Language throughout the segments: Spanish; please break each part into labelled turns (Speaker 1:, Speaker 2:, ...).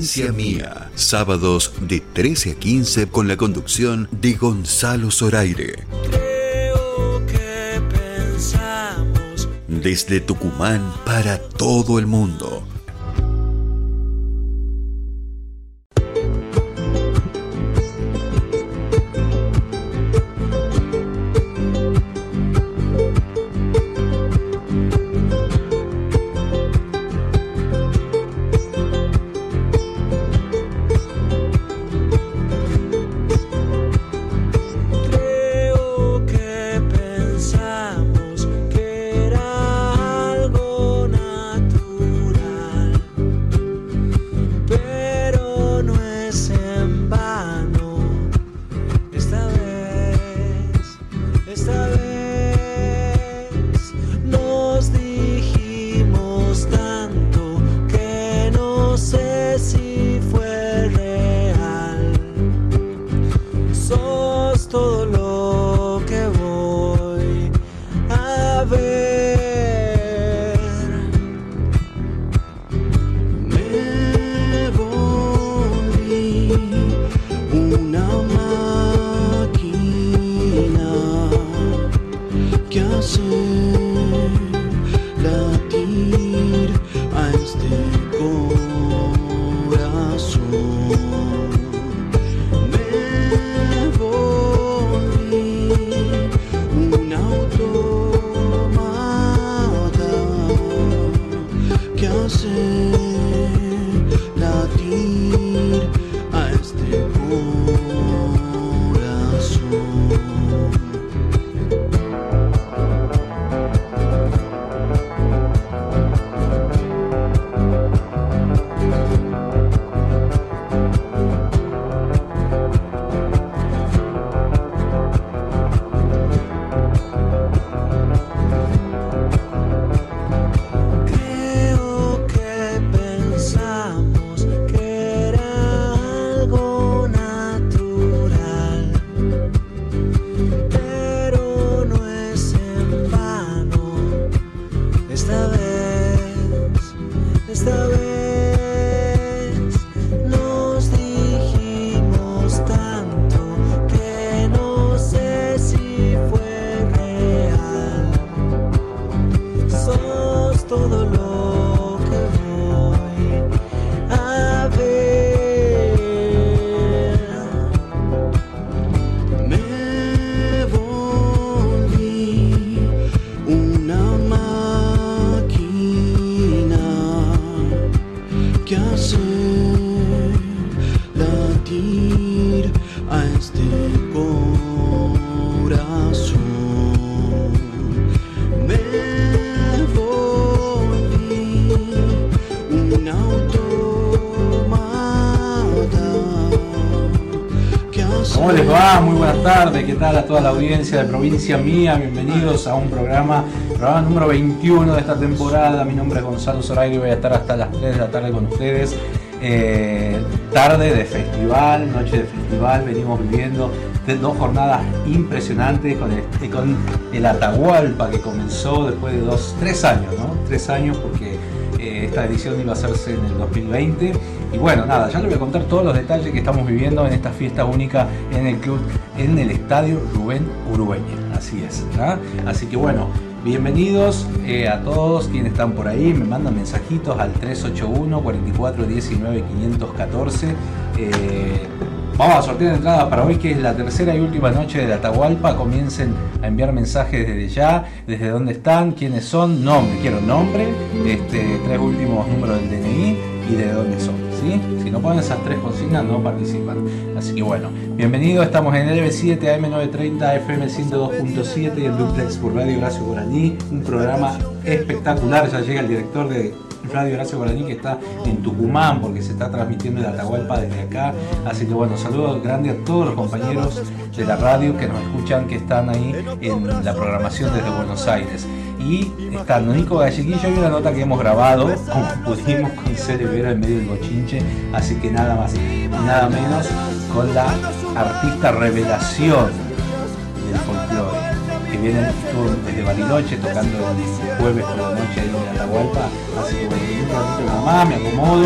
Speaker 1: Provincia Mía. Sábados de 13 a 15 con la conducción de Gonzalo Zoraire.
Speaker 2: Creo que pensamos.
Speaker 1: Desde Tucumán para todo el mundo.
Speaker 3: ¿Qué tal a toda la audiencia de Provincia Mía? Bienvenidos a un programa número 21 de esta temporada. Mi nombre es Gonzalo Zoraire y voy a estar hasta las 3 de la tarde con ustedes. Tarde de festival, noche de festival, venimos viviendo dos jornadas impresionantes con el Atahualpa que comenzó después de 3 años, ¿no? 3 años porque esta edición iba a hacerse en el 2020. Y bueno, nada, ya les voy a contar todos los detalles que estamos viviendo en esta fiesta única en el club, en el estadio Rubén Urueña. Así es, ¿verdad? Así que bueno, bienvenidos a todos quienes están por ahí. Me mandan mensajitos al 381 44 19 514. Vamos a sortear entradas para hoy, que es la tercera y última noche de la Atahualpa. Comiencen a enviar mensajes desde ya, desde dónde están, quiénes son, nombre, quiero nombre, 3 últimos números del DNI y de dónde son, ¿sí? Si no ponen esas 3 consignas no participan. Así que bueno, bienvenidos, estamos en LB7 AM930 FM 102.7 y el duplex por Radio Horacio Guaraní, un programa espectacular. Ya llega el director de Radio Horacio Guaraní, que está en Tucumán porque se está transmitiendo el Atahualpa desde acá. Así que bueno, saludos grandes a todos los compañeros de la radio que nos escuchan, que están ahí en la programación desde Buenos Aires. Y está Nico Galleguillo. Hay una nota que hemos grabado como pudimos con Cele Vera en medio del bochinche, así que nada más y nada menos con la artista revelación del folclore, que estuvo desde Bariloche tocando el jueves por la noche ahí en Atahualpa. Así que bueno, un ratito nada más, me acomodo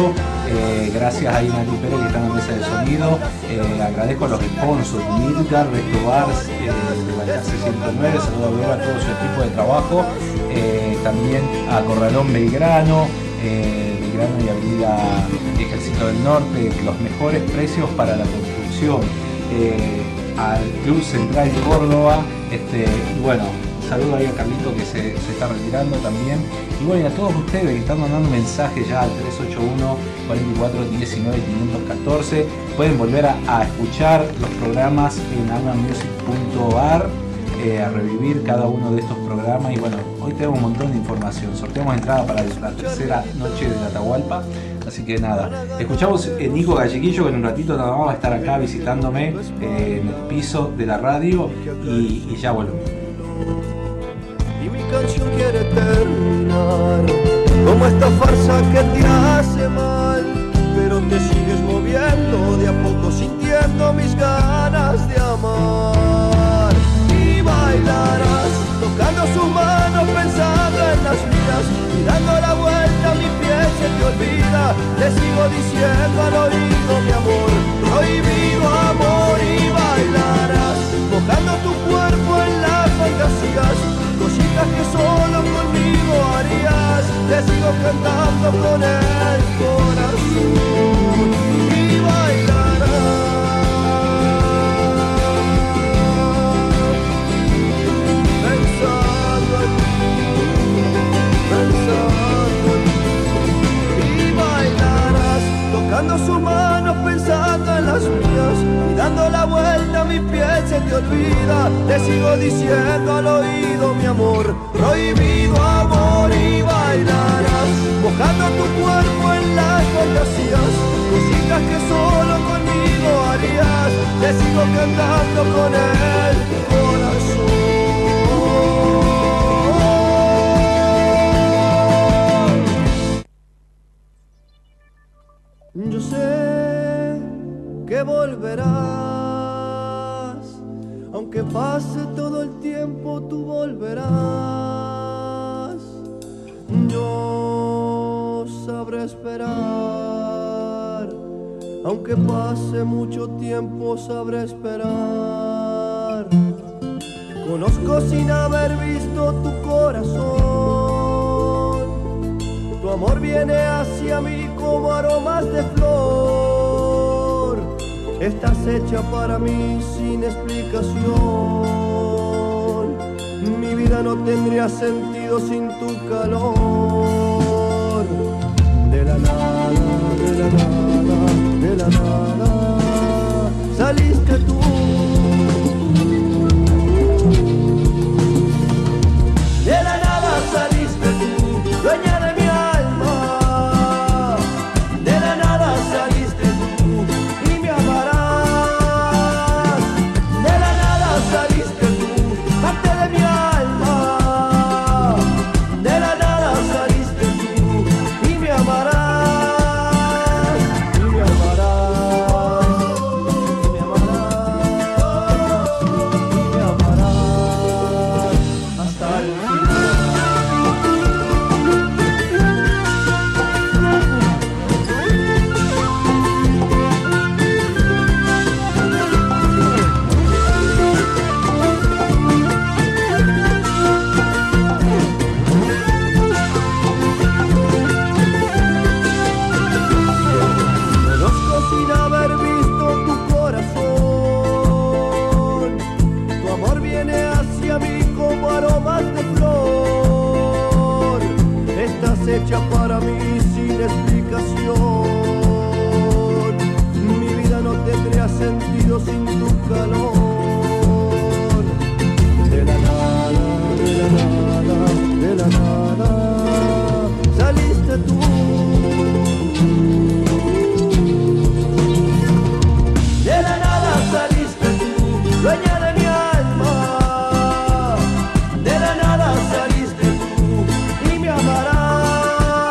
Speaker 3: Gracias a Ina Pérez que está en la mesa de sonido. Agradezco a los sponsors, Milgar, Resto Bars, de Balcarce 109, saludo a todo su equipo de trabajo. También a Corralón Belgrano y Avenida Ejército del Norte, los mejores precios para la construcción. Al Club Central de Córdoba, y bueno, saludo ahí a Carlito que se está retirando también. Y bueno, y a todos ustedes que están mandando mensajes ya al 381 44 19 514. Pueden volver a escuchar los programas en almamusic.ar, a revivir cada uno de estos programas. Y bueno, hoy tenemos un montón de información. Sorteamos entrada para la tercera noche de la Atahualpa. Así que nada, escuchamos Nico Galleguillo, que en un ratito nada más va a estar acá visitándome en el piso de la radio, y ya vuelvo.
Speaker 4: Y mi canción quiere terminar como esta farsa que te hace mal, pero te sigues moviendo de a poco, sintiendo mis ganas de amar. Y bailarás tocando sus manos, pensando en las mías, y dando la vuelta a mi pie se te olvida. Le sigo diciendo al oído, mi amor, prohibido amor. Y bailarás mojando tu cuerpo en las fantasías, cositas que solo conmigo harías. Te sigo cantando con el corazón. Y bailarás pensando en ti. Y bailarás tocando sus manos, pensando en las mías, y dando la vuelta a mi piel se te olvida. Te sigo diciendo al oído, mi amor, prohibido amor. Y bailarás mojando tu cuerpo en las fantasías, cositas que solo conmigo harías. Te sigo cantando con el corazón. Yo sé que volverás, aunque pase todo el tiempo tú volverás. Yo sabré esperar, aunque pase mucho tiempo sabré esperar. Conozco sin haber visto tu corazón, tu amor viene hacia mí como aromas de flor. Estás hecha para mí sin explicación. Mi vida no tendría sentido sin tu calor. De la nada, de la nada, de la nada, saliste tú. De la nada saliste tú, dueña de mi alma. De la nada saliste tú y me amarás. De la nada saliste tú, parte de mi alma. De la nada saliste tú y me amarás. Y me amarás, y me amarás, y me amarás hasta el Conozco sin haber visto tu corazón, tu amor viene hacia mí como aromas de flor. Estás hecha para mí sin explicación. Mi vida no tendría sentido sin tu calor. De la nada, de la nada, de la nada, saliste tú. De la nada saliste tú, dueña de mi alma. De la nada saliste tú y me amarás.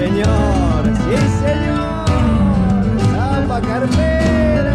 Speaker 4: señor, sí señor, samba carpera.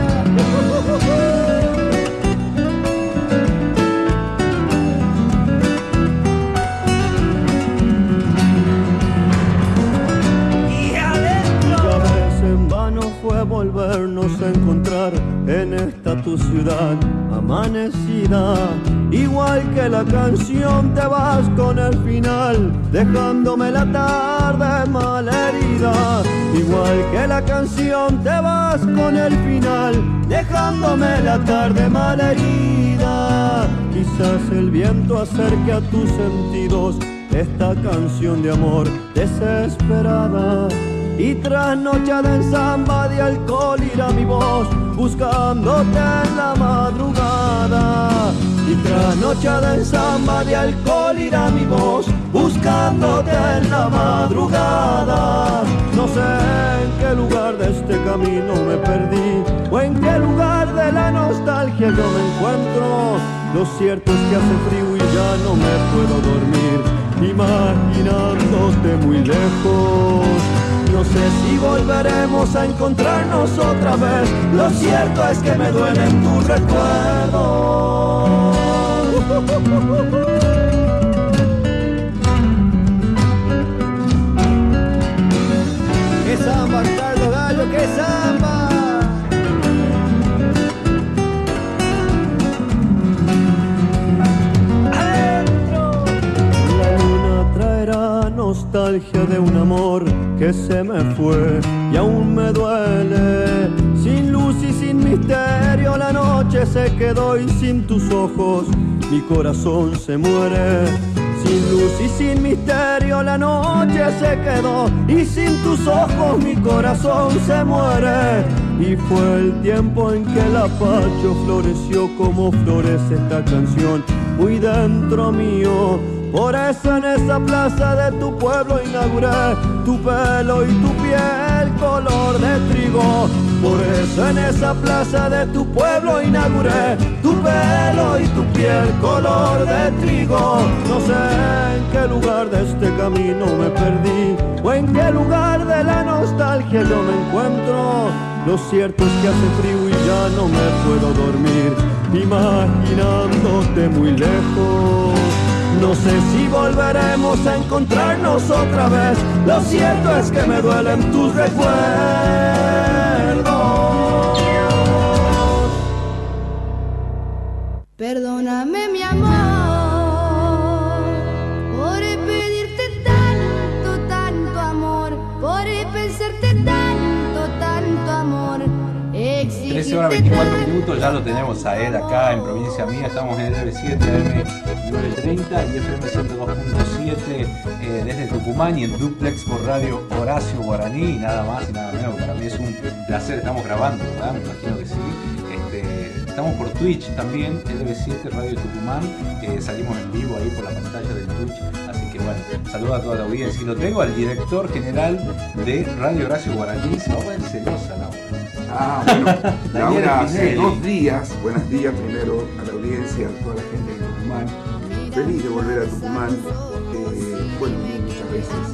Speaker 4: Fue volvernos a encontrar en esta tu ciudad amanecida. Igual que la canción te vas con el final, dejándome la tarde malherida. Igual que la canción te vas con el final, dejándome la tarde malherida. Quizás el viento acerque a tus sentidos esta canción de amor desesperada. Y trasnochada en samba de alcohol irá mi voz, buscándote en la madrugada. Y trasnochada en samba de alcohol irá mi voz, buscándote en la madrugada. No sé en qué lugar de este camino me perdí, o en qué lugar de la nostalgia yo me encuentro. Lo cierto es que hace frío y ya no me puedo dormir, imaginándote muy lejos. No sé si volveremos a encontrarnos otra vez. Lo cierto es que me duelen tus recuerdos. ¡Qué samba, Carlos Gallo! ¡Qué samba! Nostalgia de un amor que se me fue y aún me duele. Sin luz y sin misterio la noche se quedó y sin tus ojos mi corazón se muere. Sin luz y sin misterio la noche se quedó y sin tus ojos mi corazón se muere. Y fue el tiempo en que el apacho floreció como florece esta canción muy dentro mío. Por eso en esa plaza de tu pueblo inauguré tu pelo y tu piel color de trigo. Por eso en esa plaza de tu pueblo inauguré tu pelo y tu piel color de trigo. No sé en qué lugar de este camino me perdí, o en qué lugar de la nostalgia yo me encuentro. Lo cierto es que hace frío y ya no me puedo dormir, imaginándote muy lejos. No sé si volveremos a encontrarnos otra vez. Lo cierto es que me duelen tus recuerdos.
Speaker 5: Perdóname, mi amor, por pedirte tanto, tanto amor, por pensarte tanto, tanto amor.
Speaker 3: 13 horas 24 minutos, ya lo tenemos a él acá en Provincia Mía. Estamos en el LB7 AM 930 y FM 102.7 desde Tucumán y en duplex por Radio Horacio Guaraní, y nada más y nada menos. Para mí es un placer. Estamos grabando, ¿verdad? Me imagino que sí. Estamos por Twitch también, LB7 Radio Tucumán. Salimos en vivo ahí por la pantalla del Twitch. Así que bueno, saludo a toda la audiencia. Y lo tengo al director general de Radio Horacio Guaraní. Se va a poner celosa, ¿no?
Speaker 6: Bueno, Laura, hace 2 días, buenos días primero a la audiencia, a toda la gente de Tucumán. Feliz de volver a Tucumán. Bueno, vine muchas veces,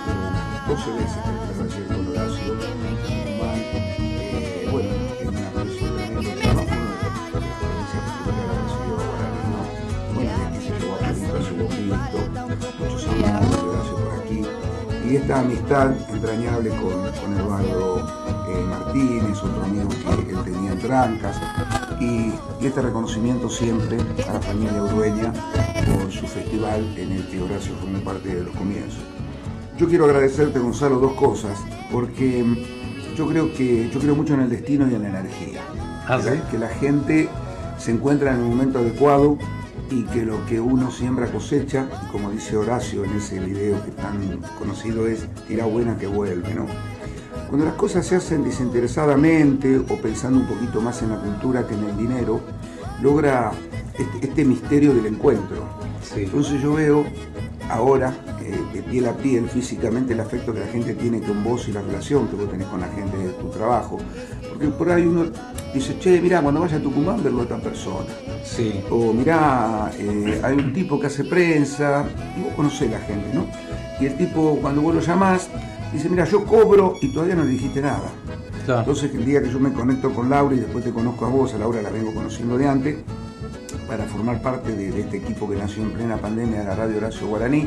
Speaker 6: 12 veces que ayer con Horacio, Tucumán. Bueno, es una persona tremenda, trabajo uno de las provincias que la recibió Guaraní, ¿no? Bueno, y aquí se llevó a Perito, a su bombito, muchos años de Horacio por aquí. Y esta amistad entrañable con Eduardo Martínez, otro amigo que él tenía en Trancas, y este reconocimiento siempre a la familia urueña por su festival en el que Horacio formó parte de los comienzos. Yo quiero agradecerte, Gonzalo, 2 cosas, porque yo creo mucho en el destino y en la energía. ¿Sí? Que la gente se encuentra en el momento adecuado y que lo que uno siembra cosecha, y como dice Horacio en ese video que tan conocido es "Tira buena que vuelve", ¿no? Cuando las cosas se hacen desinteresadamente o pensando un poquito más en la cultura que en el dinero, logra este misterio del encuentro. Sí. Entonces yo veo ahora, de piel a piel, físicamente, el afecto que la gente tiene con vos y la relación que vos tenés con la gente de tu trabajo. Porque por ahí uno dice, che, mirá, cuando vaya a Tucumán verlo a esta persona. Sí. O mirá, hay un tipo que hace prensa, y vos conocés a la gente, ¿no? Y el tipo, cuando vos lo llamás, Dice, mira, yo cobro y todavía no le dijiste nada.
Speaker 3: Claro.
Speaker 6: Entonces el día que yo me conecto con Laura y después te conozco a vos, a Laura la vengo conociendo de antes, para formar parte de este equipo que nació en plena pandemia de la Radio Horacio Guaraní,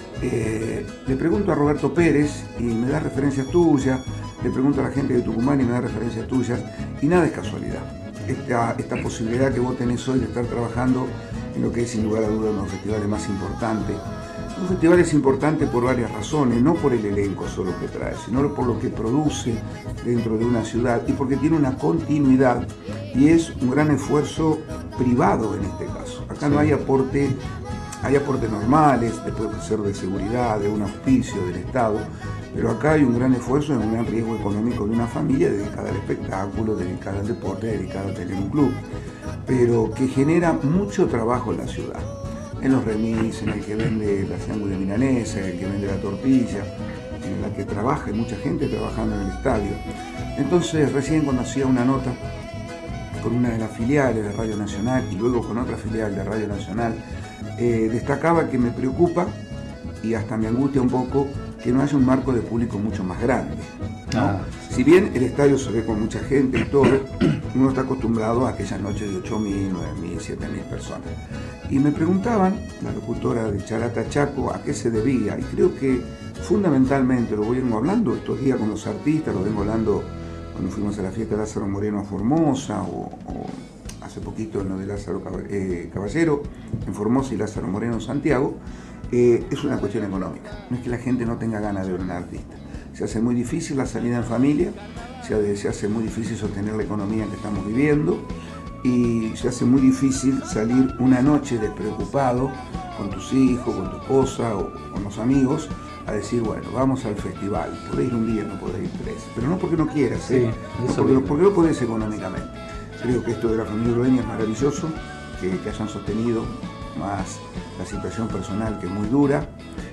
Speaker 6: le pregunto a Roberto Pérez y me da referencias tuyas, le pregunto a la gente de Tucumán y me da referencias tuyas, y nada es casualidad. Esta posibilidad que vos tenés hoy de estar trabajando en lo que es sin lugar a dudas uno de los festivales más importantes. Un festival es importante por varias razones, no por el elenco solo que trae, sino por lo que produce dentro de una ciudad y porque tiene una continuidad y es un gran esfuerzo privado en este caso. Acá no hay aportes normales, después de ser de seguridad, de un auspicio del Estado, pero acá hay un gran esfuerzo, un gran riesgo económico de una familia dedicada al espectáculo, dedicada al deporte, dedicada a tener un club, pero que genera mucho trabajo en la ciudad. En los remis, en el que vende la sándwich de milanesa, en el que vende la tortilla, en la que trabaja, hay mucha gente trabajando en el estadio. Entonces, recién cuando hacía una nota con una de las filiales de Radio Nacional y luego con otra filial de Radio Nacional, destacaba que me preocupa y hasta me angustia un poco que no haya un marco de público mucho más grande, ¿no? Si bien el estadio se ve con mucha gente y todo, uno está acostumbrado a aquellas noches de 8.000, 9.000, 7.000 personas. Y me preguntaban, la locutora de Charata Chaco, a qué se debía, y creo que fundamentalmente, lo vengo hablando estos días con los artistas, lo vengo hablando cuando fuimos a la fiesta de Lázaro Moreno a Formosa, o hace poquito en lo de Lázaro Caballero en Formosa y Lázaro Moreno en Santiago, es una cuestión económica. No es que la gente no tenga ganas de ver a un artista. Se hace muy difícil la salida en familia, se hace muy difícil sostener la economía que estamos viviendo y se hace muy difícil salir una noche despreocupado con tus hijos, con tu esposa o con los amigos a decir, bueno, vamos al festival. Podés ir un día, no podés ir 3, pero no porque no quieras, porque no podés económicamente. Creo que esto de la familia Urbeña es maravilloso, que hayan sostenido más la situación personal, que es muy dura,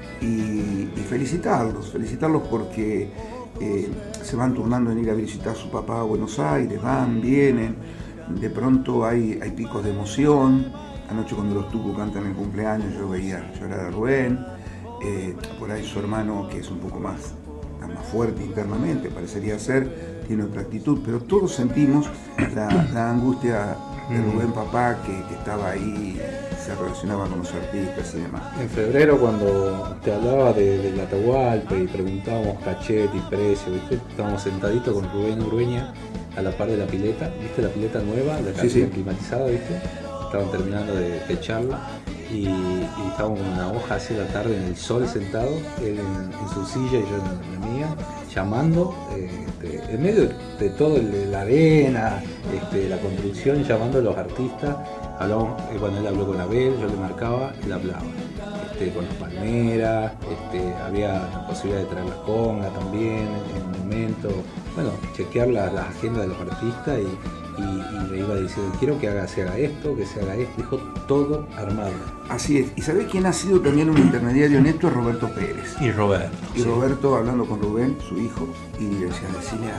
Speaker 6: y felicitarlos porque se van turnando en ir a visitar a su papá a Buenos Aires, van, vienen, de pronto hay picos de emoción. Anoche cuando los Tucu cantan el cumpleaños yo veía llorar a Rubén, por ahí su hermano, que es un poco más fuerte internamente, parecería ser, tiene otra actitud, pero todos sentimos la angustia de Rubén papá que estaba ahí, se relacionaba con los artistas y demás.
Speaker 3: En febrero, cuando te hablaba del Atahualpa y preguntábamos cachet y precio, ¿viste? Estábamos sentaditos con Rubén Urbeña a la par de la pileta, ¿viste? La pileta nueva, la cabina climatizada, ¿viste? Estaban terminando de techarla y estábamos con una hoja así a la tarde en el sol sentado, él en su silla y yo en la mía, llamando, en medio de todo la arena, la construcción, llamando a los artistas. Hablamos, cuando él habló con Abel, yo le marcaba, él hablaba. Con las palmeras, había la posibilidad de traer las congas también en un momento. Bueno, chequear las agendas de los artistas y le iba diciendo, quiero que se haga esto, dijo todo armado.
Speaker 6: Así es, y ¿sabés quién ha sido también un intermediario en esto? Es Roberto Pérez.
Speaker 3: Y
Speaker 6: Roberto hablando con Rubén, su hijo, y le decía, decirle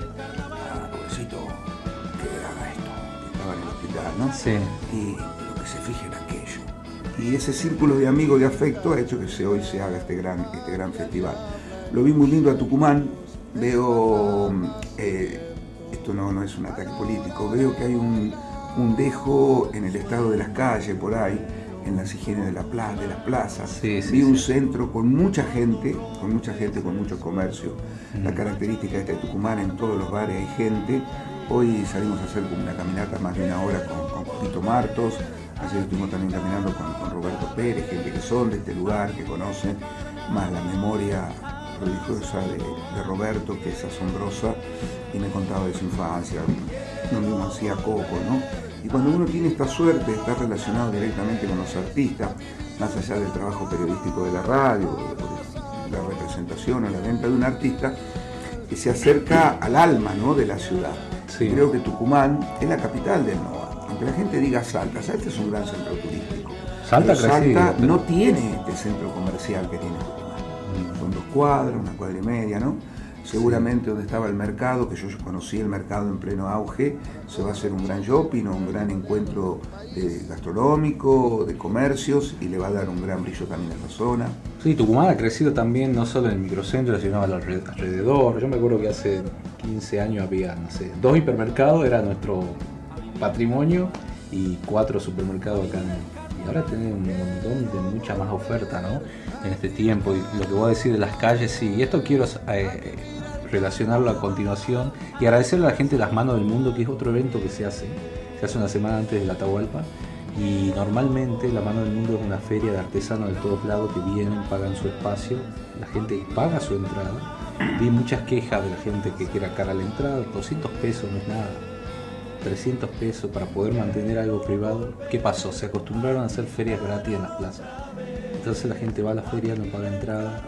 Speaker 6: a Rubéncito que haga esto, que estaba en el hospital, ¿no?
Speaker 3: Sí.
Speaker 6: Y lo que se fije en aquello. Y ese círculo de amigos, de afecto, ha hecho que hoy se haga este gran festival. Lo vi muy lindo a Tucumán, veo, esto no es un ataque político, veo que hay un dejo en el estado de las calles por ahí, en las higienes de las plazas. Vi un centro con mucha gente, con mucho comercio. La característica de Tucumán, en todos los bares hay gente. Hoy salimos a hacer como una caminata más de una hora con Pito Martos. Ayer estuvimos también caminando con Roberto Pérez, gente que son de este lugar, que conocen, más la memoria prodigiosa de Roberto, que es asombrosa, y me contaba de su infancia, lo mismo hacía Coco, ¿no? Y cuando uno tiene esta suerte de estar relacionado directamente con los artistas, más allá del trabajo periodístico de la radio, de la representación o la venta de un artista, que se acerca al alma, ¿no?, de la ciudad. Sí. Creo que Tucumán es la capital del NOA. Aunque la gente diga Salta es un gran centro turístico. Salta no tiene el centro comercial que tiene Tucumán. Son 2 cuadras, 1 cuadra y media, ¿no? Seguramente donde estaba el mercado, que yo conocí el mercado en pleno auge, se va a hacer un gran shopping o un gran encuentro gastronómico, de comercios, y le va a dar un gran brillo también a la zona.
Speaker 3: Sí, Tucumán ha crecido también, no solo en el microcentro, sino alrededor. Yo me acuerdo que hace 15 años había, no sé, 2 hipermercados, era nuestro patrimonio, y 4 supermercados acá y ahora tenés un montón de mucha más oferta, ¿no? En este tiempo. Y lo que voy a decir de las calles, sí, y esto quiero relacionarlo a continuación y agradecerle a la gente de Las Manos del Mundo, que es otro evento que se hace una semana antes de la Atahualpa, y normalmente La Mano del Mundo es una feria de artesanos de todos lados que vienen, pagan su espacio, la gente paga su entrada. Vi muchas quejas de la gente que era cara a la entrada, 200 pesos no es nada, 300 pesos para poder mantener algo privado. ¿Qué pasó? Se acostumbraron a hacer ferias gratis en las plazas. Entonces la gente va a la feria, no paga entrada,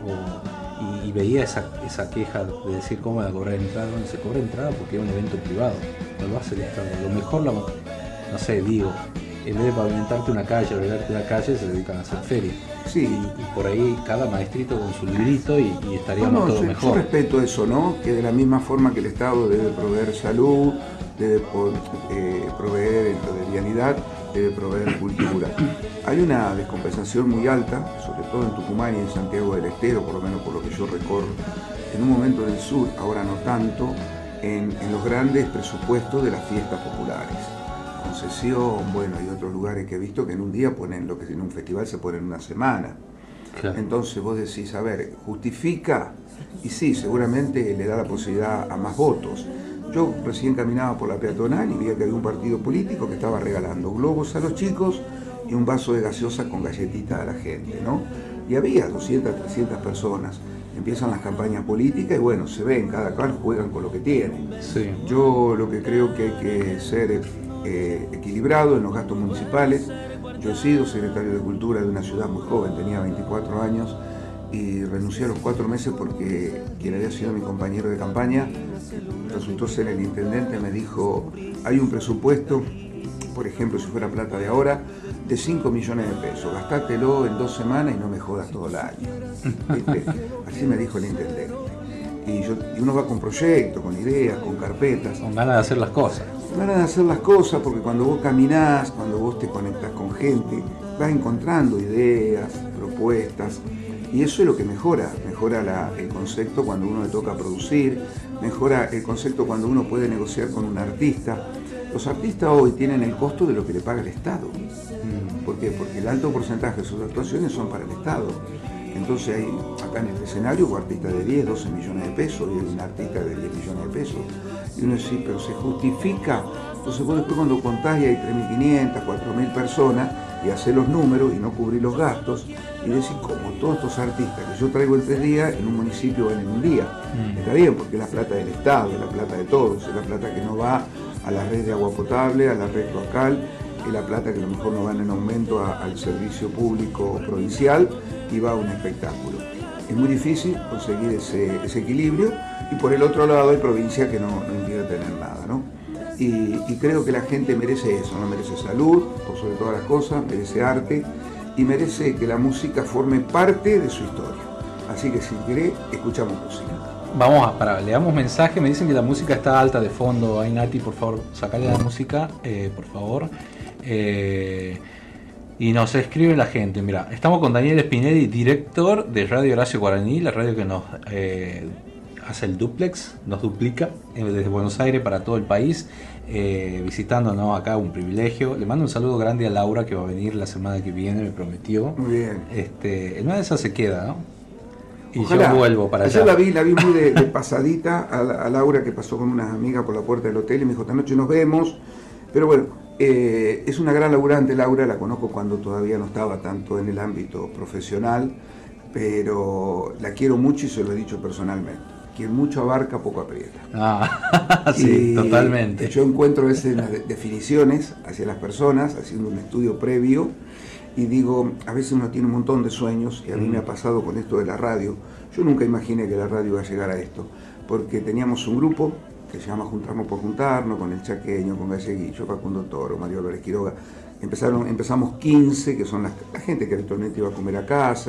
Speaker 3: y veía esa queja de decir cómo va a cobrar entrada. No se cobra entrada porque es un evento privado, no lo hace el Estado. Lo mejor, no sé, digo, en vez de pavimentarte una calle, arreglarte la calle, se dedican a hacer ferias.
Speaker 6: Sí.
Speaker 3: Y por ahí cada maestrito con su librito y estaríamos todo mejor.
Speaker 6: Yo respeto eso, ¿no? Que de la misma forma que el Estado debe proveer salud, debe proveer de vialidad, debe proveer cultura. Hay una descompensación muy alta, sobre todo en Tucumán y en Santiago del Estero, por lo menos por lo que yo recorro, en un momento del sur, ahora no tanto, en los grandes presupuestos de las fiestas populares. Concesión, bueno, hay otros lugares que he visto que en un día ponen lo que en un festival se pone en una semana. Claro. Entonces vos decís, a ver, ¿justifica? Y sí, seguramente le da la posibilidad a más votos. Yo recién caminaba por la peatonal y vi que había un partido político que estaba regalando globos a los chicos y un vaso de gaseosa con galletitas a la gente, ¿no? Y había 200, 300 personas. Empiezan las campañas políticas y bueno, se ven, cada cual juegan con lo que tienen. Sí. Yo lo que creo que hay que ser equilibrado en los gastos municipales. Yo he sido secretario de Cultura de una ciudad muy joven, tenía 24 años, y renuncié a los 4 meses porque quien había sido mi compañero de campaña resultó ser el intendente. Me dijo, hay un presupuesto, por ejemplo, si fuera plata de ahora, de 5 millones de pesos, gastátelo en 2 semanas y no me jodas todo el año. ¿Viste? Así me dijo el intendente. Y uno va con proyectos, con ideas, con carpetas.
Speaker 3: Con ganas de hacer las cosas.
Speaker 6: Con ganas de hacer las cosas, porque cuando vos caminás, cuando vos te conectás con gente, vas encontrando ideas, propuestas, y eso es lo que mejora el concepto cuando uno le toca producir, mejora el concepto cuando uno puede negociar con un artista. Los artistas hoy tienen el costo de lo que le paga el Estado. ¿Por qué? Porque el alto porcentaje de sus actuaciones son para el Estado. Entonces hay acá en este escenario un artista de 10, 12 millones de pesos y un artista de 10 millones de pesos. Y uno dice, pero se justifica. Entonces vos después cuando contás y hay 3.500, 4.000 personas y haces los números y no cubrís los gastos y decís, como todos estos artistas que yo traigo en 3 días, en un municipio van en un día. Está bien, porque es la plata del Estado, es la plata de todos, es la plata que no va a la red de agua potable, a la red cloacal, es la plata que a lo mejor no van en aumento al servicio público provincial y va a un espectáculo. Es muy difícil conseguir ese equilibrio, y por el otro lado hay provincias que no impiden tener nada, ¿no? Y creo que la gente merece eso, ¿no? Merece salud, por sobre todas las cosas, merece arte y merece que la música forme parte de su historia. Así que si querés, escuchamos música.
Speaker 3: Vamos le damos mensaje, me dicen que la música está alta de fondo. Ay, Nati, por favor, sacale la música, por favor. Y nos escribe la gente, mira, estamos con Daniel Spinelli, director de Radio Horacio Guaraní, la radio que nos hace el duplex, nos duplica desde Buenos Aires para todo el país, visitándonos acá, un privilegio. Le mando un saludo grande a Laura, que va a venir la semana que viene, me prometió.
Speaker 6: Muy bien.
Speaker 3: En una de esas se queda, ¿no? Y
Speaker 6: ojalá.
Speaker 3: Yo vuelvo para allá.
Speaker 6: Ayer la vi muy de pasadita a Laura, que pasó con unas amigas por la puerta del hotel y me dijo, esta noche nos vemos. Pero bueno, es una gran laburante Laura, la conozco cuando todavía no estaba tanto en el ámbito profesional, pero la quiero mucho y se lo he dicho personalmente. Quien mucho abarca, poco aprieta.
Speaker 3: Sí, totalmente.
Speaker 6: Yo encuentro a veces las definiciones hacia las personas, haciendo un estudio previo, y digo, a veces uno tiene un montón de sueños, y a mí me ha pasado con esto de la radio. Yo nunca imaginé que la radio iba a llegar a esto, porque teníamos un grupo que se llama Juntarnos por Juntarnos, con el Chaqueño, con Galleguillo, Facundo Toro, Mario Álvarez Quiroga. Empezamos 15, que son la gente que habitualmente iba a comer a casa,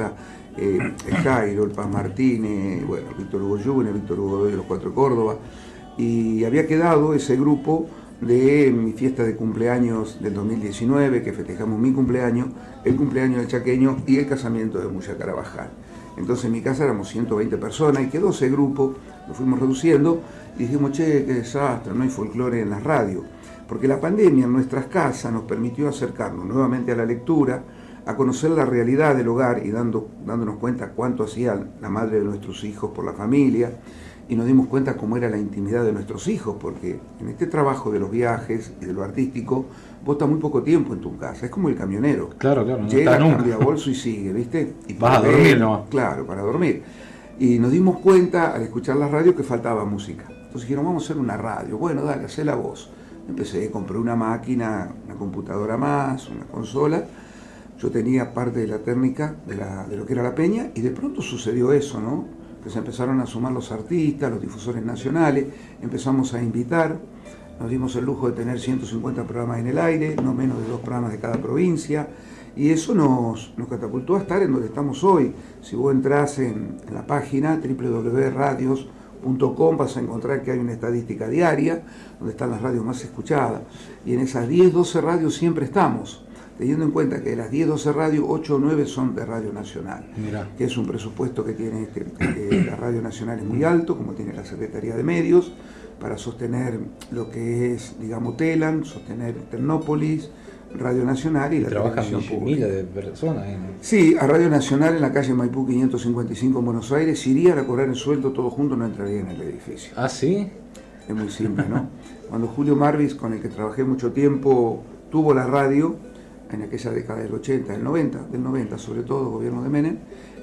Speaker 6: Jairo, el Paz Martínez, bueno, Víctor Hugo Yune, Víctor Hugo Godoy de los Cuatro Córdoba, y había quedado ese grupo de mi fiesta de cumpleaños del 2019, que festejamos mi cumpleaños, el cumpleaños del Chaqueño y el casamiento de Muya Carabajal. Entonces en mi casa éramos 120 personas y quedó ese grupo, lo fuimos reduciendo y dijimos, che, qué desastre, no hay folclore en las radios. Porque la pandemia en nuestras casas nos permitió acercarnos nuevamente a la lectura, a conocer la realidad del hogar y dándonos cuenta cuánto hacía la madre de nuestros hijos por la familia, y nos dimos cuenta cómo era la intimidad de nuestros hijos, porque en este trabajo de los viajes y de lo artístico, vos estás muy poco tiempo en tu casa, es como el camionero.
Speaker 3: Claro, no
Speaker 6: llega,
Speaker 3: está nunca.
Speaker 6: Cambia bolso y sigue, ¿viste? Y
Speaker 3: vas a dormir, ¿no?
Speaker 6: Claro, para dormir. Y nos dimos cuenta al escuchar la radio que faltaba música. Entonces dijeron, vamos a hacer una radio. Bueno, dale, hacé la voz. Empecé, compré una máquina, una computadora más, una consola. Yo tenía parte de la técnica de lo que era la peña y de pronto sucedió eso, ¿no? Que se empezaron a sumar los artistas, los difusores nacionales, empezamos a invitar, nos dimos el lujo de tener 150 programas en el aire, no menos de 2 programas de cada provincia, y eso nos catapultó a estar en donde estamos hoy. Si vos entrás en la página www.radios.com vas a encontrar que hay una estadística diaria, donde están las radios más escuchadas, y en esas 10, 12 radios siempre estamos. Teniendo en cuenta que de las 10, 12 radios, 8 o 9 son de Radio Nacional. Mirá. Que es un presupuesto que tiene la Radio Nacional es muy alto, como tiene la Secretaría de Medios, para sostener lo que es, digamos, TELAN, sostener Tecnópolis, Radio Nacional y la televisión pública.
Speaker 3: Miles de personas.
Speaker 6: Sí, a Radio Nacional en la calle Maipú 555 en Buenos Aires, si irían a cobrar el sueldo todos juntos no entrarían en el edificio.
Speaker 3: ¿Ah, sí?
Speaker 6: Es muy simple, ¿no? Cuando Julio Marvis, con el que trabajé mucho tiempo, tuvo la radio, en aquella década del 80, del 90 sobre todo, gobierno de Menem,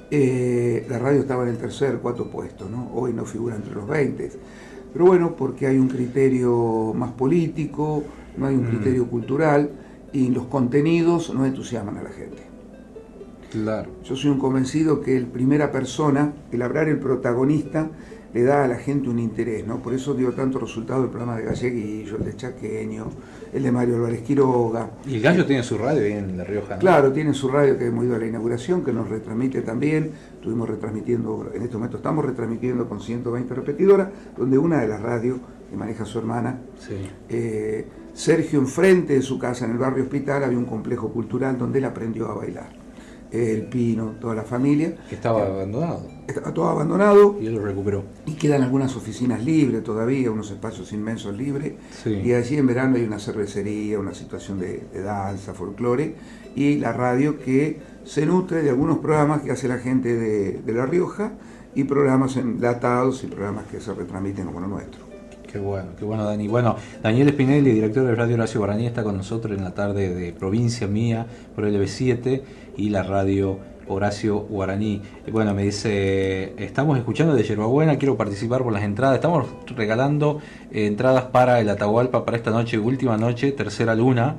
Speaker 6: la radio estaba en el 3er, 4 puesto, ¿no? Hoy no figura entre los 20. Pero bueno, porque hay un criterio más político, no hay un criterio cultural, y los contenidos no entusiasman a la gente.
Speaker 3: Claro.
Speaker 6: Yo soy un convencido que el primera persona, el hablar el protagonista, le da a la gente un interés, ¿no? Por eso dio tanto resultado el programa de Galleguillo, el de Chaqueño, el de Mario Álvarez Quiroga.
Speaker 3: Y el Gallo tiene su radio ahí en La Rioja, ¿no?
Speaker 6: Claro, tiene su radio que hemos ido a la inauguración, que nos retransmite también. Estuvimos retransmitiendo, en este momento estamos retransmitiendo con 120 repetidoras, donde una de las radios que maneja su hermana, sí. Sergio, enfrente de su casa en el barrio Hospital, había un complejo cultural donde él aprendió a bailar. El Pino, toda la familia.
Speaker 3: Que estaba abandonado.
Speaker 6: Estaba todo abandonado.
Speaker 3: Y él lo recuperó.
Speaker 6: Y quedan algunas oficinas libres todavía, unos espacios inmensos libres. Sí. Y allí en verano hay una cervecería, una situación de danza, folclore. Y la radio que se nutre de algunos programas que hace la gente de La Rioja y programas enlatados y programas que se retransmiten como el nuestro.
Speaker 3: Qué bueno, Dani. Bueno, Daniel Spinelli, director de Radio Horacio Guaraní, está con nosotros en la tarde de Provincia Mía por LB7 y la Radio Horacio Guaraní. Bueno, me dice, estamos escuchando de Yerbabuena, quiero participar por las entradas. Estamos regalando entradas para el Atahualpa para esta noche, última noche, tercera luna.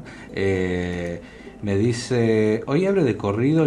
Speaker 3: Me dice, ¿hoy abre de corrido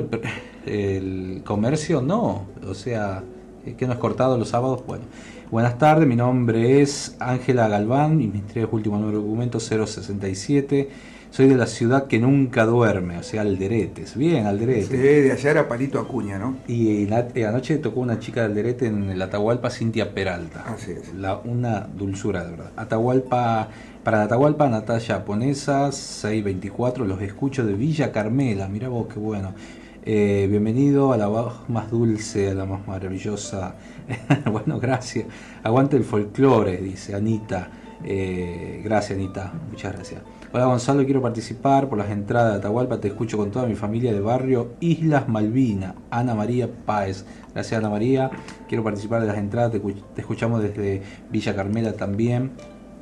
Speaker 3: el comercio? No, o sea, que no es cortado los sábados. Bueno. Buenas tardes, mi nombre es Ángela Galván y mi último número de documento 067. Soy de la ciudad que nunca duerme, o sea, Alderetes. Bien, Alderete.
Speaker 6: Sí, de allá era Palito Acuña, ¿no?
Speaker 3: Y anoche tocó una chica de Alderete en el Atahualpa, Cintia Peralta.
Speaker 6: Así es.
Speaker 3: Una dulzura, de verdad. Para Atahualpa, Natalia Ponesa, 624. Los escucho de Villa Carmela. Mirá vos, qué bueno. Bienvenido a la voz más dulce, a la más maravillosa. Bueno, gracias. Aguante el folclore, dice Anita. Gracias, Anita, muchas gracias. Hola, Gonzalo, quiero participar por las entradas de Atahualpa. Te escucho con toda mi familia de barrio Islas Malvinas. Ana María Páez. Gracias, Ana María. Quiero participar de las entradas. Te escuchamos desde Villa Carmela también.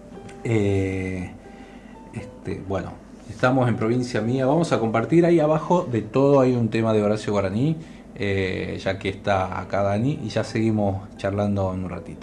Speaker 3: Bueno, estamos en Provincia Mía. Vamos a compartir ahí abajo de todo. Hay un tema de Horacio Guaraní, ya que está acá Dani, y ya seguimos charlando en un ratito.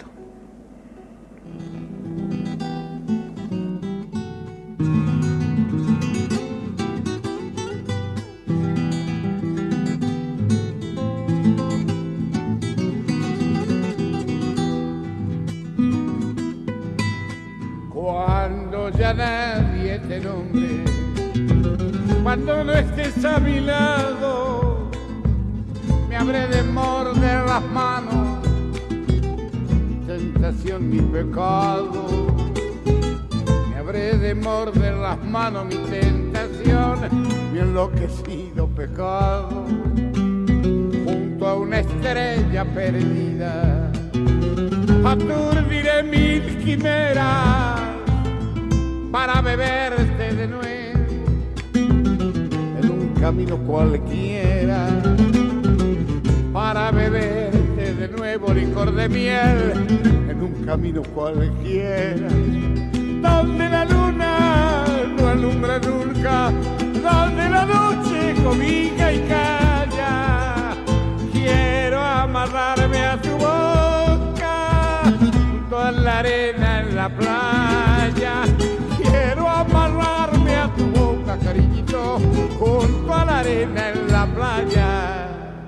Speaker 7: Cuando ya nadie te nombre, cuando no estés a mi lado, mi habré de morder las manos, tentación mi pecado. Me habré de morder las manos mi tentación, mi enloquecido pecado. Junto a una estrella perdida, aturdiré mil quimeras para beberte de nuevo en un camino cualquiera, para beberte de nuevo licor de miel en un camino cualquiera, donde la luna no alumbra nunca, donde la noche cobija y calla. Quiero amarrarme a tu boca junto a la arena en la playa. Quiero amarrarme a tu boca, cariñito, junto a la arena en la playa.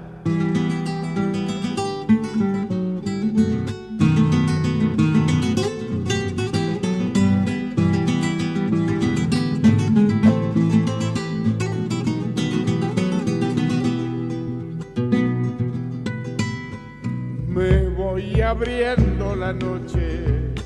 Speaker 7: Abriendo la noche,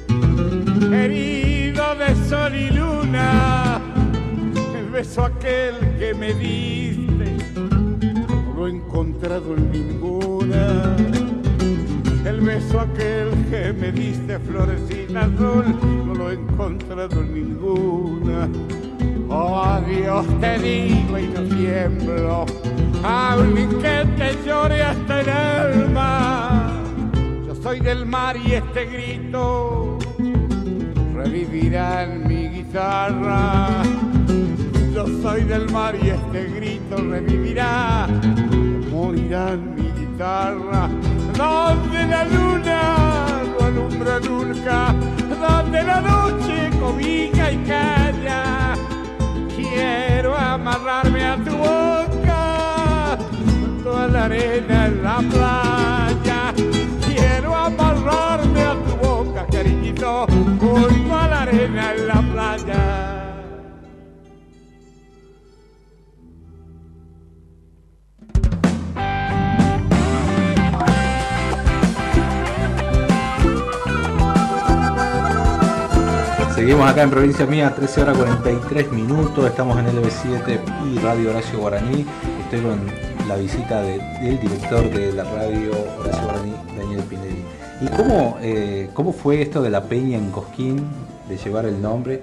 Speaker 7: herido de sol y luna, el beso aquel que me diste no lo he encontrado en ninguna. El beso aquel que me diste, florecita azul, no lo he encontrado en ninguna. Oh, adiós te digo y no tiemblo, aunque te llore hasta el alma. Soy del mar y este grito revivirá en mi guitarra. Yo soy del mar y este grito revivirá, morirá en mi guitarra. Donde la luna no alumbra nunca, donde la noche cobija y calla. Quiero amarrarme a tu boca, junto a la arena en la playa. Quiero amarrarme a tu boca, cariñito, junto a la arena en la playa.
Speaker 3: Seguimos acá en Provincia Mía, 13 horas 43 minutos. Estamos en LB7 y Radio Horacio Guaraní. Estoy con la visita del director de la radio Horacio Guaraní, Daniel Pinelli. ¿Y cómo fue esto de la peña en Cosquín, de llevar el nombre?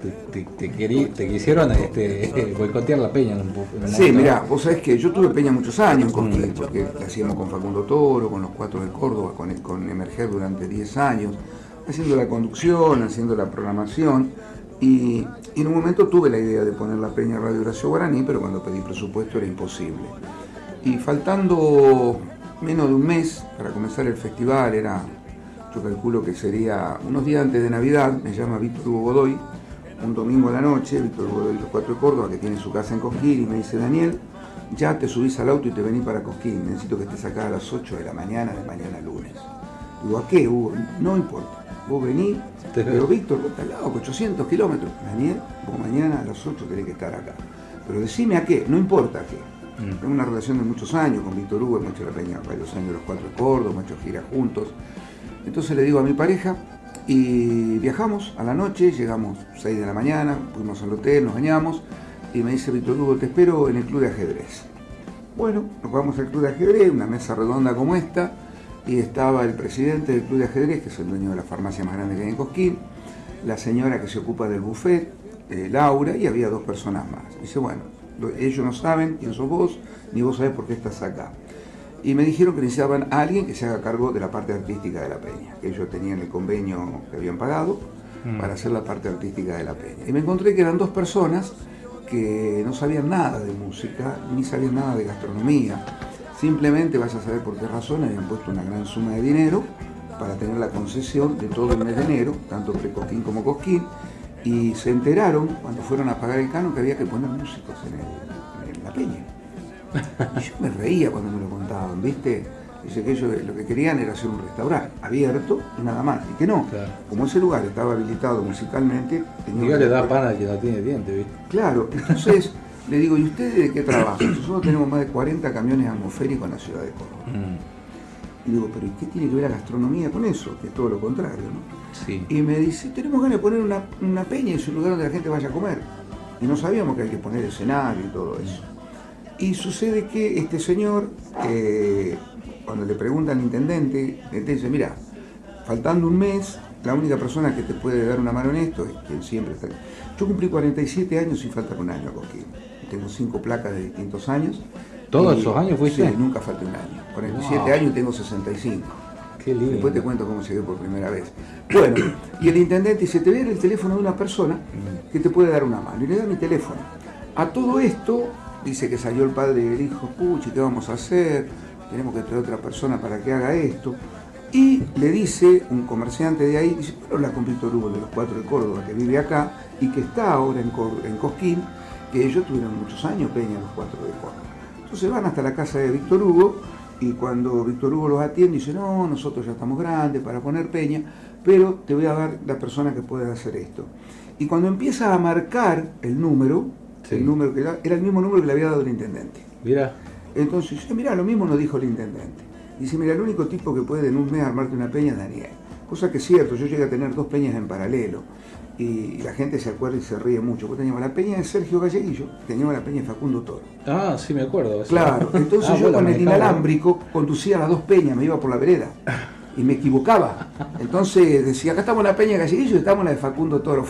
Speaker 3: ¿Te quisieron boicotear la peña?
Speaker 6: Sí, mirá, vos sabés que yo tuve peña muchos años en Cosquín, porque la hacíamos con Facundo Toro, con los Cuatro de Córdoba, con Emerger durante 10 años, haciendo la conducción, haciendo la programación. Y en un momento tuve la idea de poner la peña Radio Horacio Guaraní, pero cuando pedí presupuesto era imposible. Y faltando menos de un mes para comenzar el festival, yo calculo que sería unos días antes de Navidad, me llama Víctor Hugo Godoy, un domingo a la noche, Víctor Hugo Godoy de los Cuatro de Córdoba, que tiene su casa en Cosquín, y me dice: Daniel, ya te subís al auto y te venís para Cosquín, necesito que estés acá a las 8 de mañana lunes. Digo: ¿a qué, Hugo? No importa, vos venís, pero Víctor, vos estás al lado, 800 kilómetros. Daniel, vos mañana a las 8 tenés que estar acá. Pero decime a qué, no importa a qué. Tengo una relación de muchos años con Víctor Hugo, hemos hecho la peña varios años los Cuatro de Córdoba, hemos hecho giras juntos. Entonces le digo a mi pareja y viajamos a la noche, llegamos 6 de la mañana, fuimos al hotel, nos bañamos y me dice Víctor Hugo: te espero en el club de ajedrez. Bueno, nos vamos al club de ajedrez, una mesa redonda como esta, y estaba el presidente del club de ajedrez, que es el dueño de la farmacia más grande que hay en Cosquín, la señora que se ocupa del buffet, Laura, y había 2 personas más. Dice: bueno, ellos no saben quién sos vos, ni vos sabés por qué estás acá. Y me dijeron que necesitaban a alguien que se haga cargo de la parte artística de la peña, que ellos tenían el convenio que habían pagado para hacer la parte artística de la peña. Y me encontré que eran 2 personas que no sabían nada de música, ni sabían nada de gastronomía. Simplemente, vaya a saber por qué razón, habían puesto una gran suma de dinero para tener la concesión de todo el mes de enero, tanto Pre-Cosquín como Cosquín, y se enteraron cuando fueron a pagar el canon que había que poner músicos en la peña. Y yo me reía cuando me lo contaban, ¿viste? Dice que ellos lo que querían era hacer un restaurante abierto y nada más, y que no, claro. Como ese lugar estaba habilitado musicalmente,
Speaker 3: le da pan al que no tiene dientes, ¿viste?
Speaker 6: Claro, entonces Le digo, ¿y ustedes de qué trabajan? Nosotros tenemos más de 40 camiones atmosféricos en la ciudad de Córdoba. Y digo, ¿pero qué tiene que ver la gastronomía con eso? Que es todo lo contrario, ¿no?
Speaker 3: Sí.
Speaker 6: Y me dice, tenemos ganas de poner una peña en un lugar donde la gente vaya a comer. Y no sabíamos que hay que poner escenario y todo eso. Y sucede que este señor, cuando le pregunta al intendente, le dice, mira, faltando un mes, la única persona que te puede dar una mano en esto es quien siempre está. Yo cumplí 47 años sin faltar un año a Cosquín. Tengo 5 placas de distintos años.
Speaker 3: ¿Todos esos años fuiste?
Speaker 6: Sí, nunca falté un año. 47 años y tengo 65.
Speaker 3: Qué lindo.
Speaker 6: Después te cuento cómo llegué por primera vez. Bueno, y el intendente dice, te voy a dar el teléfono de una persona que te puede dar una mano. Y le da mi teléfono. A todo esto, dice que salió el padre y el hijo, puchi, ¿qué vamos a hacer? Tenemos que traer otra persona para que haga esto. Y le dice un comerciante de ahí, dice, pero habla con Víctor Hugo de los 4 de Córdoba, que vive acá y que está ahora en Cosquín, que ellos tuvieron muchos años peña los 4 de Córdoba. Entonces van hasta la casa de Víctor Hugo y cuando Víctor Hugo los atiende dice, no, nosotros ya estamos grandes para poner peña, pero te voy a dar la persona que puede hacer esto. Y cuando empieza a marcar el número,
Speaker 3: sí,
Speaker 6: el número que era el mismo número que le había dado el intendente.
Speaker 3: Mira.
Speaker 6: Entonces dice, mira, lo mismo nos dijo el intendente. Dice, mira, el único tipo que puede en un mes armarte una peña es Daniel. Cosa que es cierto, yo llegué a tener 2 peñas en paralelo. Y la gente se acuerda y se ríe mucho. Porque teníamos la peña de Sergio Galleguillo, teníamos la peña de Facundo Toro.
Speaker 3: Ah, sí, me acuerdo. Eso.
Speaker 6: Claro, entonces yo con el inalámbrico conducía las 2 peñas, me iba por la vereda. Y me equivocaba. Entonces decía, acá estamos en la peña de Galleguillo y estamos en la de Facundo Toro.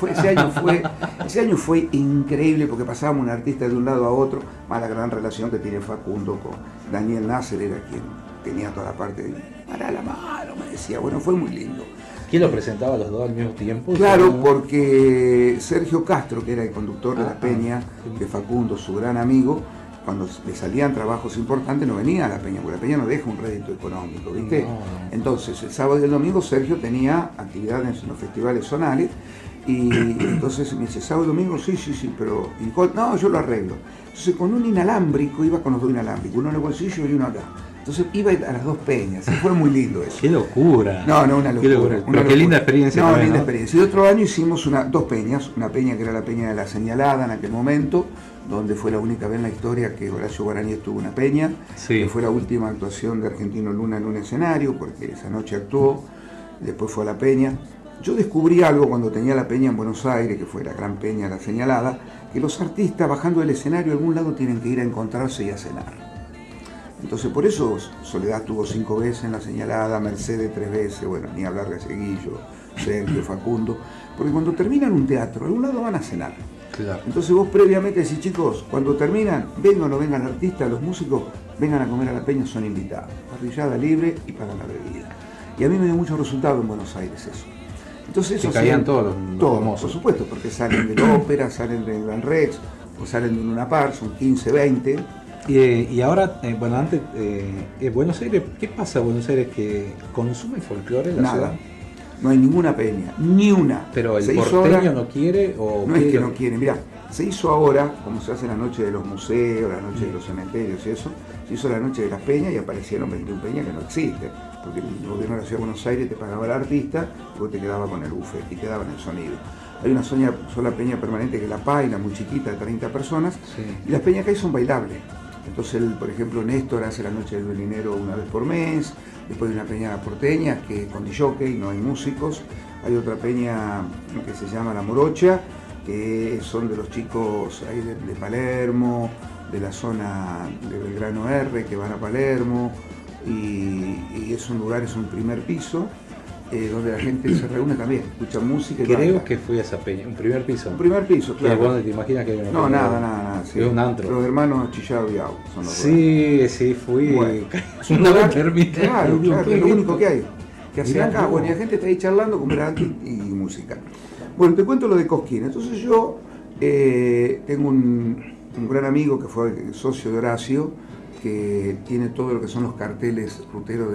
Speaker 6: Ese año fue increíble porque pasábamos un artista de un lado a otro, más la gran relación que tiene Facundo con Daniel Nasser, era quien tenía toda la parte de para la mano, me decía, bueno, fue muy lindo.
Speaker 3: ¿Quién lo presentaba a los dos al mismo tiempo?
Speaker 6: Claro, porque Sergio Castro, que era el conductor de la peña de Facundo, su gran amigo, cuando le salían trabajos importantes no venía a la peña, porque la peña no deja un rédito económico, ¿viste? No. Entonces, el sábado y el domingo Sergio tenía actividades en los festivales zonales, y entonces me dice, sábado y domingo, sí, pero no, yo lo arreglo. Entonces con un inalámbrico, iba con los 2 inalámbricos, uno en el bolsillo y uno acá. Entonces iba a las 2 peñas, y fue muy lindo eso.
Speaker 3: ¡Qué locura!
Speaker 6: No, una locura.
Speaker 3: Qué linda experiencia.
Speaker 6: No, linda experiencia. Y otro año hicimos 2 peñas, una peña que era la peña de la Señalada en aquel momento, donde fue la única vez en la historia que Horacio Guaraní tuvo una peña, sí, que fue la última actuación de Argentino Luna en un escenario, porque esa noche actuó, después fue a la peña. Yo descubrí algo cuando tenía la peña en Buenos Aires, que fue la gran peña La Señalada, que los artistas bajando del escenario a algún lado tienen que ir a encontrarse y a cenar. Entonces por eso Soledad tuvo 5 veces en La Señalada, Mercedes 3 veces, bueno, ni hablar Galleguillo, Sergio, Facundo, porque cuando terminan un teatro, a algún lado van a cenar. Claro. Entonces vos previamente decís, chicos, cuando terminan, vengan o no vengan artistas, los músicos, vengan a comer a la peña, son invitados. Parrillada libre y pagan la bebida. Y a mí me dio mucho resultado en Buenos Aires eso. Entonces eso
Speaker 3: caían todos los
Speaker 6: por supuesto, porque salen de la ópera, salen del Gran Rex, o salen de Luna Park, son 15, 20.
Speaker 3: Y ahora, bueno, antes, Buenos Aires, ¿qué pasa en Buenos Aires que consume folclore en la ciudad?
Speaker 6: No hay ninguna peña, ni una.
Speaker 3: ¿Pero el porteño no quiere o
Speaker 6: no es que no quiere? Mirá, se hizo ahora, como se hace la noche de los museos, la noche de los cementerios y eso, se hizo la noche de las peñas y aparecieron 21 peñas que no existen, porque el gobierno de la Ciudad de Buenos Aires te pagaba al artista y vos te quedabas con el buffet y quedaba en el sonido. Hay una sola peña permanente que es La Paina, muy chiquita, de 30 personas, sí, y las peñas que hay son bailables. Entonces, por ejemplo, Néstor hace la noche del violinero una vez por mes, después hay una peña porteña que con DJ, no hay músicos, hay otra peña que se llama La Morocha, que son de los chicos ahí de Palermo, de la zona de Belgrano R, que van a Palermo, y es un lugar, es un primer piso, donde la gente se reúne también, escucha música y
Speaker 3: creo
Speaker 6: baila.
Speaker 3: Que fui a esa peña, un primer piso.
Speaker 6: Un primer piso, claro.
Speaker 3: ¿Dónde te imaginas que hay una
Speaker 6: no,
Speaker 3: peña?
Speaker 6: Nada. Sí.
Speaker 3: Es un antro.
Speaker 6: Los hermanos Chillado y Au son los
Speaker 3: sí, fui.
Speaker 6: Bueno,
Speaker 3: es un lugar terminado.
Speaker 6: Claro, es lo único que hay. Que hacer acá, bueno, y la gente está ahí charlando, comer antes y música. Bueno, te cuento lo de Cosquín. Entonces yo tengo un gran amigo que fue socio de Horacio, que tiene todo lo que son los carteles ruteros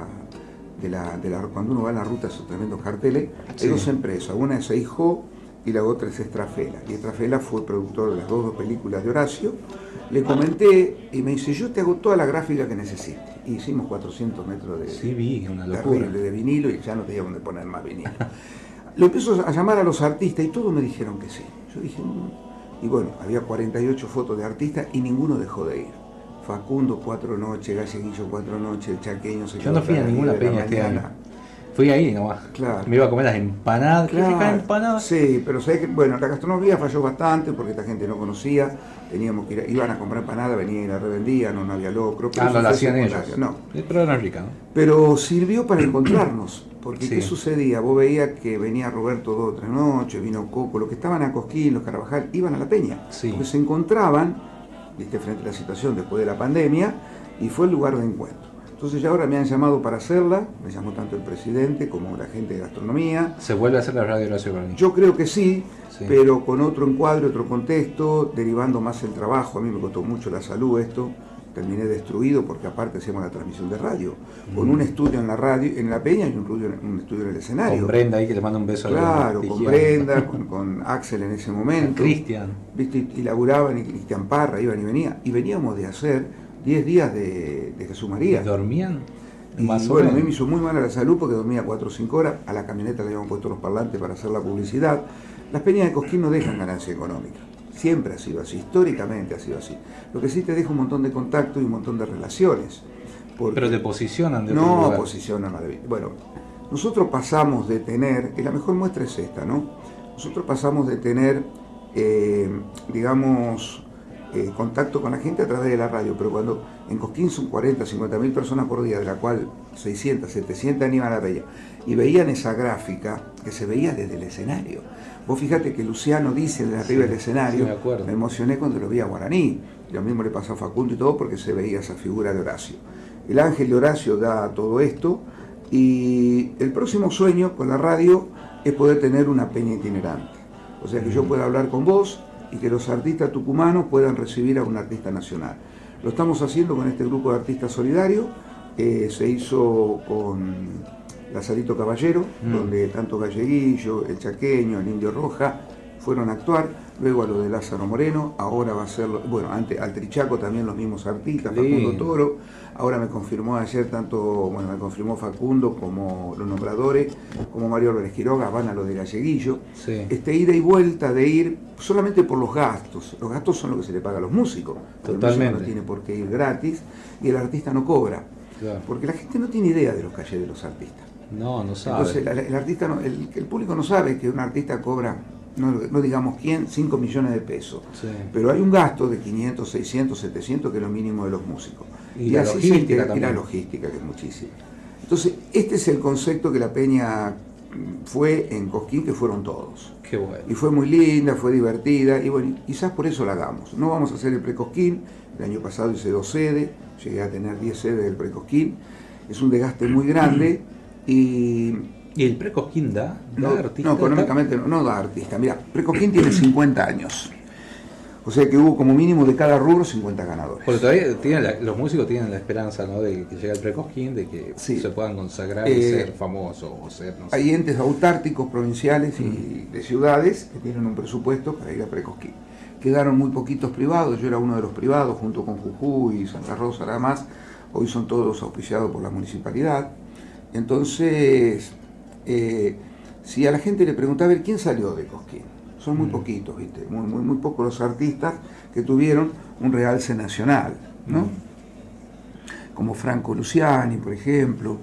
Speaker 6: cuando uno va en la ruta, esos tremendos carteles. Sí. Hay 2 empresas, una es Eijó y la otra es Estrafela. Y Estrafela fue productor de las 2 películas de Horacio. Le comenté y me dice, yo te hago toda la gráfica que necesites. Y hicimos 400 metros de,
Speaker 3: sí, vi, una locura,
Speaker 6: de vinilo y ya no tenía donde poner más vinilo. Le empiezo a llamar a los artistas y todos me dijeron que sí. Yo dije, y bueno, había 48 fotos de artistas y ninguno dejó de ir. Facundo 4 noches, Galleguillo 4 noches, el Chaqueño se
Speaker 3: Yo no fui a ninguna peña este año. Fui ahí nomás.
Speaker 6: Claro.
Speaker 3: Me iba a comer las empanadas.
Speaker 6: Claro.
Speaker 3: ¿Qué empanadas?
Speaker 6: Sí, pero sabés que, bueno, la gastronomía falló bastante porque esta gente no conocía. Teníamos que ir, iban a comprar empanadas, venían y la revendían, no había locro.
Speaker 3: No la hacían ellos.
Speaker 6: No.
Speaker 3: Pero era rica, ¿no?
Speaker 6: Pero sirvió para encontrarnos. Porque
Speaker 3: Sí.
Speaker 6: ¿qué sucedía? Vos veías que venía Roberto 2 o 3 noches, vino Coco, los que estaban a Cosquín, los Carvajal, iban a la peña.
Speaker 3: Sí.
Speaker 6: Porque se encontraban, viste, frente a la situación después de la pandemia, y fue el lugar de encuentro. Entonces ya ahora me han llamado para hacerla, me llamó tanto el presidente como la gente de gastronomía.
Speaker 3: ¿Se vuelve a hacer la radio Horacio Guaraní?
Speaker 6: Yo creo que sí,
Speaker 3: Sí.
Speaker 6: pero con otro encuadre, otro contexto, derivando más el trabajo. A mí me costó mucho la salud esto, terminé destruido porque aparte hacíamos la transmisión de radio, con un estudio en la radio, en la peña y un estudio en el escenario.
Speaker 3: Con Brenda ahí que le manda un beso.
Speaker 6: Claro,
Speaker 3: a
Speaker 6: con Brenda, con Axel en ese momento.
Speaker 3: Cristian.
Speaker 6: ¿Viste? Y laburaban, y Cristian Parra, iban y venían. Y veníamos de hacer 10 días de Jesús María.
Speaker 3: ¿Dormían?
Speaker 6: Y
Speaker 3: Más o
Speaker 6: bueno, a
Speaker 3: menos.
Speaker 6: mí me hizo muy mala la salud porque dormía 4 o 5 horas. A la camioneta le habíamos puesto los parlantes para hacer la publicidad. Las peñas de Cosquín no dejan ganancia económica. Siempre ha sido así, históricamente ha sido así. Lo que sí te deja un montón de contacto y un montón de relaciones.
Speaker 3: Pero te posicionan de otro
Speaker 6: No,
Speaker 3: lugar.
Speaker 6: posicionan a Bueno, nosotros pasamos de tener, y la mejor muestra es esta, ¿no? Nosotros pasamos de tener, contacto con la gente a través de la radio, pero cuando en Cosquín son 40, 50 mil personas por día, de la cual 600, 700 iban a la peña, y veían esa gráfica que se veía desde el escenario. Vos fíjate que Luciano dice desde arriba del escenario,
Speaker 3: sí, me acuerdo.
Speaker 6: me emocioné cuando lo vi a Guaraní, lo mismo le pasó a Facundo y todo porque se veía esa figura de Horacio. El ángel de Horacio da todo esto, y el próximo sueño con la radio es poder tener una peña itinerante. O sea, que yo pueda hablar con vos y que los artistas tucumanos puedan recibir a un artista nacional. Lo estamos haciendo con este grupo de artistas solidarios, se hizo con Lazarito Caballero, donde tanto Galleguillo, el Chaqueño, el Indio Roja fueron a actuar, luego a lo de Lázaro Moreno, ahora va a ser, bueno, antes al Trichaco también los mismos artistas, Facundo Toro, ahora me confirmó ayer me confirmó Facundo como los nombradores, como Mario Álvarez Quiroga, van a lo de Galleguillo,
Speaker 3: Sí.
Speaker 6: ida y vuelta de ir solamente por los gastos son lo que se le paga a los músicos,
Speaker 3: Totalmente.
Speaker 6: el músico no tiene por qué ir gratis y el artista no cobra,
Speaker 3: Claro.
Speaker 6: porque la gente no tiene idea de los cachés de los artistas.
Speaker 3: No sabe.
Speaker 6: Entonces el artista el público no sabe que un artista cobra, no digamos quién, 5 millones de pesos.
Speaker 3: Sí.
Speaker 6: Pero hay un gasto de 500, 600, 700 que es lo mínimo de los músicos.
Speaker 3: Y la
Speaker 6: así
Speaker 3: logística
Speaker 6: y la
Speaker 3: también.
Speaker 6: logística, que es muchísimo. Entonces, este es el concepto que la peña fue en Cosquín, que fueron todos.
Speaker 3: Qué bueno.
Speaker 6: Y fue muy linda, fue divertida, y bueno, quizás por eso la hagamos. No vamos a hacer el Precosquín, el año pasado hice 2 sedes, llegué a tener 10 sedes del Precosquín, es un desgaste muy grande, y
Speaker 3: ¿Y el Precosquín da artista?
Speaker 6: no, económicamente no da artista. Mira, Precosquín tiene 50 años. O sea que hubo como mínimo de cada rubro 50 ganadores.
Speaker 3: Porque todavía los músicos tienen la esperanza, ¿no?, de que llegue el Precosquín, de que
Speaker 6: Sí.
Speaker 3: se puedan consagrar y ser famosos o ser, no sé.
Speaker 6: Hay entes autárticos provinciales y de ciudades que tienen un presupuesto para ir a Precosquín. Quedaron muy poquitos privados, yo era uno de los privados junto con Jujuy y Santa Rosa nada más. Hoy son todos auspiciados por la municipalidad. Entonces, si a la gente le preguntaba a ver quién salió de Cosquín, son muy poquitos, ¿viste? Muy pocos los artistas que tuvieron un realce nacional, ¿no? Como Franco Luciani, por ejemplo.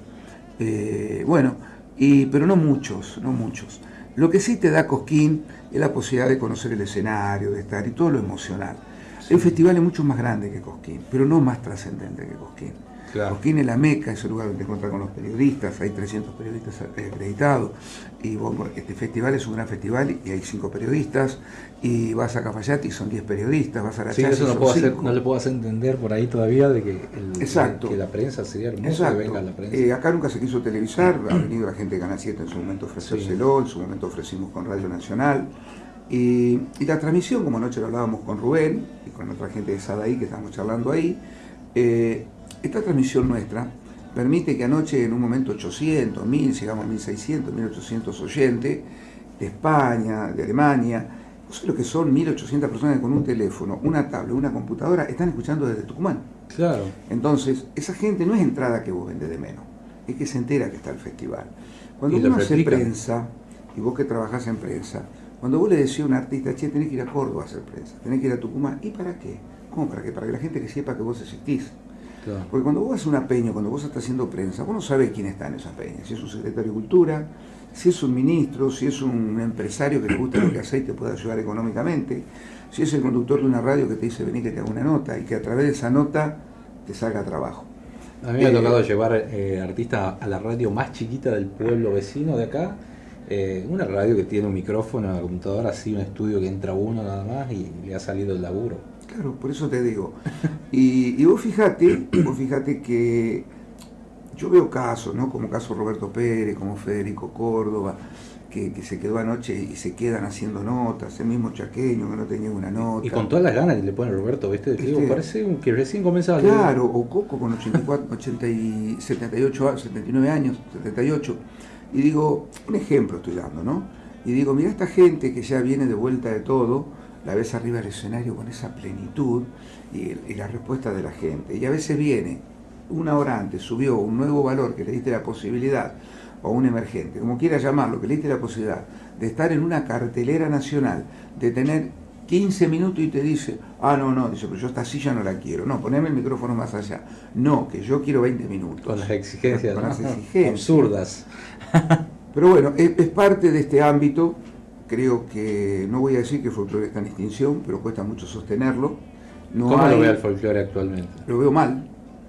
Speaker 6: Pero no muchos. Lo que sí te da Cosquín es la posibilidad de conocer el escenario, de estar y todo lo emocional. El festival es mucho más grande que Cosquín, pero no más trascendente que Cosquín.
Speaker 3: Claro.
Speaker 6: Cosquín es la meca, es el lugar donde te encuentras con los periodistas, hay 300 periodistas acreditados, y bueno, este festival es un gran festival y hay 5 periodistas, y vas a Cafayate y son 10 periodistas, vas a la
Speaker 3: Sí,
Speaker 6: Chas y
Speaker 3: eso
Speaker 6: son
Speaker 3: no le puedo hacer entender por ahí todavía de que,
Speaker 6: Exacto.
Speaker 3: que la prensa sería hermoso.
Speaker 6: Exacto.
Speaker 3: Que venga la prensa.
Speaker 6: Acá nunca se quiso televisar, ha venido la gente de Canal 7 en su momento a ofrecérselo, en su momento ofrecimos con Radio Nacional, y la transmisión, como anoche lo hablábamos con Rubén y con otra gente de Sadaí que estábamos charlando ahí, esta transmisión nuestra permite que anoche en un momento 800, 1000, llegamos a 1600, 1800 oyentes de España, de Alemania, no sé lo que son 1800 personas que con un teléfono, una tablet, una computadora, están escuchando desde Tucumán.
Speaker 3: Claro.
Speaker 6: Entonces, esa gente no es entrada que vos vendés de menos, es que se entera que está el festival. Cuando
Speaker 3: Y lo
Speaker 6: uno hace
Speaker 3: replican.
Speaker 6: prensa, y vos que trabajás en prensa, Cuando vos le decís a un artista, che, tenés que ir a Córdoba a hacer prensa, tenés que ir a Tucumán, ¿y para qué? ¿Cómo para qué? Para que la gente que sepa que vos existís. Claro. Porque cuando vos vas a una peña, cuando vos estás haciendo prensa, vos no sabés quién está en esa peña, si es un secretario de Cultura, si es un ministro, si es un empresario que te gusta lo que hace y te puede ayudar económicamente, si es el conductor de una radio que te dice vení que te hago una nota y que a través de esa nota te salga trabajo.
Speaker 3: A mí me ha tocado llevar artistas a la radio más chiquita del pueblo vecino de acá, una radio que tiene un micrófono, una computadora, así un estudio que entra uno nada más y le ha salido el laburo.
Speaker 6: Claro, por eso te digo. Y vos fijate que yo veo casos, ¿no? Como caso Roberto Pérez, como Federico Córdoba, que se quedó anoche y se quedan haciendo notas, el mismo Chaqueño que no tenía una nota.
Speaker 3: Y con todas las ganas que le pone Roberto, ¿viste? Digo, parece que recién comenzaba.
Speaker 6: Claro, o Coco con 79 años, 78. Y digo, un ejemplo estoy dando, ¿no? Y digo, mira esta gente que ya viene de vuelta de todo, la ves arriba del escenario con esa plenitud y la respuesta de la gente. Y a veces viene, una hora antes, subió un nuevo valor que le diste la posibilidad, o un emergente, como quiera llamarlo, que le diste la posibilidad de estar en una cartelera nacional, de tener 15 minutos y te dice, no, dice, pero yo esta silla no la quiero, no, poneme el micrófono más allá, no, que yo quiero 20 minutos.
Speaker 3: Con las exigencias,
Speaker 6: con las exigencias
Speaker 3: absurdas.
Speaker 6: Pero bueno, es parte de este ámbito. Creo que, no voy a decir que el folclore está en extinción, pero cuesta mucho sostenerlo.
Speaker 3: ¿Cómo lo ve el folclore actualmente?
Speaker 6: Lo veo mal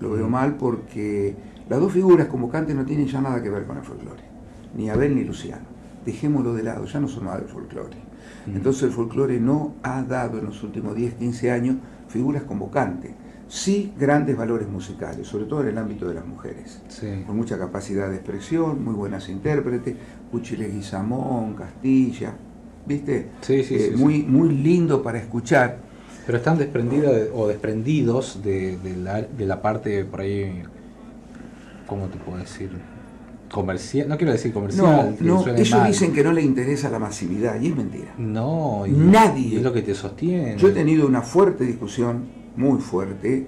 Speaker 6: porque las dos figuras convocantes no tienen ya nada que ver con el folclore, ni Abel ni Luciano. Dejémoslo de lado, ya no son nada del folclore. Entonces el folclore no ha dado en los últimos 10, 15 años figuras convocantes. Sí, grandes valores musicales, sobre todo en el ámbito de las mujeres, con mucha capacidad de expresión, muy buenas intérpretes, Cuchi Leguizamón, Castilla, ¿viste? Muy lindo para escuchar.
Speaker 3: Pero están desprendidos de la parte por ahí, ¿cómo te puedo decir? Comercial, no quiero decir comercial.
Speaker 6: No, ellos dicen que no les interesa la masividad y es mentira.
Speaker 3: No,
Speaker 6: nadie.
Speaker 3: Es lo que te sostiene.
Speaker 6: Yo he tenido una fuerte discusión, muy fuerte,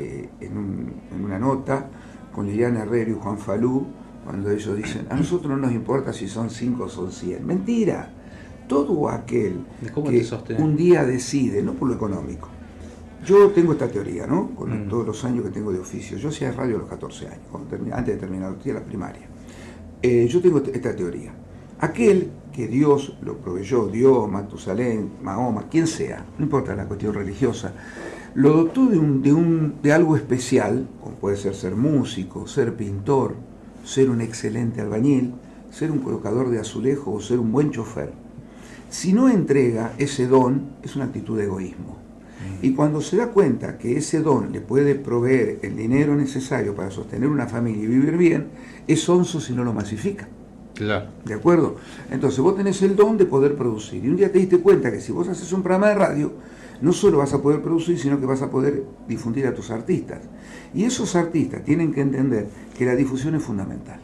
Speaker 6: en una nota con Liliana Herrero y Juan Falú, cuando ellos dicen, a nosotros no nos importa si son 5 o son 100. Mentira. Todo aquel que un día decide, no por lo económico. Yo tengo esta teoría, ¿no? Con todos los años que tengo de oficio. Yo hacía radio a los 14 años, antes de terminar la primaria. Yo tengo esta teoría. Aquel que Dios lo proveyó, Dios, Matusalén, Mahoma, quien sea, no importa la cuestión religiosa, lo dotó de algo especial, como puede ser músico, ser pintor, ser un excelente albañil, ser un colocador de azulejo o ser un buen chofer. Si no entrega ese don, es una actitud de egoísmo. Y cuando se da cuenta que ese don le puede proveer el dinero necesario para sostener una familia y vivir bien, es onzo si no lo masifica.
Speaker 3: Claro.
Speaker 6: ¿De acuerdo? Entonces vos tenés el don de poder producir. Y un día te diste cuenta que si vos haces un programa de radio, no solo vas a poder producir, sino que vas a poder difundir a tus artistas. Y esos artistas tienen que entender que la difusión es fundamental.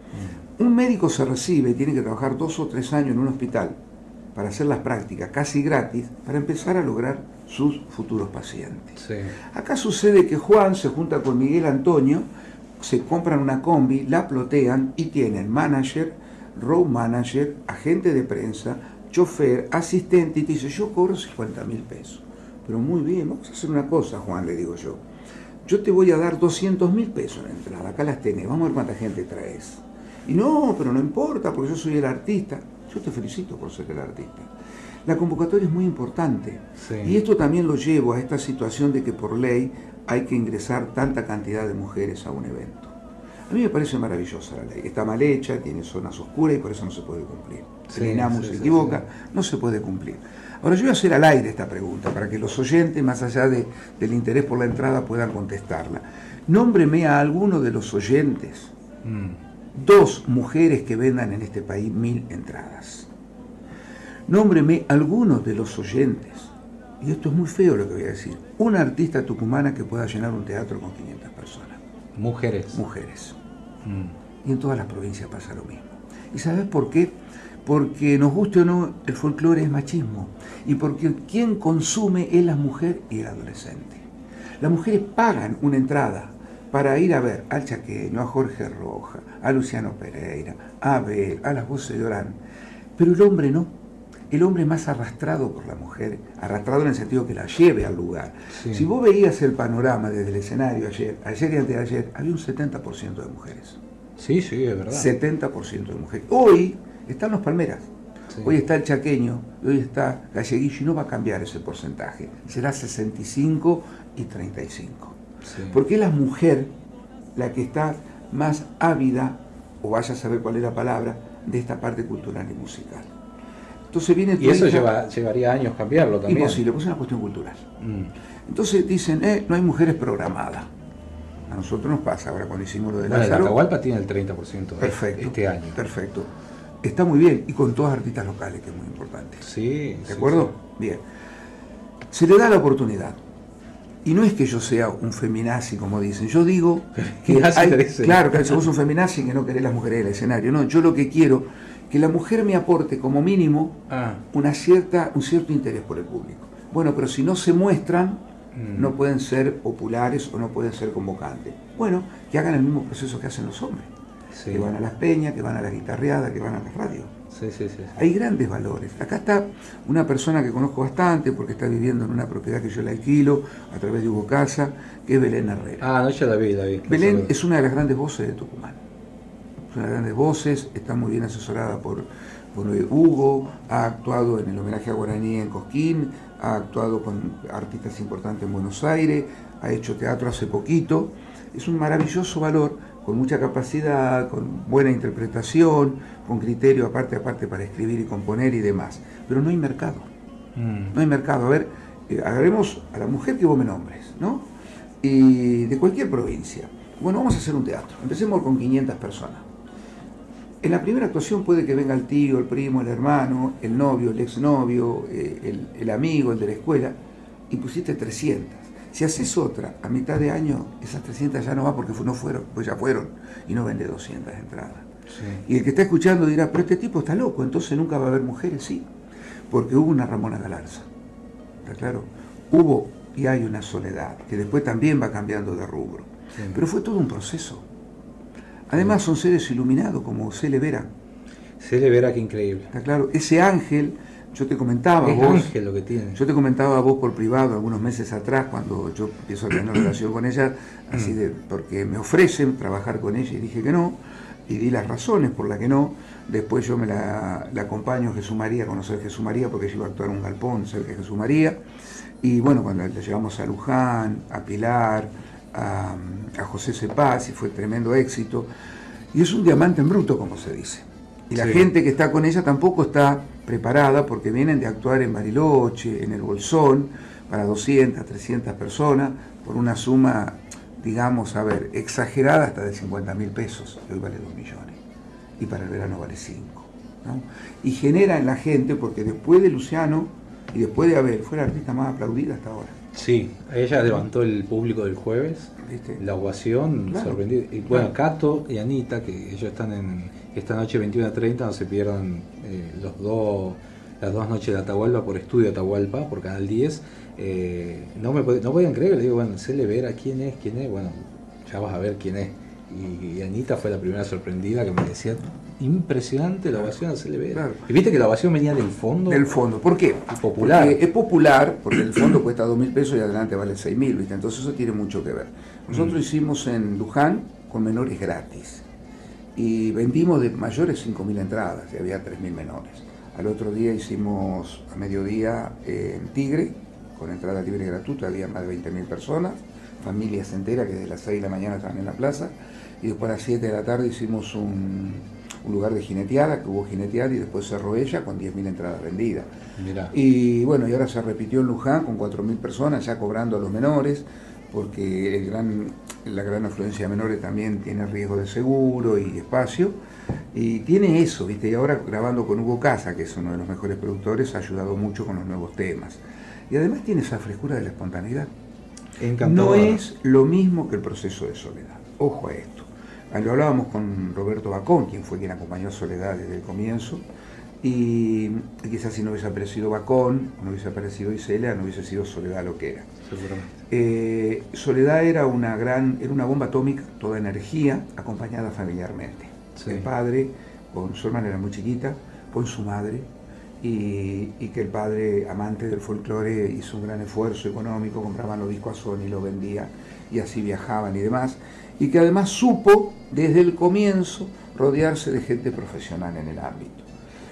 Speaker 6: Un médico se recibe y tiene que trabajar 2 o 3 años en un hospital para hacer las prácticas casi gratis, para empezar a lograr sus futuros pacientes.
Speaker 3: Sí.
Speaker 6: Acá sucede que Juan se junta con Miguel Antonio, se compran una combi, la plotean y tienen manager, road manager, agente de prensa, chofer, asistente, y te dice, yo cobro 50.000 pesos. Pero muy bien, vamos a hacer una cosa, Juan, le digo yo. Yo te voy a dar 200.000 pesos en entrada, acá las tenés, vamos a ver cuánta gente traes. Y no, pero no importa, porque yo soy el artista. Yo te felicito por ser el artista. La convocatoria es muy importante.
Speaker 3: Sí.
Speaker 6: Y esto también lo llevo a esta situación de que por ley hay que ingresar tanta cantidad de mujeres a un evento. A mí me parece maravillosa la ley. Está mal hecha, tiene zonas oscuras y por eso no se puede cumplir. Si Inamu se equivoca, no se puede cumplir. Ahora yo voy a hacer al aire esta pregunta para que los oyentes, más allá del interés por la entrada, puedan contestarla. Nómbreme a alguno de los oyentes 2 mujeres que vendan en este país 1000 entradas. Nómbreme algunos de los oyentes, y esto es muy feo lo que voy a decir, una artista tucumana que pueda llenar un teatro con 500 personas.
Speaker 3: Mujeres.
Speaker 6: Y en todas las provincias pasa lo mismo. ¿Y sabes por qué? Porque nos guste o no, el folclore es machismo. Y porque quien consume es la mujer y el adolescente. Las mujeres pagan una entrada para ir a ver al Chaqueño, a Jorge Roja, a Luciano Pereira, a Abel, a las voces de Orán. Pero el hombre no. el hombre es más arrastrado por la mujer, arrastrado en el sentido que la lleve al lugar.
Speaker 3: Sí.
Speaker 6: Si vos veías el panorama desde el escenario ayer y antes de ayer, había un 70% de mujeres.
Speaker 3: Sí, sí, es verdad.
Speaker 6: 70% de mujeres. Hoy están los palmeras,
Speaker 3: Sí.
Speaker 6: hoy está el chaqueño, hoy está galleguillo, y no va a cambiar ese porcentaje. Será 65 y 35.
Speaker 3: Sí.
Speaker 6: Porque es la mujer la que está más ávida, o vaya a saber cuál es la palabra, de esta parte cultural y musical. Entonces viene tu
Speaker 3: Y eso
Speaker 6: hija,
Speaker 3: llevaría años cambiarlo también.
Speaker 6: imposible, pues es una cuestión cultural.
Speaker 3: Mm.
Speaker 6: Entonces dicen, no hay mujeres programadas. A nosotros nos pasa, ahora cuando hicimos lo de
Speaker 3: Bueno, el
Speaker 6: Lázaro.
Speaker 3: Atahualpa tiene el 30%
Speaker 6: Perfecto.
Speaker 3: este año.
Speaker 6: Perfecto. Está muy bien, y con todas artistas locales, que es muy importante.
Speaker 3: Sí.
Speaker 6: ¿De acuerdo? Bien. Se le da la oportunidad. Y no es que yo sea un feminazi, como dicen. Yo digo que claro, que vos un feminazi que no querés las mujeres del escenario. No, yo lo que quiero, que la mujer me aporte como mínimo un cierto interés por el público. Bueno, pero si no se muestran, no pueden ser populares o no pueden ser convocantes. Bueno, que hagan el mismo proceso que hacen los hombres.
Speaker 3: Sí.
Speaker 6: Que van a las peñas, que van a las guitarreadas, que van a las radios.
Speaker 3: Sí, sí, sí.
Speaker 6: Hay grandes valores. Acá está una persona que conozco bastante porque está viviendo en una propiedad que yo le alquilo a través de Hugo Casa, que es Belén Herrera.
Speaker 3: Ah, no, yo la vi.
Speaker 6: Belén es una de las grandes voces de Tucumán. Es una de las grandes voces, está muy bien asesorada por Hugo, ha actuado en el homenaje a Guaraní en Cosquín, ha actuado con artistas importantes en Buenos Aires, ha hecho teatro hace poquito. Es un maravilloso valor, con mucha capacidad, con buena interpretación, con criterio aparte para escribir y componer y demás. Pero no hay mercado. No hay mercado. A ver, agarremos a la mujer que vos me nombres, ¿no? Y de cualquier provincia. Bueno, vamos a hacer un teatro. Empecemos con 500 personas. En la primera actuación puede que venga el tío, el primo, el hermano, el novio, el exnovio, el amigo, el de la escuela, y pusiste 300. Si haces otra a mitad de año, esas 300 ya no va porque no fueron, pues ya fueron, y no vende 200 entradas. Sí. Y el que está escuchando dirá, pero este tipo está loco, entonces nunca va a haber mujeres. Sí, porque hubo una Ramona Galarza, ¿está claro? Hubo y hay una Soledad, que después también va cambiando de rubro. Sí. Pero fue todo un proceso. Además son seres iluminados, como Cele Vera.
Speaker 3: Cele Vera, qué increíble.
Speaker 6: ¿Está claro? Ese ángel, yo te comentaba
Speaker 3: es
Speaker 6: vos,
Speaker 3: ángel lo que tiene.
Speaker 6: Yo te comentaba a vos por privado algunos meses atrás, cuando yo empiezo a tener relación con ella, así porque me ofrecen trabajar con ella y dije que no, y di las razones por las que no. Después yo la acompaño a Jesús María, a conocer a Jesús María, porque ella iba a actuar en un galpón cerca de Jesús María. Y bueno, cuando la llevamos a Luján, a Pilar, a José Cepaz, y fue tremendo éxito. Y es un diamante en bruto, como se dice. Y la gente que está con ella tampoco está preparada, porque vienen de actuar en Bariloche, en el Bolsón, para 200, 300 personas, por una suma, digamos, exagerada hasta de 50.000 pesos, que hoy vale 2 millones, y para el verano vale 5, ¿no? Y genera en la gente, porque después de Luciano, y después de Abel, fue la artista más aplaudida hasta ahora.
Speaker 3: Sí, ella levantó el público del jueves, ¿viste? La ovación, claro, sorprendida. Y bueno, Cato y Anita, que ellos están en esta noche 21:30, no se pierdan las dos noches de Atahualpa por Estudio Atahualpa, por Canal 10. No podían creer, le digo, bueno, Cele Vera, ¿quién es? Bueno, ya vas a ver quién es. Y Anita fue la primera sorprendida, que me decía, impresionante la ovación a Cele Vera. Claro. Y viste que la ovación venía del fondo.
Speaker 6: Del fondo, ¿por qué?
Speaker 3: Popular.
Speaker 6: Porque es popular, porque el fondo cuesta 2.000 pesos y adelante vale 6.000, ¿viste? Entonces eso tiene mucho que ver. Nosotros hicimos en Luján con menores gratis. Y vendimos de mayores 5.000 entradas, y había 3.000 menores. Al otro día hicimos a mediodía en Tigre, con entrada libre y gratuita, había más de 20.000 personas, familias enteras que desde las 6 de la mañana estaban en la plaza, y después a las 7 de la tarde hicimos un lugar de jineteada, que hubo jineteada, y después cerró ella con 10.000 entradas vendidas. Mirá. Y bueno, y ahora se repitió en Luján con 4.000 personas, ya cobrando a los menores, porque la gran afluencia de menores también tiene riesgo de seguro y espacio, y tiene eso, ¿viste? Y ahora grabando con Hugo Casa, que es uno de los mejores productores, ha ayudado mucho con los nuevos temas. Y además tiene esa frescura de la espontaneidad.
Speaker 3: Encantador.
Speaker 6: No es lo mismo que el proceso de Soledad. Ojo a esto. Lo hablábamos con Roberto Bacón, quien fue quien acompañó a Soledad desde el comienzo, y quizás si no hubiese aparecido Bacón, no hubiese aparecido Isela, no hubiese sido Soledad lo que era. Seguramente. Soledad era una bomba atómica, toda energía, acompañada familiarmente. Sí. El padre, con su hermana era muy chiquita, con su madre, y que el padre, amante del folclore, hizo un gran esfuerzo económico, compraban los discos a Sony, los vendía y así viajaban y demás, y que además supo desde el comienzo rodearse de gente profesional en el ámbito,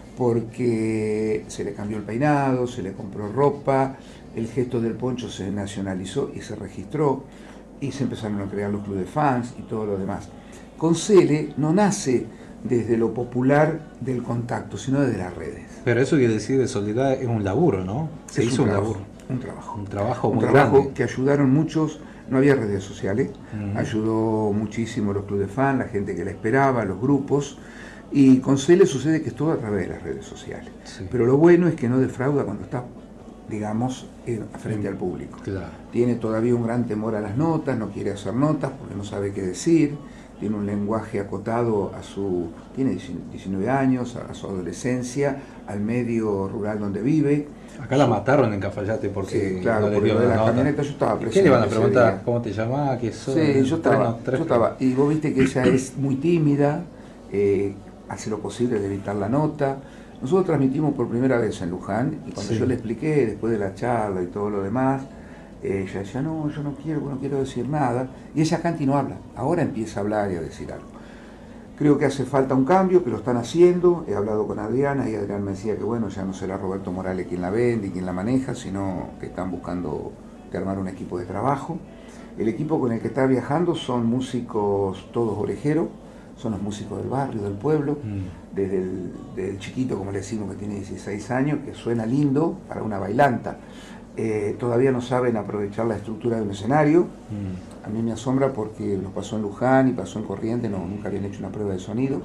Speaker 6: porque se le cambió el peinado, se le compró ropa, el gesto del poncho se nacionalizó y se registró, y se empezaron a crear los clubes de fans y todo lo demás. Con Cele no nace desde lo popular del contacto, sino desde las redes.
Speaker 3: Pero eso quiere decir de Soledad es un laburo, ¿no? Se hizo un laburo.
Speaker 6: Un trabajo.
Speaker 3: Un trabajo
Speaker 6: muy
Speaker 3: grande.
Speaker 6: Que ayudaron muchos, no había redes sociales, ayudó muchísimo los clubes de fans, la gente que la esperaba, los grupos, y con Cele sucede que es todo a través de las redes sociales.
Speaker 3: Sí.
Speaker 6: Pero lo bueno es que no defrauda cuando está, digamos, frente al público.
Speaker 3: Claro.
Speaker 6: Tiene todavía un gran temor a las notas, no quiere hacer notas porque no sabe qué decir, tiene un lenguaje acotado tiene 19 años, a su adolescencia, al medio rural donde vive.
Speaker 3: Acá la mataron en Cafayate porque
Speaker 6: sí, claro,
Speaker 3: no le
Speaker 6: porque
Speaker 3: dio
Speaker 6: de la
Speaker 3: nota.
Speaker 6: camioneta yo estaba presente.
Speaker 3: ¿Qué le van a preguntar?
Speaker 6: día.
Speaker 3: ¿Cómo te llamás? ¿Qué sos?
Speaker 6: Sí, yo estaba. Y vos viste que ella es muy tímida, hace lo posible de evitar la nota. Nosotros transmitimos por primera vez en Luján, y cuando yo le expliqué, después de la charla y todo lo demás, ella decía, no, yo no quiero decir nada, y ella canta y no habla, ahora empieza a hablar y a decir algo. Creo que hace falta un cambio, que lo están haciendo, he hablado con Adriana, y Adriana me decía que bueno, ya no será Roberto Morales quien la vende y quien la maneja, sino que están buscando de armar un equipo de trabajo. El equipo con el que está viajando son músicos todos orejeros, son los músicos del barrio, del pueblo, desde el chiquito, como le decimos, que tiene 16 años, que suena lindo para una bailanta. Todavía no saben aprovechar la estructura de un escenario. A mí me asombra porque nos pasó en Luján y pasó en Corrientes, nunca habían hecho una prueba de sonido.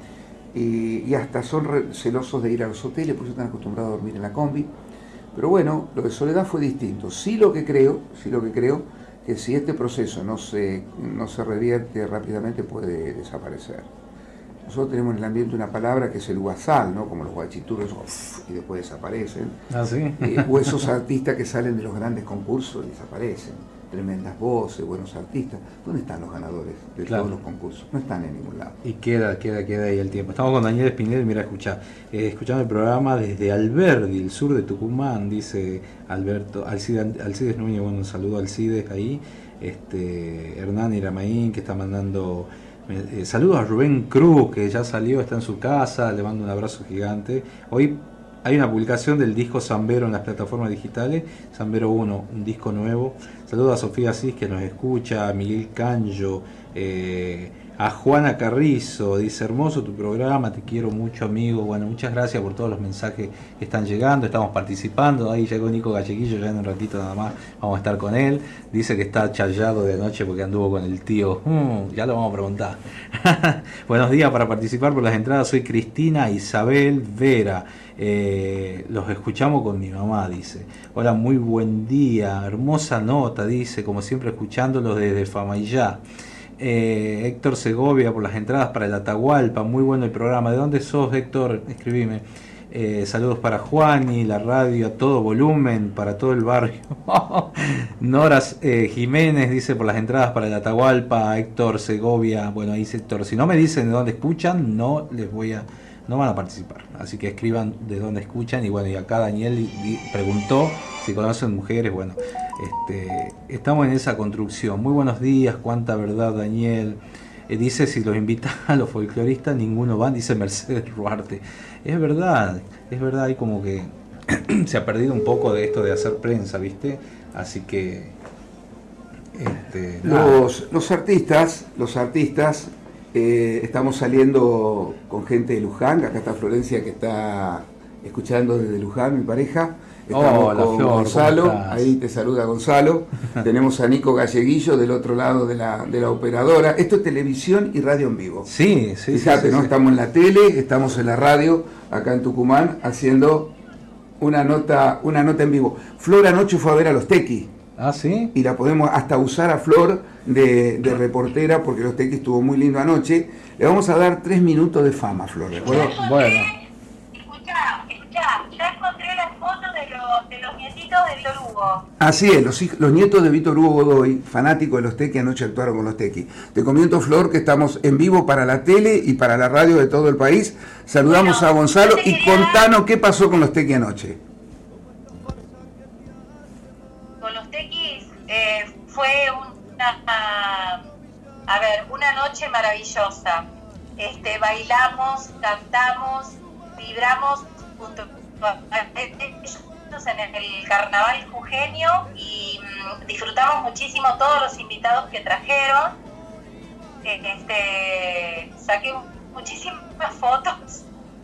Speaker 6: Y hasta son celosos de ir a los hoteles, porque están acostumbrados a dormir en la combi. Pero bueno, lo de Soledad fue distinto. Sí lo que creo, que si este proceso no se revierte rápidamente puede desaparecer. Nosotros tenemos en el ambiente una palabra que es el guasal, ¿no? Como los guachiturros, y después desaparecen.
Speaker 3: ¿Ah, sí?
Speaker 6: O esos artistas que salen de los grandes concursos y desaparecen. Tremendas voces, buenos artistas. ¿Dónde están los ganadores de todos los concursos? No están en ningún lado.
Speaker 3: Y queda ahí el tiempo. Estamos con Daniel Espinel, mira, escuchando el programa desde Alberdi, el sur de Tucumán, dice Alberto, Alcides Núñez, bueno, un saludo a Alcides ahí, Hernán Iramaín, que está mandando saludos a Rubén Cruz, que ya salió, está en su casa, le mando un abrazo gigante. Hoy hay una publicación del disco Zambero en las plataformas digitales, Zambero 1, un disco nuevo. Saludos a Sofía Asís, que nos escucha, a Miguel Canjo, a Juana Carrizo, dice, hermoso tu programa, te quiero mucho, amigo. Bueno, muchas gracias por todos los mensajes que están llegando, estamos participando. Ahí llegó Nico Galleguillo, ya en un ratito nada más vamos a estar con él. Dice que está chayado de anoche porque anduvo con el tío. Ya lo vamos a preguntar. Buenos días, para participar por las entradas soy Cristina Isabel Vera. Los escuchamos con mi mamá, dice. Hola, muy buen día, hermosa nota, dice, como siempre escuchándolos desde Famayá. Héctor Segovia por las entradas para el Atahualpa, muy bueno el programa. ¿De dónde sos, Héctor? Escribime. Saludos para Juani, la radio a todo volumen, para todo el barrio. Noras Jiménez dice por las entradas para el Atahualpa. Héctor Segovia, bueno, ahí dice Héctor, si no me dicen de dónde escuchan, no van a participar, así que escriban de dónde escuchan. Y bueno, y acá Daniel preguntó si conocen mujeres. Bueno, estamos en esa construcción. Muy buenos días, cuánta verdad, Daniel. Dice, si los invitan a los folcloristas, ninguno van, dice Mercedes Ruarte. Es verdad, hay como que se ha perdido un poco de esto de hacer prensa, ¿viste? Así que
Speaker 6: los artistas estamos saliendo con gente de Luján. Acá está Florencia, que está escuchando desde Luján, mi pareja. Estamos con
Speaker 3: Flor,
Speaker 6: Gonzalo, ahí te saluda Gonzalo. Tenemos a Nico Galleguillo del otro lado de la operadora. Esto es televisión y radio en vivo.
Speaker 3: Sí.
Speaker 6: Fíjate, ¿no? Estamos en la tele, estamos en la radio, acá en Tucumán, haciendo una nota en vivo. Flor anoche fue a ver a los Tequis.
Speaker 3: Ah, ¿sí?
Speaker 6: Y la podemos hasta usar a Flor de reportera, porque los Tequis estuvo muy lindo anoche. Le vamos a dar 3 minutos de fama, Flor.
Speaker 3: Bueno.
Speaker 8: Escuchá, ya encontré las fotos de los nietitos de Víctor Hugo.
Speaker 6: Así es, los nietos de Víctor Hugo Godoy, fanáticos de los Tequis, anoche actuaron con los Tequis. Te comento, Flor, que estamos en vivo para la tele y para la radio de todo el país. Saludamos a Gonzalo y contanos qué pasó con los Tequis anoche.
Speaker 8: Con los Tequis fue una noche maravillosa. Bailamos, cantamos, vibramos junto a ellos en el carnaval jujeño y disfrutamos muchísimo todos los invitados que trajeron. Saqué muchísimas fotos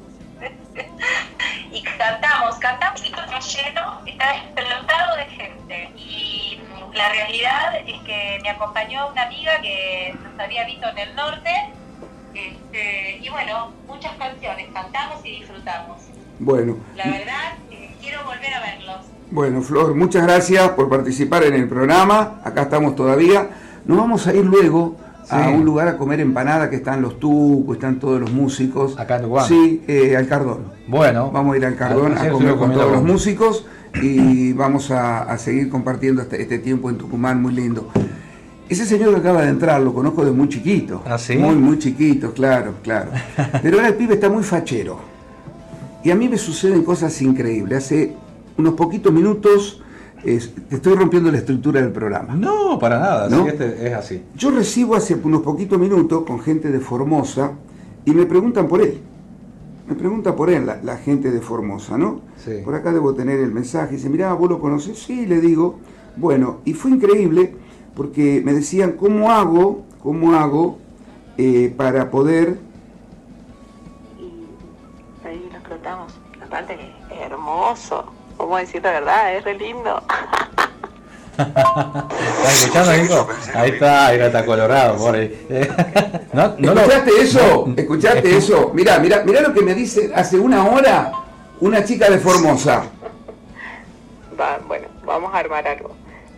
Speaker 8: y cantamos y todo lleno, está explotado de gente. Y la realidad es que me acompañó una amiga que nos había visto en el norte. Y bueno, muchas canciones, cantamos y disfrutamos.
Speaker 6: Bueno.
Speaker 8: La verdad, quiero volver a verlos.
Speaker 6: Bueno, Flor, muchas gracias por participar en el programa. Acá estamos todavía. Nos vamos a ir luego a un lugar a comer empanada, que están los tucos, están todos los músicos.
Speaker 3: Acá en Tucumán.
Speaker 6: Sí, al Cardón.
Speaker 3: Bueno.
Speaker 6: Vamos a ir al Cardón a comer con todos los músicos y vamos a seguir compartiendo este tiempo en Tucumán muy lindo. Ese señor que acaba de entrar, lo conozco de muy chiquito.
Speaker 3: ¿Ah, sí?
Speaker 6: Muy chiquito, claro. Pero ahora el pibe está muy fachero. Y a mí me suceden cosas increíbles. Hace unos poquitos minutos te estoy rompiendo la estructura del programa.
Speaker 3: No, para nada,
Speaker 6: ¿no?
Speaker 3: Así que es así.
Speaker 6: Yo recibo hace unos poquitos minutos con gente de Formosa y me preguntan por él. Me pregunta por él la gente de Formosa, ¿no?
Speaker 3: Sí.
Speaker 6: Por acá debo tener el mensaje. Dice, mirá, ¿vos lo conocés? Sí, le digo. Bueno, y fue increíble porque me decían, ¿cómo hago para poder...
Speaker 9: Y ahí lo explotamos. Aparte que es hermoso. ¿Cómo decir la verdad? Es re lindo.
Speaker 3: ¿Estás escuchando, Nico? Ahí está colorado, por ahí.
Speaker 6: ¿Escuchaste eso? Mirá lo que me dice hace una hora una chica de Formosa.
Speaker 9: Bueno, vamos a armar algo.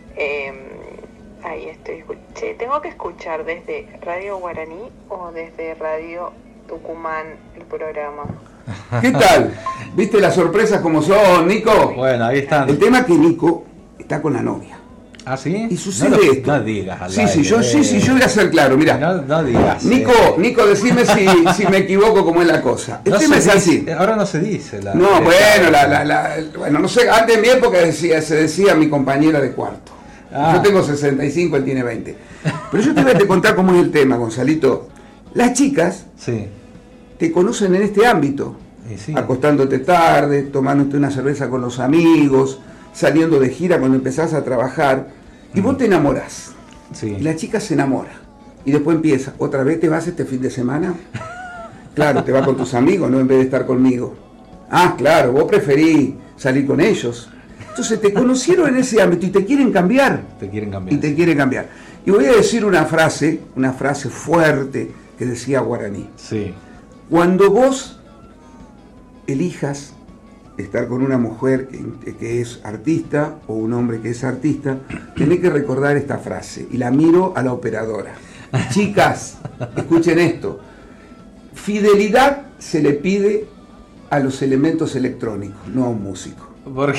Speaker 9: Ahí escuché. ¿Tengo que escuchar desde Radio Guaraní o desde Radio Tucumán el programa?
Speaker 6: ¿Qué tal? ¿Viste las sorpresas como son, Nico?
Speaker 3: Bueno, ahí están.
Speaker 6: El tema es que Nico está con la novia.
Speaker 3: ¿Ah, sí?
Speaker 6: Y sucede esto.
Speaker 3: No digas al
Speaker 6: aire. Yo voy a ser claro, mirá.
Speaker 3: No digas.
Speaker 6: Nico, decime si me equivoco cómo es la cosa. El tema es así.
Speaker 3: Ahora no se dice.
Speaker 6: Bueno, no sé, antes en mi época se decía mi compañera de cuarto. Yo tengo 65, él tiene 20. Pero yo te voy a contar cómo es el tema, Gonzalito. Las chicas te conocen en este ámbito. Acostándote tarde, tomándote una cerveza con los amigos, saliendo de gira cuando empezás a trabajar, y vos te enamorás. Y la chica se enamora. Y después empieza, ¿otra vez te vas este fin de semana? Claro, te vas con tus amigos, no en vez de estar conmigo. Ah, claro, vos preferís salir con ellos. Entonces te conocieron en ese ámbito y te quieren cambiar. Te quieren cambiar. Y voy a decir una frase fuerte que decía Guaraní. Cuando vos elijas estar con una mujer que es artista o un hombre que es artista, tenés que recordar esta frase. Y la miro a la operadora. Chicas, escuchen esto. Fidelidad se le pide a los elementos electrónicos, no a un músico.
Speaker 3: ¿Por qué?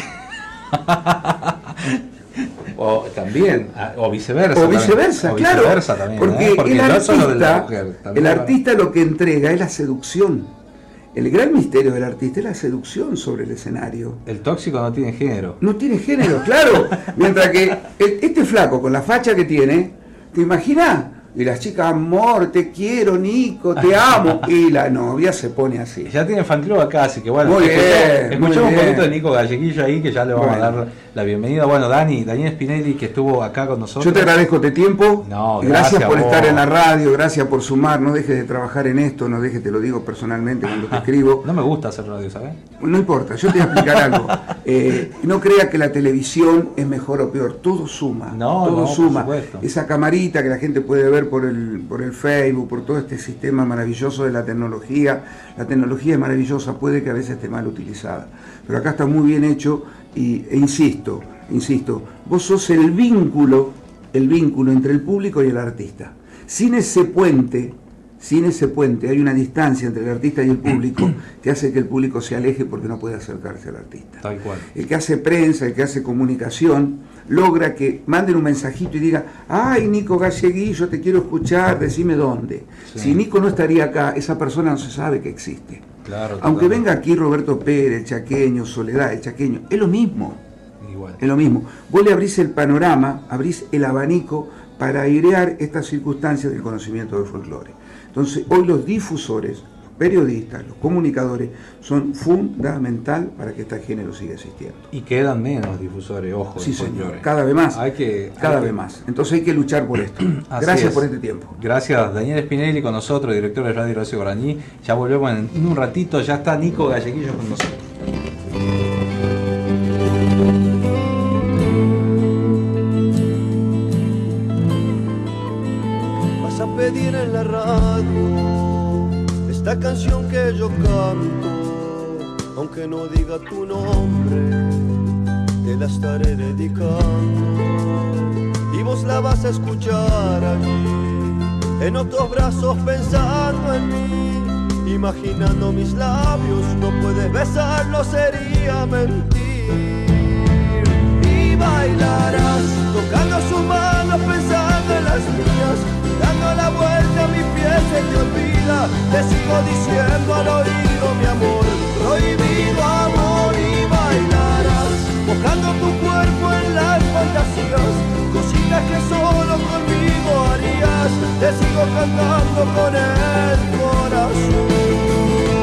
Speaker 3: O también, o viceversa.
Speaker 6: Claro.
Speaker 3: Viceversa también,
Speaker 6: porque
Speaker 3: el
Speaker 6: artista lo que entrega es la seducción. El gran misterio del artista es la seducción sobre el escenario.
Speaker 3: El tóxico no tiene género.
Speaker 6: No tiene género, claro. Mientras que este flaco, con la facha que tiene, ¿te imaginas? Y las chicas, amor, te quiero, Nico, te amo. Y la novia se pone así.
Speaker 3: Ya tiene fan club acá, así que bueno.
Speaker 6: Muy bien.
Speaker 3: Escuchamos un poquito de Nico Galleguillo ahí, que ya le vamos a dar la bienvenida. Bueno, Daniel Spinelli, que estuvo acá con nosotros.
Speaker 6: Yo te agradezco este tiempo.
Speaker 3: No,
Speaker 6: gracias por estar en la radio, gracias por sumar. No dejes de trabajar en esto, no dejes, te lo digo personalmente cuando te escribo.
Speaker 3: No me gusta hacer radio, ¿sabes?
Speaker 6: No importa, yo te voy a explicar algo. No crea que la televisión es mejor o peor, todo suma. Todo suma. Esa camarita que la gente puede ver por el Facebook, por todo este sistema maravilloso de la tecnología. La tecnología es maravillosa, puede que a veces esté mal utilizada. Pero acá está muy bien hecho e insisto, vos sos el vínculo entre el público y el artista. Sin ese puente sin ese puente hay una distancia entre el artista y el público que hace que el público se aleje porque no puede acercarse al artista.
Speaker 3: Tal cual.
Speaker 6: El que hace prensa, el que hace comunicación, logra que manden un mensajito y diga: ay, Nico Galleguillo, te quiero escuchar, decime dónde. Sí. Si Nico no estaría acá, esa persona no se sabe que existe.
Speaker 3: Claro,
Speaker 6: aunque venga aquí Roberto Pérez, el chaqueño, Soledad, el chaqueño, es lo mismo.
Speaker 3: Igual.
Speaker 6: Es lo mismo. Vos le abrís el panorama, abrís el abanico para airear estas circunstancias del conocimiento del folclore. Entonces, hoy los difusores, los periodistas, los comunicadores, son fundamental para que este género siga existiendo.
Speaker 3: Y quedan menos difusores, ojo.
Speaker 6: Sí, señor, cada vez más. Cada vez más. Entonces hay que luchar por esto. Gracias por este tiempo.
Speaker 3: Gracias, Daniel Spinelli con nosotros, director de Radio Horacio Guaraní. Ya volvemos en un ratito, ya está Nico Galleguillo con nosotros.
Speaker 4: Vas a pedir en la radio esta canción que yo canto, aunque no diga tu nombre, te la estaré dedicando. Y vos la vas a escuchar allí, en otros brazos pensando en mí, imaginando mis labios, no puedes besarlo, sería mentir. Y bailarás, tocando sus manos, pensando en las mías, dando la vuelta a mi piel se te olvida, te sigo diciendo al oído mi amor, prohibido amor. Y bailarás, mojando tu cuerpo en las fantasías, cositas que solo conmigo harías, te sigo cantando con el corazón.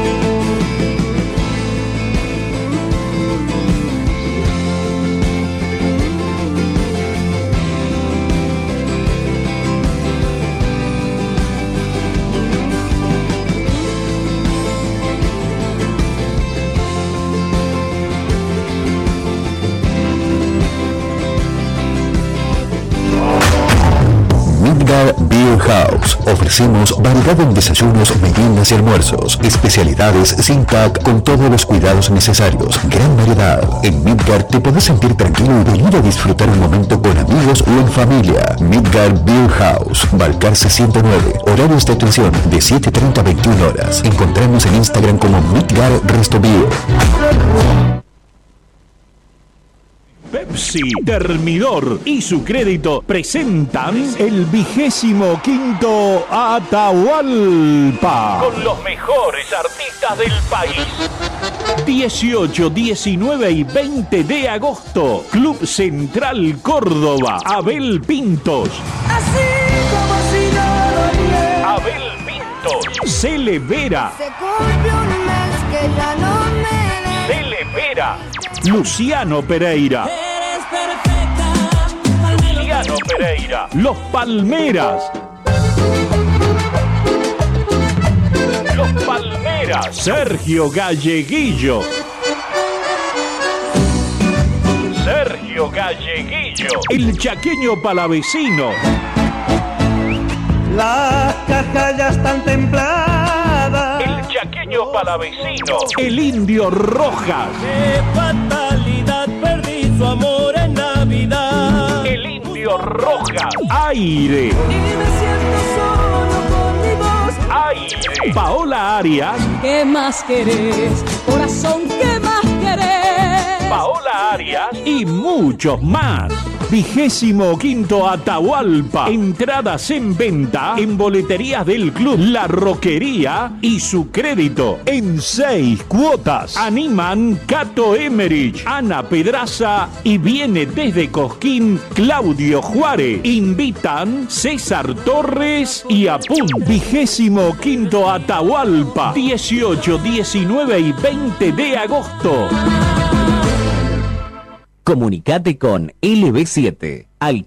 Speaker 10: Midgard Beer House. Ofrecemos variedad en desayunos, meriendas y almuerzos. Especialidades sin pack con todos los cuidados necesarios. Gran variedad. En Midgard te podés sentir tranquilo y venir a disfrutar un momento con amigos o en familia. Midgard Beer House. Balcarce 109. Horarios de atención de 7:30 a 21 horas. Encontrarnos en Instagram como Midgard Resto Beer.
Speaker 11: Pepsi, Termidor y su crédito presentan el 25º Atahualpa con los mejores artistas del país. 18, 19 y 20 de agosto, Club Central Córdoba, Abel Pintos.
Speaker 2: Así como si nada bien.
Speaker 11: Abel Pintos, Cele Vera.
Speaker 5: Se cumple un mes que ya no me ves.
Speaker 11: Cele Vera, Luciano Pereira.
Speaker 2: Eres perfecta.
Speaker 11: Luciano Pereira, Los Palmeras. Los Palmeras, Sergio Galleguillo. Sergio Galleguillo, el chaqueño palavecino.
Speaker 2: Las cajas ya están templadas.
Speaker 11: El chaqueño palavecino, el indio Rojas.
Speaker 2: Qué fatalidad, perdí su amor en Navidad.
Speaker 11: El indio Rojas, Aire.
Speaker 2: Y me siento solo con mi voz.
Speaker 11: Aire. Paola Arias.
Speaker 12: ¿Qué más querés? Corazón, ¿qué más querés?
Speaker 11: Paola Arias y muchos más. 25º Atahualpa. Entradas en venta en boleterías del club La Roquería y su crédito en 6 cuotas. Animan Cato Emerich, Ana Pedraza y viene desde Cosquín Claudio Juárez. Invitan César Torres y Apun. 25º Atahualpa. 18, 19 y 20 de agosto.
Speaker 13: Comunicate con LB7 al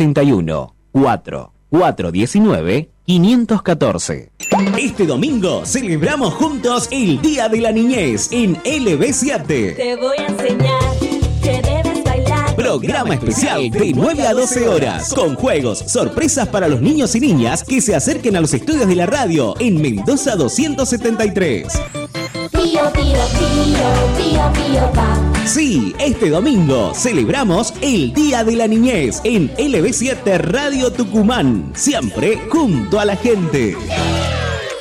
Speaker 13: 381-419-514.
Speaker 14: Este domingo celebramos juntos el Día de la Niñez en LB7.
Speaker 15: Te voy a enseñar que debes bailar.
Speaker 14: Programa especial de 9 a 12 horas con juegos, sorpresas para los niños y niñas que se acerquen a los estudios de la radio en Mendoza 273.
Speaker 15: Pío, pío, pío, pío, pío, pa.
Speaker 14: Sí, este domingo celebramos el Día de la Niñez en LB7 Radio Tucumán, siempre junto a la gente.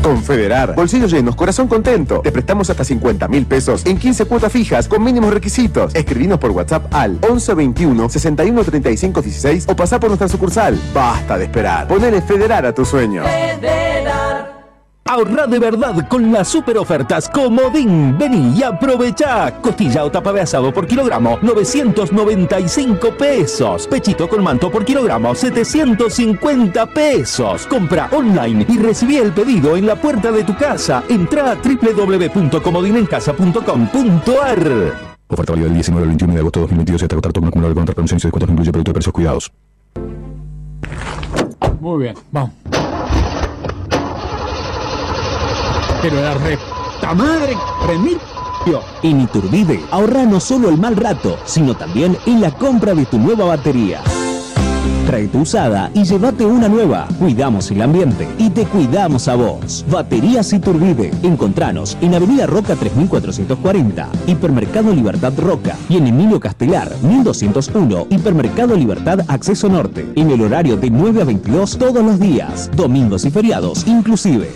Speaker 16: Con Federar, bolsillos llenos, corazón contento. Te prestamos hasta 50.000 pesos en 15 cuotas fijas con mínimos requisitos. Escribinos por WhatsApp al 11 21 61 35 16 o pasá por nuestra sucursal. Basta de esperar. Ponele Federar a tu sueño.
Speaker 11: Ahorrá de verdad con las super ofertas Comodín. Vení y aprovechá. Costilla o tapa de asado por kilogramo, 995 pesos. Pechito con manto por kilogramo, 750 pesos. Compra online y recibí el pedido en la puerta de tu casa. Entrá a www.comodinencasa.com.ar.
Speaker 17: Oferta válida del 19 al 21 de agosto de 2022 y hasta agotar todo un acumulador de contra promociones y descuentos no incluye producto de precios cuidados.
Speaker 18: Muy bien, vamos. Pero la recta madre, prendí.
Speaker 14: En Iturbide, ahorra no solo el mal rato, sino también en la compra de tu nueva batería. Trae tu usada y llévate una nueva. Cuidamos el ambiente y te cuidamos a vos. Baterías Iturbide. Encontranos en Avenida Roca 3440, Hipermercado Libertad Roca, y en Emilio Castelar 1201, Hipermercado Libertad Acceso Norte, en el horario de 9 a 22 todos los días, domingos y feriados inclusive.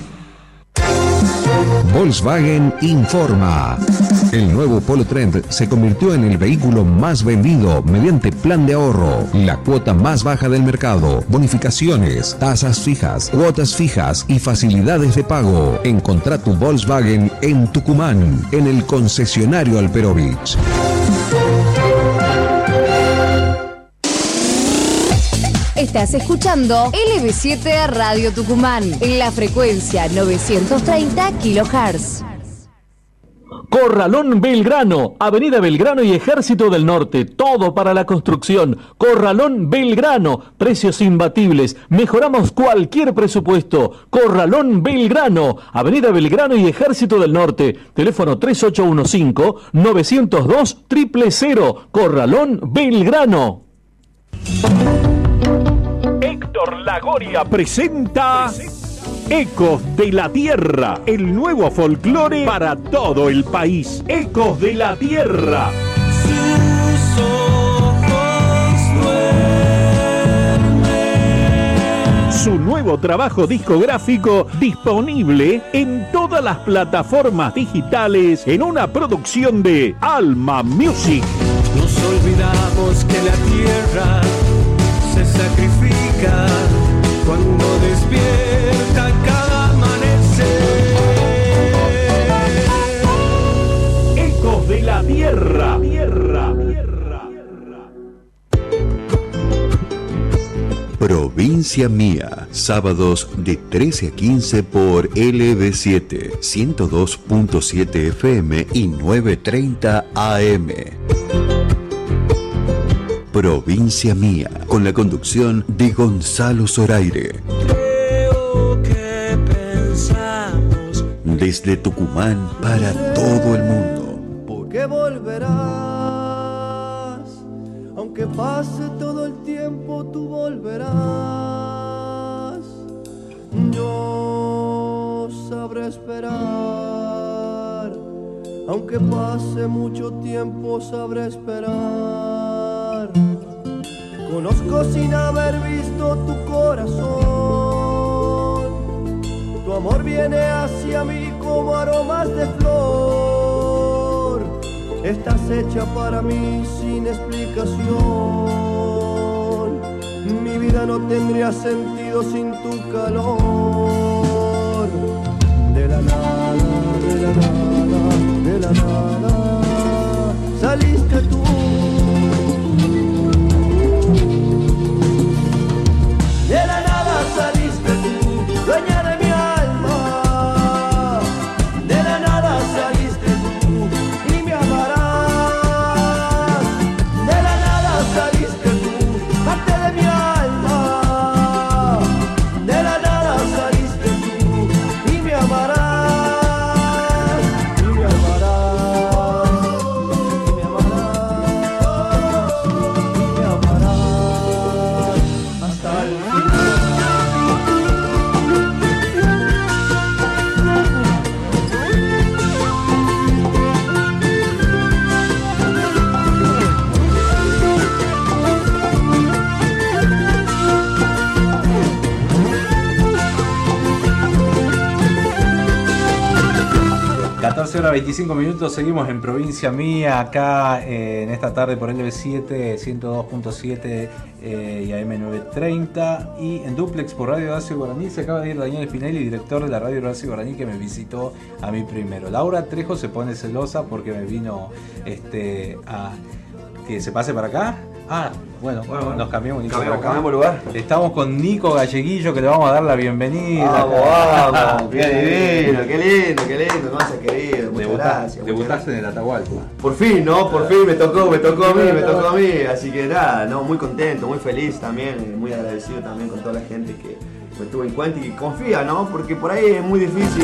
Speaker 19: Volkswagen informa. El nuevo Polo Trend se convirtió en el vehículo más vendido mediante plan de ahorro, la cuota más baja del mercado, bonificaciones, tasas fijas, cuotas fijas y facilidades de pago. Encontrá tu Volkswagen en Tucumán, en el concesionario Alperovich.
Speaker 20: Estás escuchando LB7 Radio Tucumán en la frecuencia 930 kHz.
Speaker 11: Corralón Belgrano, Avenida Belgrano y Ejército del Norte, todo para la construcción. Corralón Belgrano, precios imbatibles, mejoramos cualquier presupuesto. Corralón Belgrano, Avenida Belgrano y Ejército del Norte, teléfono 3815-902-000, Corralón Belgrano. Héctor Lagoria presenta Ecos de la Tierra, el nuevo folclore para todo el país. Ecos de la Tierra.
Speaker 2: Sus ojos duermen.
Speaker 11: Su nuevo trabajo discográfico disponible en todas las plataformas digitales en una producción de Alma Music.
Speaker 2: Nos olvidamos que la tierra se sacrifica cuando despierta cada amanecer.
Speaker 11: Ecos de la Tierra.
Speaker 1: Provincia Mía, sábados de 13 a 15 por LB7, 102.7 FM y 9:30 AM. Provincia Mía, con la conducción de Gonzalo Zoraire.
Speaker 2: Creo que pensamos
Speaker 1: Desde Tucumán para todo el mundo.
Speaker 4: Que volverás, aunque pase todo el tiempo, tú volverás. Yo sabré esperar, aunque pase mucho tiempo, sabré esperar. Conozco sin haber visto tu corazón, tu amor viene hacia mí como aromas de flor. Estás hecha para mí sin explicación, mi vida no tendría sentido sin tu calor. De la nada, de la nada, de la nada, saliste tú. De la nada saliste tú, dueña de mi alma. De la nada saliste tú y me amarás. De la nada saliste tú, parte de mi alma. De la nada saliste
Speaker 3: 14:25, seguimos en Provincia Mía, acá en esta tarde por LB7, 102.7 y AM930, y en Duplex por Radio Horacio Guaraní. Se acaba de ir Daniel Spinelli, director de la Radio Horacio Guaraní, que me visitó a mí primero. Laura Trejo se pone celosa porque me vino a que se pase para acá. Bueno, nos cambiamos, Nico,
Speaker 21: cambiamos lugar.
Speaker 3: Estamos con Nico Galleguillo, que le vamos a dar la bienvenida.
Speaker 21: Vamos, qué divino, qué lindo, más querido, muchas gracias.
Speaker 3: Debutaste en el Atahualpa.
Speaker 21: Por fin, por fin me tocó a mí, así que nada, muy contento, muy feliz también, muy agradecido también con toda la gente que me tuvo en cuenta y que confía, porque por ahí es muy difícil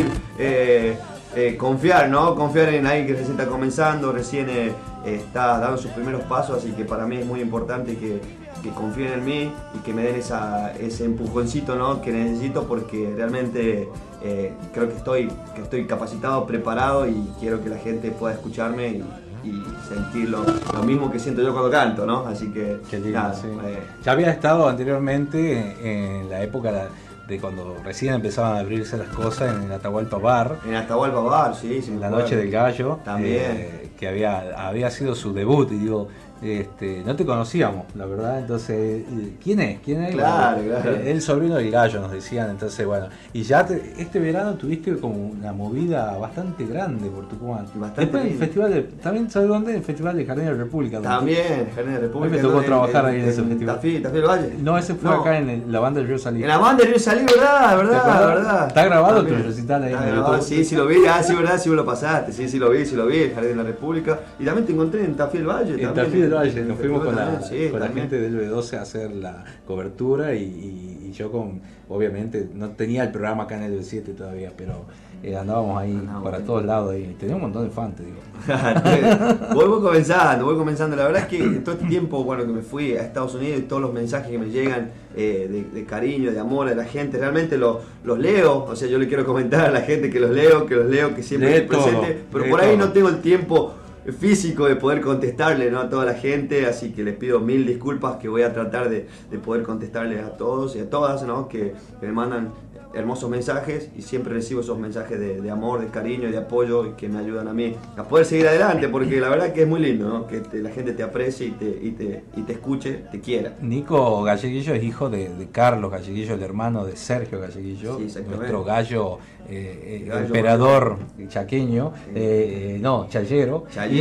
Speaker 21: confiar, confiar en alguien que recién está comenzando, recién está dando sus primeros pasos, así que para mí es muy importante que confíen en mí y que me den ese empujoncito, que necesito, porque realmente creo que estoy capacitado, preparado, y quiero que la gente pueda escucharme y sentir lo mismo que siento yo cuando canto, así que nada,
Speaker 3: sí. Ya había estado anteriormente en la época de cuando recién empezaban a abrirse las cosas en el Atahualpa Bar.
Speaker 21: En Atahualpa Bar, sí.
Speaker 3: En la Noche del Gallo.
Speaker 21: También.
Speaker 3: Que había sido su debut, y digo, no te conocíamos, la verdad, entonces, ¿quién es?
Speaker 21: Claro.
Speaker 3: El sobrino del Gallo, nos decían, entonces, bueno, y ya este verano tuviste como una movida bastante grande por Tucumán. Después el festival también, ¿sabes dónde? El Festival de Jardín de la República.
Speaker 21: También, Jardín de la República.
Speaker 3: Me tocó trabajar ahí en ese festival.
Speaker 21: ¿Tafí del Valle?
Speaker 3: No, ese fue acá en la Banda del Río Salí.
Speaker 21: En la Banda del Río Salí, verdad.
Speaker 3: ¿Está grabado tu recital ahí en YouTube?
Speaker 21: Sí, lo vi, sí, verdad, sí me lo pasaste, sí lo vi, el Jardín de la República. Y también te encontré en Tafí del Valle.
Speaker 3: En Tafí del Valle, nos fuimos con la gente del B12 a hacer la cobertura, y yo obviamente no tenía el programa acá en el B7 todavía, pero andábamos ahí para todos lados, y tenía un montón de fans, te digo.
Speaker 21: Voy comenzando, la verdad es que todo este tiempo que me fui a Estados Unidos, y todos los mensajes que me llegan de cariño, de amor a la gente, realmente los leo, o sea, yo le quiero comentar a la gente que los leo, que siempre estoy presente, pero por ahí no tengo el tiempo físico de poder contestarle a toda la gente, así que les pido mil disculpas, que voy a tratar de poder contestarles a todos y a todas, que me mandan hermosos mensajes, y siempre recibo esos mensajes de amor, de cariño y de apoyo, y que me ayudan a mí a poder seguir adelante, porque la verdad que es muy lindo, que la gente te aprecie y te escuche, te quiera.
Speaker 3: Nico Galleguillo es hijo de Carlos Galleguillo, el hermano de Sergio Galleguillo, nuestro gallo emperador chaqueño, chayero.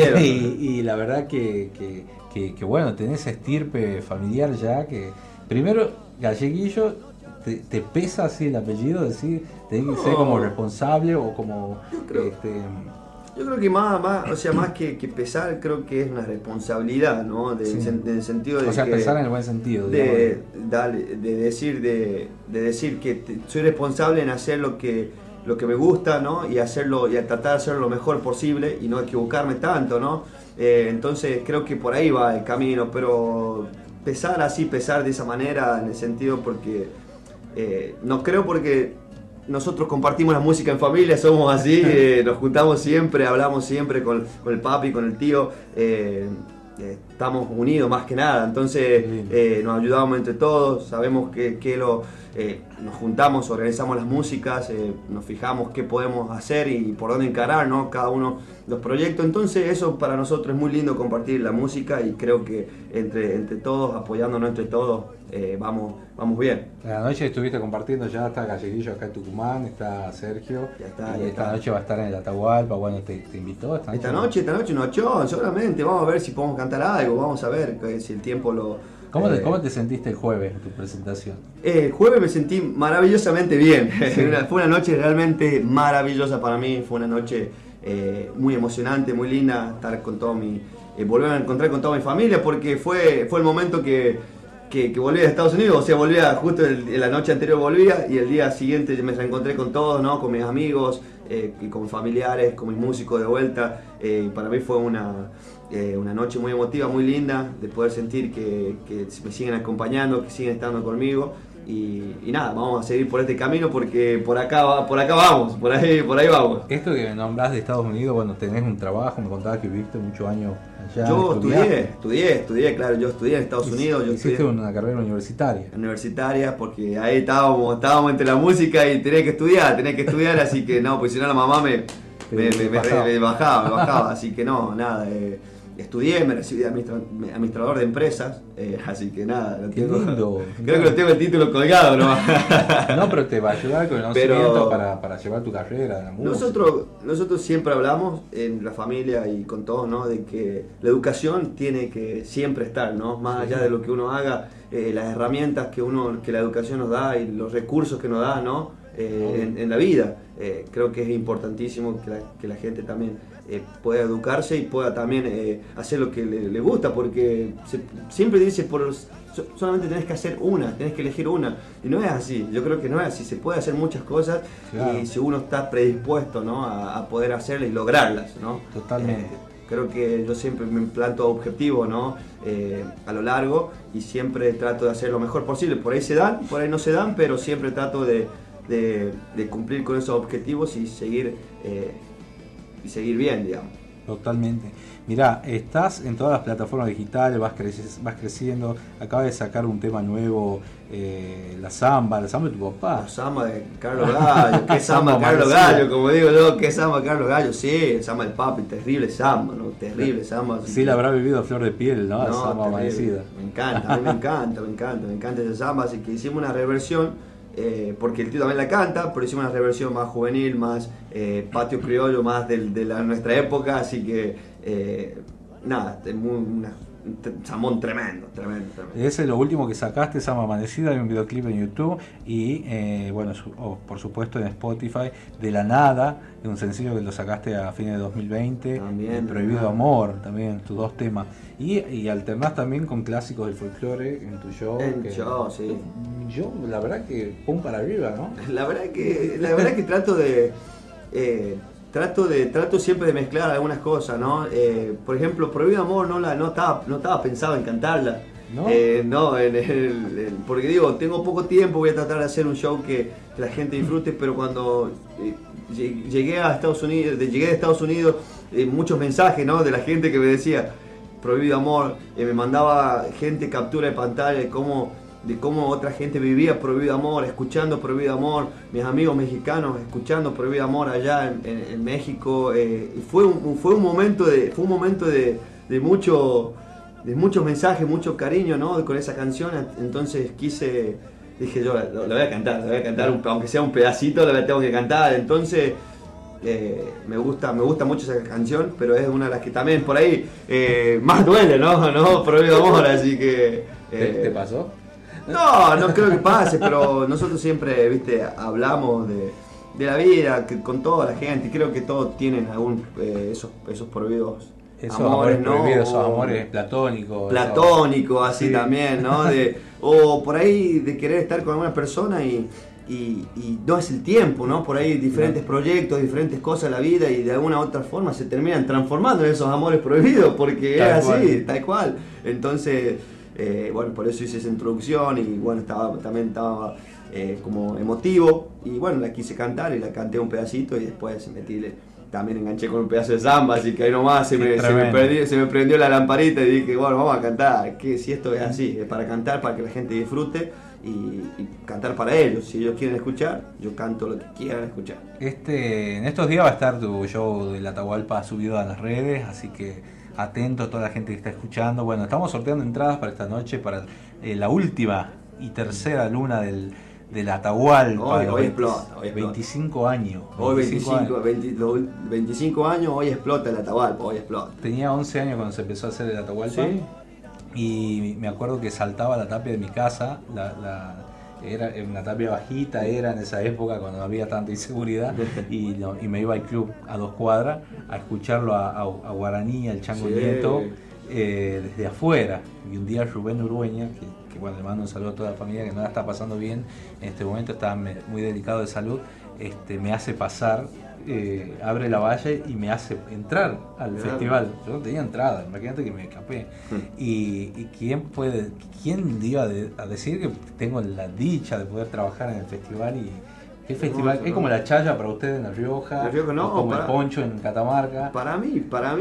Speaker 3: Y la verdad que bueno, tenés esa estirpe familiar ya, que primero Galleguillo te pesa así el apellido, decir, tenés que ser como responsable o como
Speaker 21: yo creo que más que pesar, creo que es una responsabilidad, en el sentido de
Speaker 3: pesar en el buen sentido,
Speaker 21: de decir que soy responsable en hacer lo que me gusta, y hacerlo, y a tratar de hacerlo lo mejor posible y no equivocarme tanto, entonces creo que por ahí va el camino, pero pesar de esa manera, en el sentido, porque no creo, porque nosotros compartimos la música en familia, somos así, nos juntamos siempre, hablamos siempre con el papi, con el tío, estamos unidos más que nada, entonces nos ayudamos entre todos, sabemos nos juntamos, organizamos las músicas, nos fijamos qué podemos hacer y por dónde encarar, cada uno los proyectos, entonces eso para nosotros es muy lindo, compartir la música, y creo que entre todos, apoyándonos entre todos, vamos bien.
Speaker 3: La noche estuviste compartiendo, ya está Galleguillo acá en Tucumán, está Sergio, esta noche va a estar en el Atahualpa, bueno, te invitó
Speaker 21: esta noche nochón, seguramente, vamos a ver si podemos cantar algo, vamos a ver si el tiempo lo...
Speaker 3: ¿Cómo te sentiste el jueves en tu presentación?
Speaker 21: El jueves me sentí maravillosamente bien, fue una noche realmente maravillosa para mí, fue una noche muy emocionante, muy linda, estar con volver a encontrar con toda mi familia, porque fue el momento que volví de Estados Unidos, o sea, volvía justo en la noche anterior volvía, y el día siguiente me reencontré con todos, con mis amigos, y con mis familiares, con mis músicos de vuelta, para mí fue una noche muy emotiva, muy linda, de poder sentir que me siguen acompañando, que siguen estando conmigo, y nada, vamos a seguir por este camino, porque por ahí vamos.
Speaker 3: Esto que nombrás de Estados Unidos, bueno, tenés un trabajo, me contabas que viviste muchos años allá.
Speaker 21: Yo estudié, claro, yo estudié en Estados Unidos.
Speaker 3: Hiciste una carrera universitaria.
Speaker 21: Universitaria, porque ahí estábamos entre la música y tenés que estudiar, así que no, pues si no la mamá me bajaba, así que no, nada. Estudié, me recibí de administrador de empresas, así que nada.
Speaker 3: Lindo.
Speaker 21: Creo que lo tengo el título colgado, ¿no?
Speaker 3: No, pero te va a ayudar con el conocimiento para llevar tu carrera. La
Speaker 21: nosotros siempre hablamos en la familia y con todos, ¿no? De que la educación tiene que siempre estar, ¿no? Más allá de lo que uno haga, las herramientas que la educación nos da y los recursos que nos da, ¿no? En la vida. Creo que es importantísimo que la gente también pueda educarse y pueda también hacer lo que le gusta, porque siempre dice solamente tenés que elegir una, y no es así. Yo creo que no es así, se puede hacer muchas cosas, claro. Y si uno está predispuesto, ¿no? a poder hacerlas y lograrlas, ¿no?
Speaker 3: Totalmente.
Speaker 21: Creo que yo siempre me planto objetivos, ¿no? A lo largo, y siempre trato de hacer lo mejor posible. Por ahí se dan, por ahí no se dan, pero siempre trato de cumplir con esos objetivos y seguir bien, digamos.
Speaker 3: Totalmente. Mirá, estás en todas las plataformas digitales, vas creciendo, acabas de sacar un tema nuevo, la samba de tu papá.
Speaker 21: La samba de Carlos Gallo, ¿qué samba Carlos Gallo? Como digo yo, ¿qué samba Carlos Gallo? Sí, el samba del papi, terrible samba, ¿no? Terrible samba.
Speaker 3: Sí, la habrá vivido a flor de piel, ¿no? La samba amanecida.
Speaker 21: Me encanta, a mí me encanta esa samba, así que hicimos una reversión. Porque el tío también la canta, pero hicimos una reversión más juvenil, más patio criollo, más de nuestra época, así que nada, un samón tremendo.
Speaker 3: Ese es lo último que sacaste, Samba Amanecida, hay un videoclip en YouTube y bueno, por supuesto en Spotify, De la Nada, un sencillo que lo sacaste a fines de 2020,
Speaker 21: también,
Speaker 3: Prohibido Amor, también tus dos temas, y alternás también con clásicos del folclore en tu show.
Speaker 21: Sí.
Speaker 3: Yo, la verdad que pum para arriba, ¿no?
Speaker 21: La verdad que trato siempre de mezclar algunas cosas, ¿no? Por ejemplo, Prohibido Amor no estaba pensado en cantarla. ¿No? Porque digo, tengo poco tiempo, voy a tratar de hacer un show que la gente disfrute, pero cuando llegué de Estados Unidos, muchos mensajes, ¿no? De la gente que me decía Prohibido Amor, me mandaba gente captura de pantalla de cómo otra gente vivía Prohibido Amor, escuchando Prohibido Amor, mis amigos mexicanos escuchando Prohibido Amor allá en México. Fue un momento de muchos mensajes, mucho cariño, ¿no? Con esa canción. Entonces dije yo, la voy a cantar, aunque sea un pedacito, la tengo que cantar. Entonces me gusta mucho esa canción, pero es una de las que también por ahí más duele, ¿no? Prohibido Amor, así que...
Speaker 3: ¿Te pasó?
Speaker 21: No creo que pase, pero nosotros siempre, viste, hablamos de la vida con toda la gente, y creo que todos tienen esos prohibidos
Speaker 3: amores, ¿no? Prohibidos, esos amores platónicos.
Speaker 21: Así sí. También, ¿no? O por ahí de querer estar con alguna persona y no es el tiempo, ¿no? Por ahí diferentes proyectos, diferentes cosas en la vida, y de alguna u otra forma se terminan transformando en esos amores prohibidos, porque es así, tal cual. Entonces... bueno, por eso hice esa introducción, y bueno, estaba como emotivo, y bueno, la quise cantar y la canté un pedacito, y después también enganché con un pedazo de samba, así que ahí nomás se me prendió la lamparita y dije, bueno, vamos a cantar, que si esto es así, es para cantar, para que la gente disfrute y cantar para ellos. Si ellos quieren escuchar, yo canto lo que quieran escuchar.
Speaker 3: En estos días va a estar tu show de la Atahualpa subido a las redes, así que atento a toda la gente que está escuchando. Bueno, estamos sorteando entradas para esta noche, para la última y tercera luna del Atahualpa.
Speaker 21: Hoy explota.
Speaker 3: 25 años.
Speaker 21: Hoy 25 años, hoy explota el Atahualpa, hoy explota.
Speaker 3: Tenía 11 años cuando se empezó a hacer el Atahualpa. ¿Sí? Y me acuerdo que saltaba la tapia de mi casa, era una tapia bajita, era en esa época cuando no había tanta inseguridad, y me iba al club a 2 cuadras a escucharlo a Guaraní, al Chango Nieto, desde afuera. Y un día Rubén Urueña, que bueno, le mando un saludo a toda la familia que no la está pasando bien en este momento, está muy delicado de salud, me hace pasar, abre la valla y me hace entrar al festival. Yo no tenía entrada, imagínate que me escapé. Y quién iba a decir que tengo la dicha de poder trabajar en el festival. Y el festival es como la chaya para ustedes en La Rioja,
Speaker 21: no,
Speaker 3: como el poncho en Catamarca.
Speaker 21: Para mí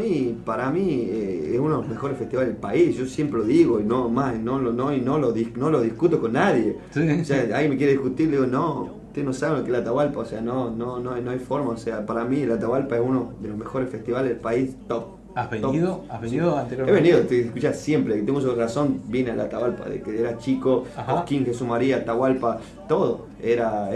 Speaker 21: es uno de los mejores festivales del país. Yo siempre lo digo, y no lo discuto con nadie.
Speaker 3: Sí.
Speaker 21: O sea, alguien me quiere discutir, le digo, no, ustedes no saben lo que es la Atahualpa, o sea, no hay forma, o sea, para mí la Atahualpa es uno de los mejores festivales del país, top.
Speaker 3: ¿Has venido anteriormente?
Speaker 21: He venido, te escuchas siempre, que tengo su razón, vine a la Atahualpa, de que era chico, Cosquín, Jesús María, Atahualpa, todo, era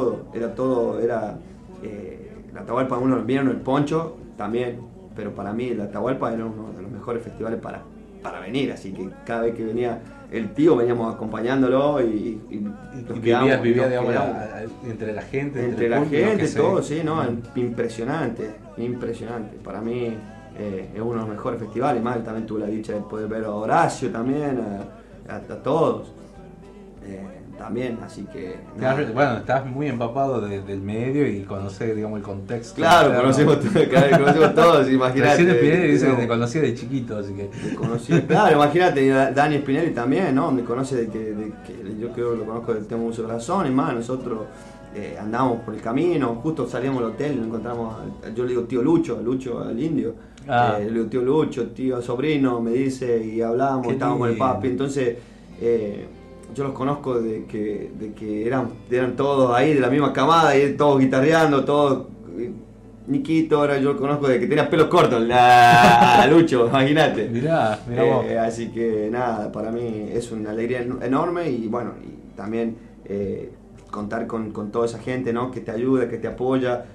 Speaker 21: la Atahualpa, uno vieron el Poncho también, pero para mí la Atahualpa era uno de los mejores festivales para venir, así que cada vez que venía el tío veníamos acompañándolo y
Speaker 3: vivía digamos, entre la gente.
Speaker 21: Entre la gente, todo, sí, ¿no? Impresionante. Para mí es uno de los mejores festivales, más también tuve la dicha de poder ver a Horacio también, a todos. También, así que...
Speaker 3: Bueno, estás muy empapado del medio y conoces, digamos, el contexto.
Speaker 21: Claro, conocemos todos, imagínate.
Speaker 3: Recién Spinelli dice que te conocía de chiquito, así que...
Speaker 21: Claro, imagínate, Dani Spinelli también, ¿no? Me conoce de que yo creo que lo conozco del tema Uso de Razón, y más, nosotros andábamos por el camino, justo salíamos del hotel y nos encontramos, yo le digo tío Lucho al indio, le digo tío Lucho, tío sobrino, me dice, y hablábamos, estábamos con el papi, entonces... yo los conozco de que eran todos ahí de la misma camada, y todos guitarreando, todos. Niquito, ahora yo lo conozco de que tenía pelos cortos, Lucho, imagínate.
Speaker 3: Mirá vos.
Speaker 21: Así que nada, para mí es una alegría enorme y bueno, y también contar con toda esa gente, ¿no? Que te ayuda, que te apoya.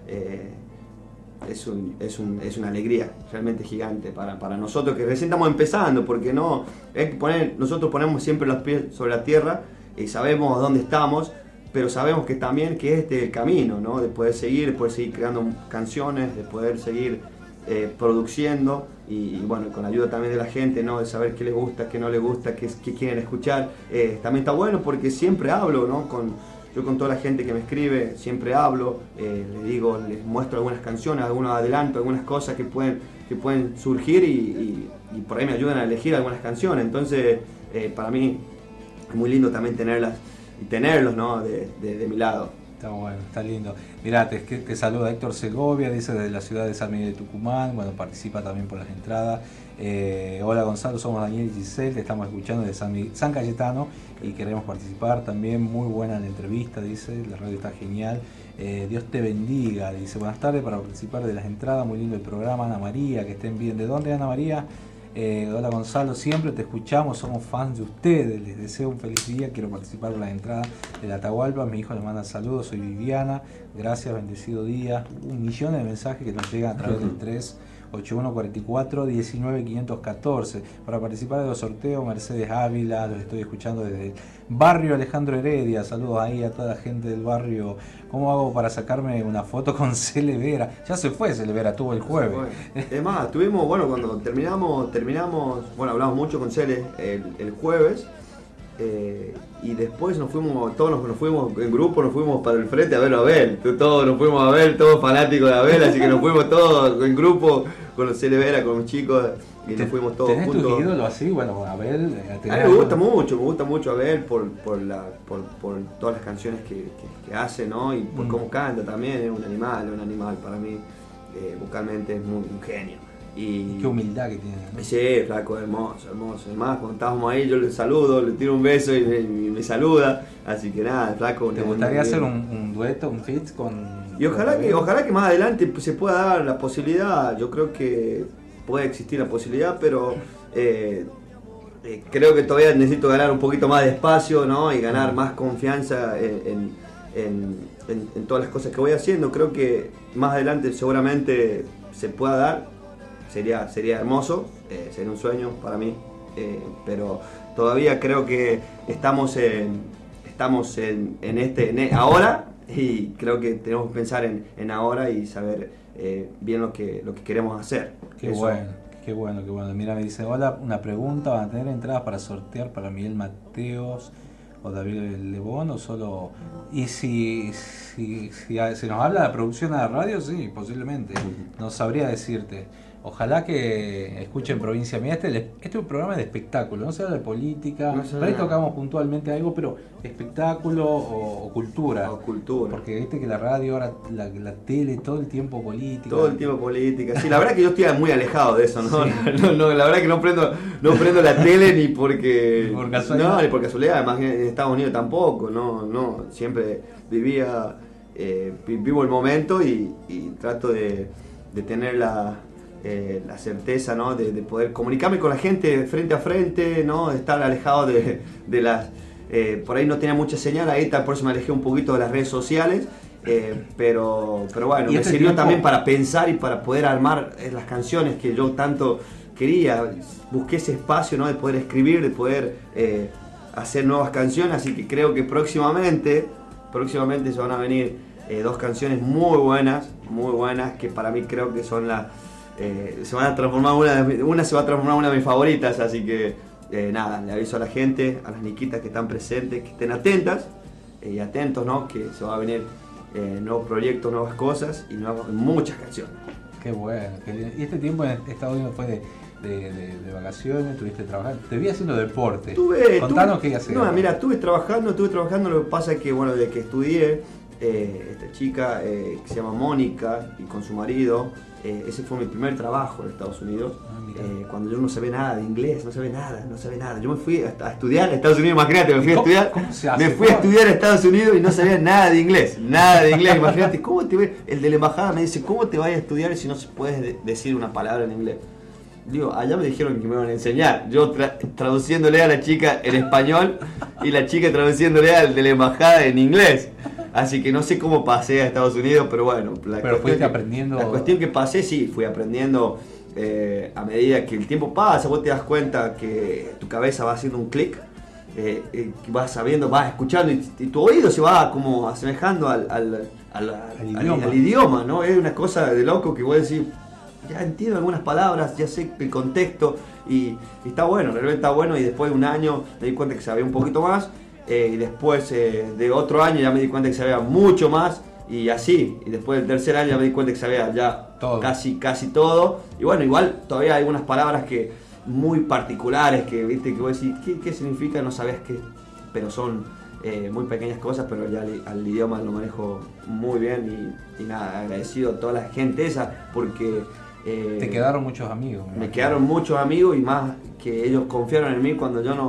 Speaker 21: Es una alegría realmente gigante para nosotros que recién estamos empezando, porque no es que nosotros ponemos siempre los pies sobre la tierra y sabemos dónde estamos, pero sabemos que también que este es el camino, ¿no? De poder seguir creando canciones, de poder seguir produciendo y bueno, con la ayuda también de la gente, ¿no? De saber qué les gusta, qué no les gusta, qué quieren escuchar. También está bueno porque siempre hablo, ¿no? Yo con toda la gente que me escribe siempre hablo, les muestro algunas canciones, algunos adelantos, algunas cosas que pueden surgir y por ahí me ayudan a elegir algunas canciones. Entonces, para mí es muy lindo también tenerlos, ¿no? de mi lado.
Speaker 3: Está bueno, está lindo. Mirá, te saluda Héctor Segovia, dice desde la ciudad de San Miguel de Tucumán, bueno, participa también por las entradas. Hola Gonzalo, somos Daniel y Giselle, te estamos escuchando de San Cayetano y queremos participar también, muy buena la entrevista, dice, la radio está genial. Dios te bendiga, dice, buenas tardes, para participar de las entradas, muy lindo el programa. Ana María, que estén bien. ¿De dónde, Ana María? Hola Gonzalo, siempre te escuchamos, somos fans de ustedes, les deseo un feliz día, quiero participar en la entrada de la Atahualpa, mi hijo le manda saludos, soy Viviana, gracias, bendecido día. 1.000.000 de mensajes que nos llegan a través del 38144-19514. Para participar de los sorteos, Mercedes Ávila, los estoy escuchando desde el barrio Alejandro Heredia, saludos ahí a toda la gente del barrio. ¿Cómo hago para sacarme una foto con Cele Vera? Ya se fue Cele Vera, tuvo el jueves.
Speaker 21: Es más, cuando terminamos, bueno, hablamos mucho con Cele el jueves, y después todos nos fuimos en grupo, nos fuimos para el frente a ver a Abel, todos nos fuimos a ver, todos fanáticos de Abel, así que nos fuimos todos en grupo con los Cele Vera, con los chicos, y nos fuimos todos juntos.
Speaker 3: ¿Tenés tu ídolo así? Bueno, Abel...
Speaker 21: A mí me gusta mucho Abel por todas las canciones que hace, ¿no? Y por cómo canta también, es un animal para mí, vocalmente es un genio. Y
Speaker 3: qué humildad que tiene, ¿no?
Speaker 21: Sí, flaco, hermoso. Además, cuando estábamos ahí, yo le saludo, le tiro un beso y me saluda. Así que nada, flaco.
Speaker 3: ¿Te gustaría hacer un dueto, un feat con...?
Speaker 21: Y ojalá que más adelante se pueda dar la posibilidad. Yo creo que puede existir la posibilidad, pero creo que todavía necesito ganar un poquito más de espacio, ¿no? Y ganar más confianza en todas las cosas que voy haciendo. Creo que más adelante seguramente se pueda dar. Sería hermoso, sería un sueño para mí, pero todavía creo que estamos en ahora, y creo que tenemos que pensar en ahora y saber bien lo que queremos hacer.
Speaker 3: Qué bueno. Mira, me dice, hola, una pregunta, ¿van a tener entradas para sortear para Miguel Mateos o David Lebón o solo? Y si nos habla de producción de la radio, sí, posiblemente, no sabría decirte. Ojalá que escuchen Provincia Mía. Este es un programa de espectáculo, no se habla de política. Por ahí tocamos puntualmente algo, pero espectáculo o cultura.
Speaker 21: O cultura.
Speaker 3: Porque viste que la radio, ahora la tele, todo el tiempo política.
Speaker 21: Todo el tiempo política. Sí, la verdad que yo estoy muy alejado de eso, ¿no? Sí. No, la verdad que no prendo la tele ni porque.
Speaker 3: Por casualidad.
Speaker 21: No, ni por casualidad. Además en Estados Unidos tampoco, no. Siempre vivo el momento y trato de tener la certeza, ¿no? de poder comunicarme con la gente frente a frente, ¿no? De estar alejado de las... por ahí no tenía mucha señal, ahí por eso me alejé un poquito de las redes sociales, pero bueno, me sirvió también para pensar y para poder armar las canciones que yo tanto quería. Busqué ese espacio, ¿no? De poder escribir, de poder hacer nuevas canciones, así que creo que próximamente se van a venir 2 canciones muy buenas, que para mí creo que son se van a transformar, una se va a transformar en una de mis favoritas, así que nada, le aviso a la gente, a las niquitas que están presentes, que estén atentas y atentos, ¿no? Que se va a venir nuevos proyectos, nuevas cosas y muchas canciones.
Speaker 3: Qué bueno, qué bien. ¿Y este tiempo en Estados Unidos fue de vacaciones? ¿Estuviste trabajando? Te vi haciendo deporte. Contanos qué haces.
Speaker 21: No, mira, estuve trabajando, lo que pasa es que, bueno, desde que estudié, esta chica que se llama Mónica y con su marido, ese fue mi primer trabajo en Estados Unidos, cuando yo no sabía nada de inglés, no sabía nada. Yo me fui a estudiar a Estados Unidos, imagínate, me fui a estudiar a Estados Unidos y no sabía nada de inglés, imagínate, el de la embajada me dice, ¿cómo te vas a estudiar si no se puedes decir una palabra en inglés? Digo, allá me dijeron que me iban a enseñar, yo traduciéndole a la chica en español y la chica traduciéndole al de la embajada en inglés. Así que no sé cómo pasé a Estados Unidos, pero bueno.
Speaker 3: Fuiste aprendiendo.
Speaker 21: La cuestión que pasé, sí, fui aprendiendo a medida que el tiempo pasa, vos te das cuenta que tu cabeza va haciendo un clic, vas sabiendo, vas escuchando y tu oído se va como asemejando al idioma, ¿no? Es una cosa de loco que vos decís, ya entiendo algunas palabras, ya sé el contexto y está bueno, realmente está bueno, y después de un año me di cuenta que sabía un poquito más. Y después de otro año ya me di cuenta que sabía mucho más y así, y después del tercer año ya me di cuenta que sabía ya todo. Casi todo, y bueno, igual todavía hay algunas palabras que muy particulares que viste que vos decís, ¿qué significa? No sabés qué, pero son muy pequeñas cosas, pero ya al idioma lo manejo muy bien y nada, agradecido a toda la gente esa porque...
Speaker 3: Te quedaron muchos amigos.
Speaker 21: Me quedaron muchos amigos y más que ellos confiaron en mí cuando yo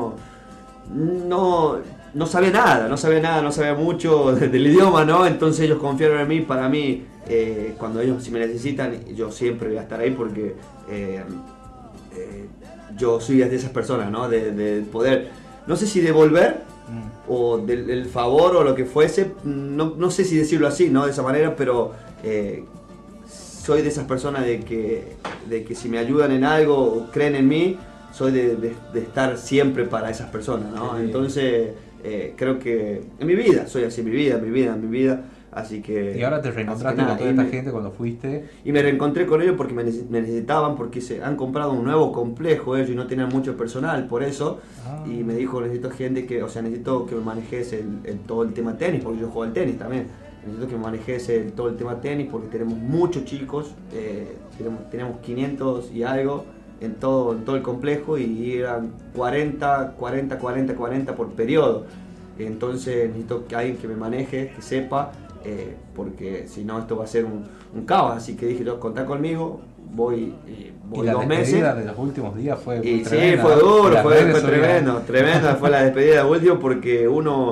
Speaker 21: no sabía nada, no sabía mucho del idioma, ¿no? Entonces ellos confiaron en mí, para mí, cuando ellos si me necesitan, yo siempre voy a estar ahí porque yo soy de esas personas, ¿no? De poder, no sé si devolver o del favor o lo que fuese, no sé si decirlo así, ¿no? De esa manera, pero soy de esas personas de que si me ayudan en algo o creen en mí, soy de estar siempre para esas personas, ¿no? Sí. Entonces... creo que en mi vida, soy así, mi vida, así que...
Speaker 3: Y ahora te reencontraste con toda esta gente cuando fuiste.
Speaker 21: Y me reencontré con ellos porque me necesitaban, porque se han comprado un nuevo complejo ellos y no tenían mucho personal, por eso. Y me dijo, necesito que me manejes todo el tema tenis, porque yo juego al tenis también. Necesito que me manejes todo el tema tenis porque tenemos muchos chicos, tenemos 500 y algo. En todo el complejo y eran 40 por periodo. Entonces necesito que alguien que me maneje, que sepa, porque si no esto va a ser un caos. Así que dije yo, contá conmigo, voy 2 meses.
Speaker 3: La de los últimos días fue muy
Speaker 21: tremenda. Sí, fue duro, fue tremendo fue la despedida de último porque uno...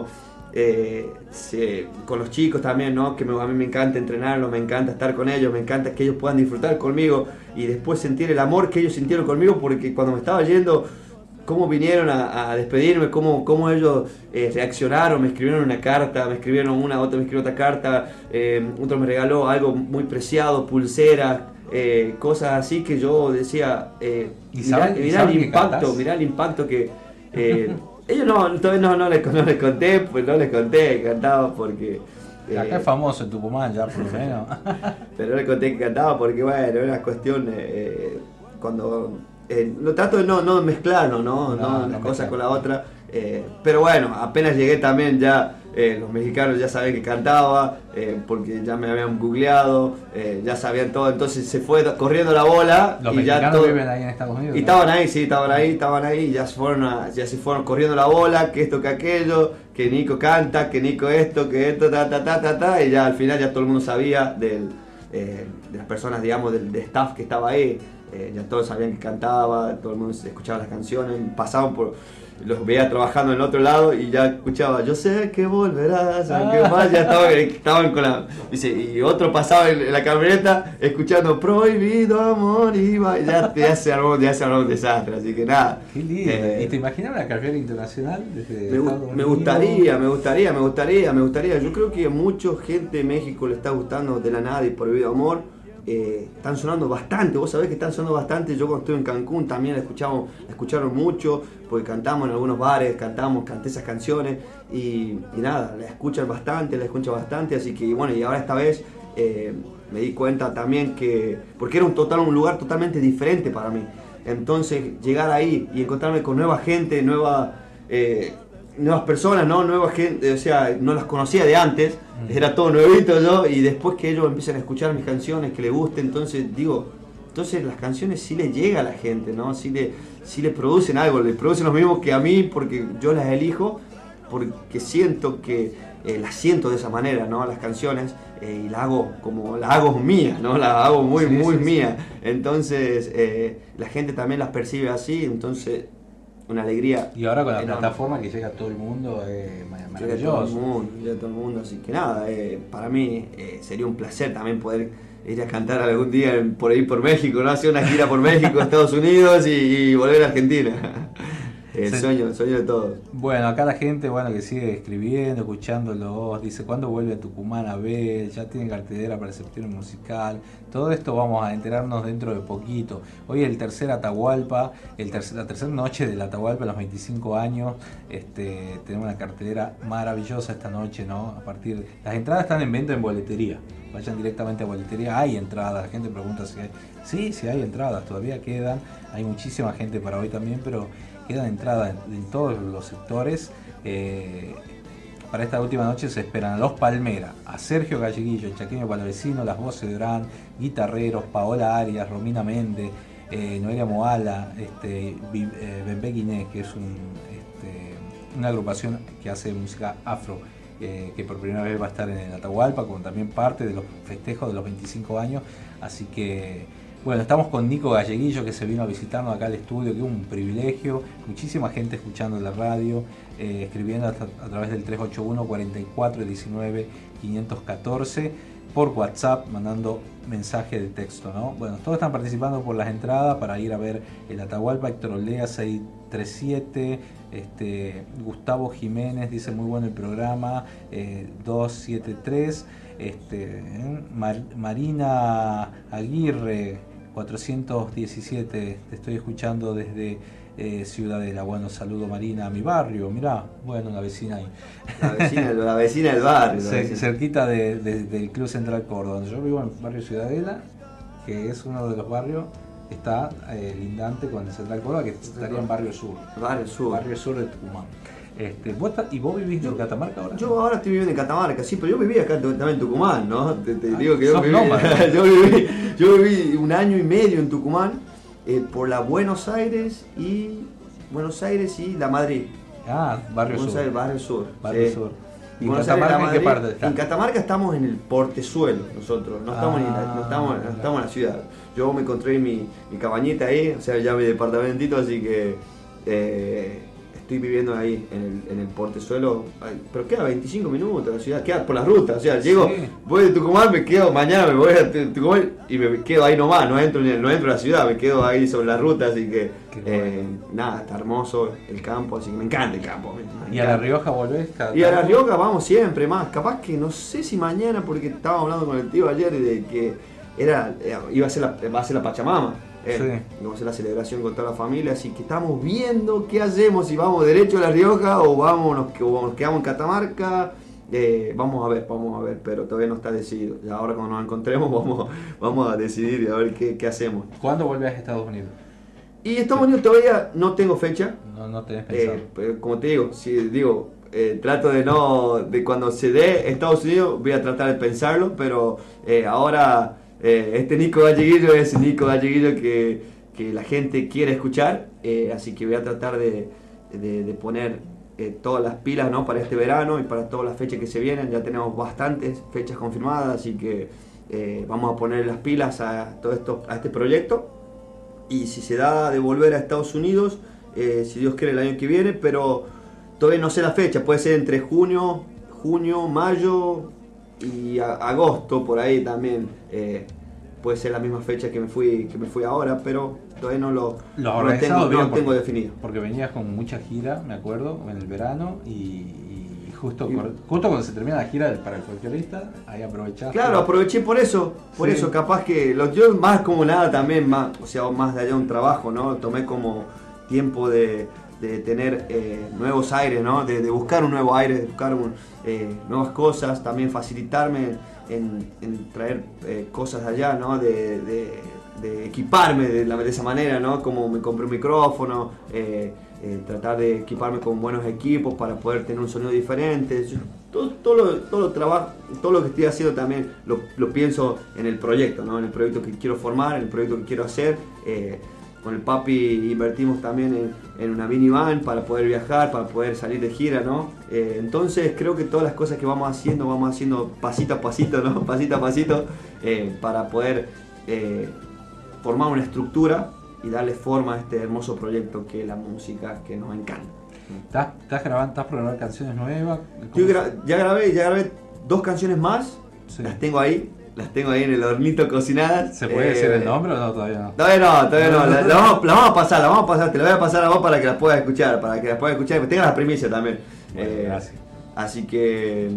Speaker 21: con los chicos también, ¿no? Que a mí me encanta entrenarlos, me encanta estar con ellos, me encanta que ellos puedan disfrutar conmigo y después sentir el amor que ellos sintieron conmigo, porque cuando me estaba yendo, cómo vinieron a despedirme, cómo ellos reaccionaron, me escribieron una carta, me escribieron otro me escribió otra carta, otro me regaló algo muy preciado, pulseras, cosas así que yo decía, mirá el impacto que... ellos todavía no les conté, cantaba porque...
Speaker 3: acá es famoso en Tucumán ya por lo menos.
Speaker 21: Pero no les conté que cantaba porque bueno, era una cuestión cuando... lo trato de no mezclarnos, ¿no? Una cosa con la otra. Pero bueno, apenas llegué también ya los mexicanos ya sabían que cantaba, porque ya me habían googleado, ya sabían todo, entonces se fue corriendo la bola.
Speaker 3: Los
Speaker 21: y
Speaker 3: mexicanos
Speaker 21: ya todo,
Speaker 3: viven ahí en Estados Unidos.
Speaker 21: y
Speaker 3: ¿no?
Speaker 21: estaban ahí, sí, estaban ahí, y ya se fueron corriendo la bola, que esto, que aquello, que Nico canta, que Nico esto, que esto, y ya al final ya todo el mundo sabía de las personas, digamos, del staff que estaba ahí, ya todos sabían que cantaba, todo el mundo escuchaba las canciones, pasaban los veía trabajando en el otro lado y ya escuchaba, yo sé que volverás, aunque más, ya estaban con la... Dice, y otro pasaba en la camioneta escuchando Prohibido Amor y ya se armó un desastre, así que nada.
Speaker 3: Qué lindo. ¿Y te imaginas una carrera internacional desde
Speaker 21: me gustaría. Yo creo que a mucha gente de México le está gustando De la Nada y Prohibido Amor. Están sonando bastante, vos sabés que están sonando bastante. Yo cuando estuve en Cancún también la escucharon mucho, porque cantamos en algunos bares, canté esas canciones y nada, la escuchan bastante, así que bueno, y ahora esta vez me di cuenta también porque era un lugar totalmente diferente para mí. Entonces llegar ahí y encontrarme con nueva gente, nuevas personas, ¿no? Nueva gente, o sea, no las conocía de antes, era todo nuevito yo, y después que ellos empiezan a escuchar mis canciones, que les guste, entonces las canciones sí les llega a la gente, ¿no? Sí le producen algo, les producen lo mismo que a mí, porque yo las elijo, porque siento que las siento de esa manera, ¿no? Las canciones, y las hago mías, ¿no? Las hago muy mías, entonces la gente también las percibe así, entonces una alegría.
Speaker 3: Y ahora con la
Speaker 21: enorme.
Speaker 3: plataforma que llega a todo el mundo, maravilloso.
Speaker 21: Llega a todo el mundo, así que nada, para mí sería un placer también poder ir a cantar algún día por ahí por México, ¿no? Hacer una gira por México, Estados Unidos y volver a Argentina. El sueño de todos.
Speaker 3: Bueno, acá la gente que sigue escribiendo, escuchándolos, dice, ¿cuándo vuelve a Tucumán a ver? Ya tienen cartelera para el septiembre musical. Todo esto vamos a enterarnos dentro de poquito. Hoy el tercer Atahualpa, la tercera noche del Atahualpa, a los 25 años. Tenemos una cartelera maravillosa esta noche, ¿no? Las entradas están en venta en boletería. Vayan directamente a boletería, hay entradas. La gente pregunta si hay. Sí hay entradas, todavía quedan. Hay muchísima gente para hoy también, pero quedan entradas en todos los sectores. Para esta última noche se esperan a Los Palmera, a Sergio Galleguillo, el chaqueño palavecino, las voces de Orán, guitarreros, Paola Arias, Romina Méndez, Noelia Moala, Bembe Guiné, que es una agrupación que hace música afro, que por primera vez va a estar en el Atahualpa, como también parte de los festejos de los 25 años. Así que bueno, estamos con Nico Galleguillo, que se vino a visitarnos acá al estudio, que es un privilegio. Muchísima gente escuchando la radio, escribiendo a través del 381 44 19 514, por WhatsApp, mandando mensaje de texto, ¿no? Bueno, todos están participando por las entradas para ir a ver el Atahualpa. Héctor Olea 637, Gustavo Jiménez dice muy bueno el programa, 273, Marina Aguirre 417, te estoy escuchando desde Ciudadela. Bueno, saludo Marina a mi barrio, mirá, bueno, la vecina ahí.
Speaker 21: La vecina del barrio.
Speaker 3: Cerquita del Club Central Córdoba. Yo vivo en el barrio Ciudadela, que es uno de los barrios, está lindante con el Central Córdoba, que estaría en Barrio Sur. Barrio Sur de Tucumán. ¿Y vos vivís en Catamarca ahora?
Speaker 21: Yo ahora estoy viviendo en Catamarca, sí, pero yo viví acá también en Tucumán, ¿no? Te digo que yo viví 1 año y medio en Tucumán, por la Buenos Aires y la Madrid.
Speaker 3: Barrio Sur.
Speaker 21: Barrio Sur.
Speaker 3: Barrio Sur. ¿Y en
Speaker 21: Catamarca
Speaker 3: en qué parte está?
Speaker 21: En Catamarca estamos en el Portezuelo nosotros, no estamos en la ciudad. Yo me encontré mi cabañita ahí, o sea, ya mi departamentito, así que estoy viviendo ahí en el Portezuelo, pero queda 25 minutos la ciudad, queda por las rutas, o sea, voy de Tucumán, mañana me voy a Tucumán y me quedo ahí nomás, no entro a la ciudad, me quedo ahí sobre las rutas, así que nada, está hermoso el campo, así que me encanta el campo.
Speaker 3: ¿Y a La Rioja volvés?
Speaker 21: Y a La Rioja vamos siempre más, capaz que no sé si mañana, porque estábamos hablando con el tío ayer de que va a ser la Pachamama. Vamos a hacer la celebración con toda la familia, así que estamos viendo qué hacemos, si vamos derecho a La Rioja o nos quedamos en Catamarca. Vamos a ver, pero todavía no está decidido. Ya ahora cuando nos encontremos vamos a decidir a ver qué hacemos.
Speaker 3: ¿Cuándo volvés a Estados Unidos?
Speaker 21: Y Estados Unidos todavía no tengo fecha.
Speaker 3: No tenés pensado.
Speaker 21: Como te digo, trato de cuando se dé Estados Unidos voy a tratar de pensarlo, pero ahora este Nico Galleguillo es el Nico Galleguillo que la gente quiere escuchar, así que voy a tratar de poner todas las pilas, ¿no? Para este verano y para todas las fechas que se vienen. Ya tenemos bastantes fechas confirmadas, así que vamos a poner las pilas a todo esto, a este proyecto, y si se da de volver a Estados Unidos, si Dios quiere el año que viene, pero todavía no sé la fecha, puede ser entre junio, mayo y agosto, por ahí también. Puede ser la misma fecha que me fui ahora, pero todavía no lo tengo definido.
Speaker 3: Porque venías con mucha gira, me acuerdo, en el verano, y justo cuando se termina la gira para el folclorista, ahí aprovechaste.
Speaker 21: Claro, aproveché por eso, capaz que yo más como nada también, más de allá un trabajo, ¿no? Tomé como tiempo de tener nuevos aires, ¿no? De buscar un nuevo aire, de buscar nuevas cosas, también facilitarme en traer cosas de allá, ¿no? De equiparme de esa manera, ¿no? Como me compré un micrófono, tratar de equiparme con buenos equipos para poder tener un sonido diferente. Todo lo que estoy haciendo también lo pienso en el proyecto, ¿no? En el proyecto que quiero formar, en el proyecto que quiero hacer. Con el papi invertimos también en una minivan para poder viajar, para poder salir de gira, ¿no? Entonces creo que todas las cosas que vamos haciendo pasito a pasito, ¿no? Pasito a pasito, para poder formar una estructura y darle forma a este hermoso proyecto que es la música, que nos encanta.
Speaker 3: ¿Estás programando canciones nuevas?
Speaker 21: Ya grabé 2 canciones más, sí. Las tengo ahí en el hornito cocinadas.
Speaker 3: ¿Se puede decir el nombre o no? Todavía no.
Speaker 21: Todavía no. La vamos a pasar, te la voy a pasar a vos para que las puedas escuchar, y que tengas la primicia también.
Speaker 3: Bueno, gracias.
Speaker 21: Así que,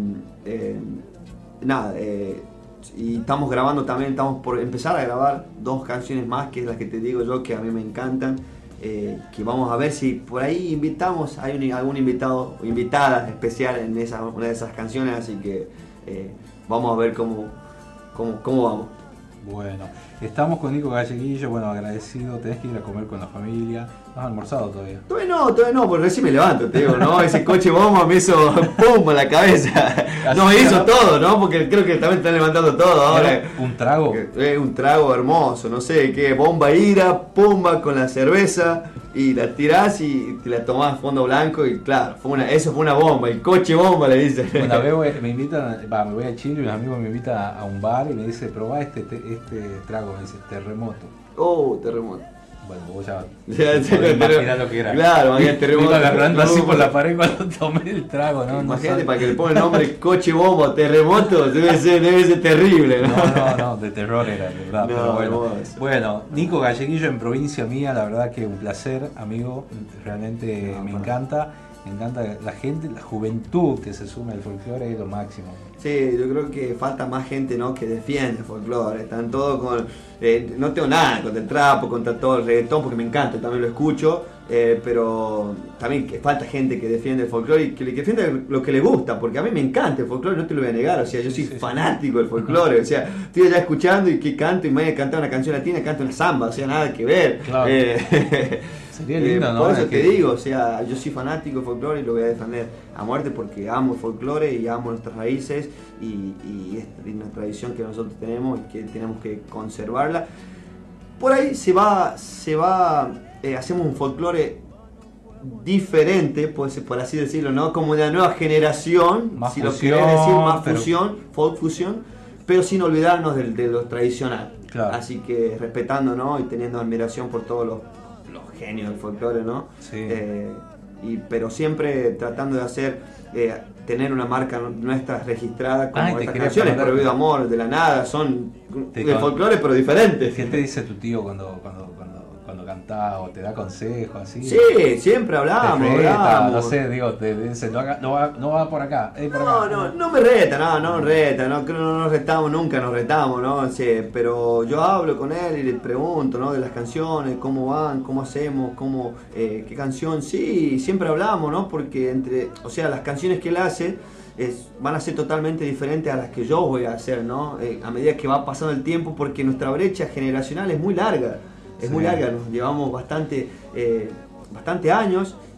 Speaker 21: nada, y estamos grabando también, estamos por empezar a grabar 2 canciones más, que es las que te digo yo, que a mí me encantan. Que vamos a ver si por ahí invitamos, hay algún invitado o invitada especial en una de esas canciones, así que vamos a ver cómo vamos.
Speaker 3: Bueno, estamos con Nico Galleguillo, bueno, agradecido, tenés que ir a comer con la familia. ¿No has almorzado todavía?
Speaker 21: Todavía no, porque recién me levanto, te digo, ¿no? Ese coche bomba me hizo pum a la cabeza. No, me hizo todo, ¿no? Porque creo que también están levantando todo ahora.
Speaker 3: ¿Un trago?
Speaker 21: Un trago hermoso, no sé qué, bomba ira, pumba con la cerveza, y la tirás y te la tomás a fondo blanco, y claro, eso fue una bomba, el coche bomba le dice.
Speaker 3: Una vez me voy a Chile y un amigo me invita a un bar y me dice, probá este trago, me dice, terremoto.
Speaker 21: Oh, terremoto.
Speaker 3: Bueno, vos ya imaginás lo que era.
Speaker 21: Claro, imagínate,
Speaker 3: me iba agarrando así por la pared cuando tomé el trago, ¿no?
Speaker 21: Imagínate, para que le ponga el nombre coche bomba, terremoto, debe ser terrible, ¿no?
Speaker 3: No, de terror era, de verdad.
Speaker 21: No,
Speaker 3: pero bueno, Nico Galleguillo en Provincia Mía, la verdad que un placer, amigo, realmente me encanta la gente, la juventud que se suma al folclore, es lo máximo.
Speaker 21: Sí, yo creo que falta más gente, ¿no? Que defiende el folclore. Están todos con... no tengo nada contra el trapo, contra todo el reggaetón, porque me encanta, también lo escucho, pero también que falta gente que defiende el folclore y que defiende lo que le gusta, porque a mí me encanta el folclore, no te lo voy a negar, o sea, yo soy fanático del folclore, o sea, estoy allá escuchando y que canto, y me voy a cantar una canción latina, canto una samba, o sea, nada que ver.
Speaker 3: Claro. Sería lindo, ¿no?
Speaker 21: Por eso te digo, o sea, yo soy fanático del folclore y lo voy a defender a muerte porque amo el folclore y amo nuestras raíces y es una tradición que nosotros tenemos y que tenemos que conservarla. Por ahí hacemos un folclore diferente, pues, por así decirlo, ¿no? Como de la nueva generación,
Speaker 3: más
Speaker 21: si
Speaker 3: fusión,
Speaker 21: lo querés decir, más fusión, folk fusión, pero sin olvidarnos de lo tradicional.
Speaker 3: Claro.
Speaker 21: Así que respetando, ¿no? Y teniendo admiración por todos los genios del folclore, ¿no?
Speaker 3: Sí.
Speaker 21: Pero siempre tratando de hacer, tener una marca nuestra registrada como estas canciones, Prohibido Amor, De la Nada, son de folclore pero diferentes.
Speaker 3: ¿Qué te dice tu tío cuando cantás o te da consejos así?
Speaker 21: Sí, siempre hablamos.
Speaker 3: No sé, digo, te dice, no va por acá.
Speaker 21: No me reta, no nos retamos, nunca nos retamos, ¿no? Sí, pero yo hablo con él y le pregunto, ¿no? De las canciones, cómo van, cómo hacemos, qué canción, sí, siempre hablamos, ¿no? Porque las canciones que él hace van a ser totalmente diferentes a las que yo voy a hacer, ¿no? A medida que va pasando el tiempo, porque nuestra brecha generacional es muy larga. Es muy larga, nos llevamos bastante años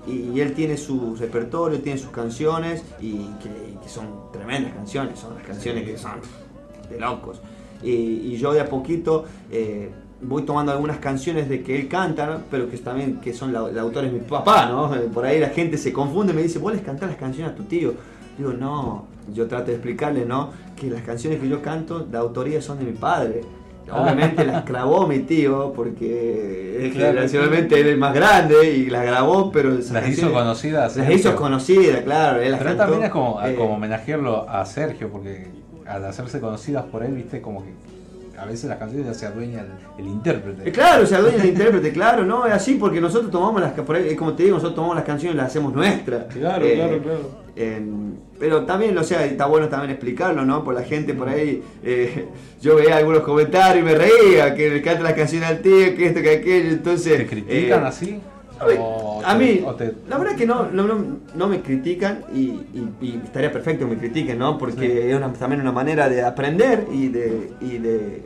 Speaker 21: y él tiene su repertorio, tiene sus canciones y que son tremendas canciones, son las canciones que son de locos. Y yo de a poquito voy tomando algunas canciones de que él canta, ¿no? Pero que también que son la autor es mi papá, ¿no? Por ahí la gente se confunde y me dice, ¿vos les cantás las canciones a tu tío? Digo, no, yo trato de explicarle, ¿no? Que las canciones que yo canto, de autoría son de mi padre. Obviamente las grabó mi tío porque generacionalmente él es más grande y las grabó, pero
Speaker 3: las hizo conocidas.
Speaker 21: Las hizo conocidas, claro. Él las
Speaker 3: pero
Speaker 21: cantó,
Speaker 3: también es como homenajearlo a Sergio, porque al hacerse conocidas por él, viste, como que a veces las canciones ya se adueña el intérprete.
Speaker 21: Claro, se adueña el intérprete, claro, no, es así porque nosotros tomamos por ahí, como te digo, nosotros tomamos las canciones y las hacemos nuestras.
Speaker 3: Claro.
Speaker 21: Pero también, o sea, está bueno también explicarlo, ¿no? Por la gente por ahí, yo veía algunos comentarios y me reía, que le cantan las canciones al tío, que esto, que aquello, entonces...
Speaker 3: ¿Te critican así?
Speaker 21: A mí, la verdad que no me critican y estaría perfecto que me critiquen, ¿no? Porque es también una manera de aprender y de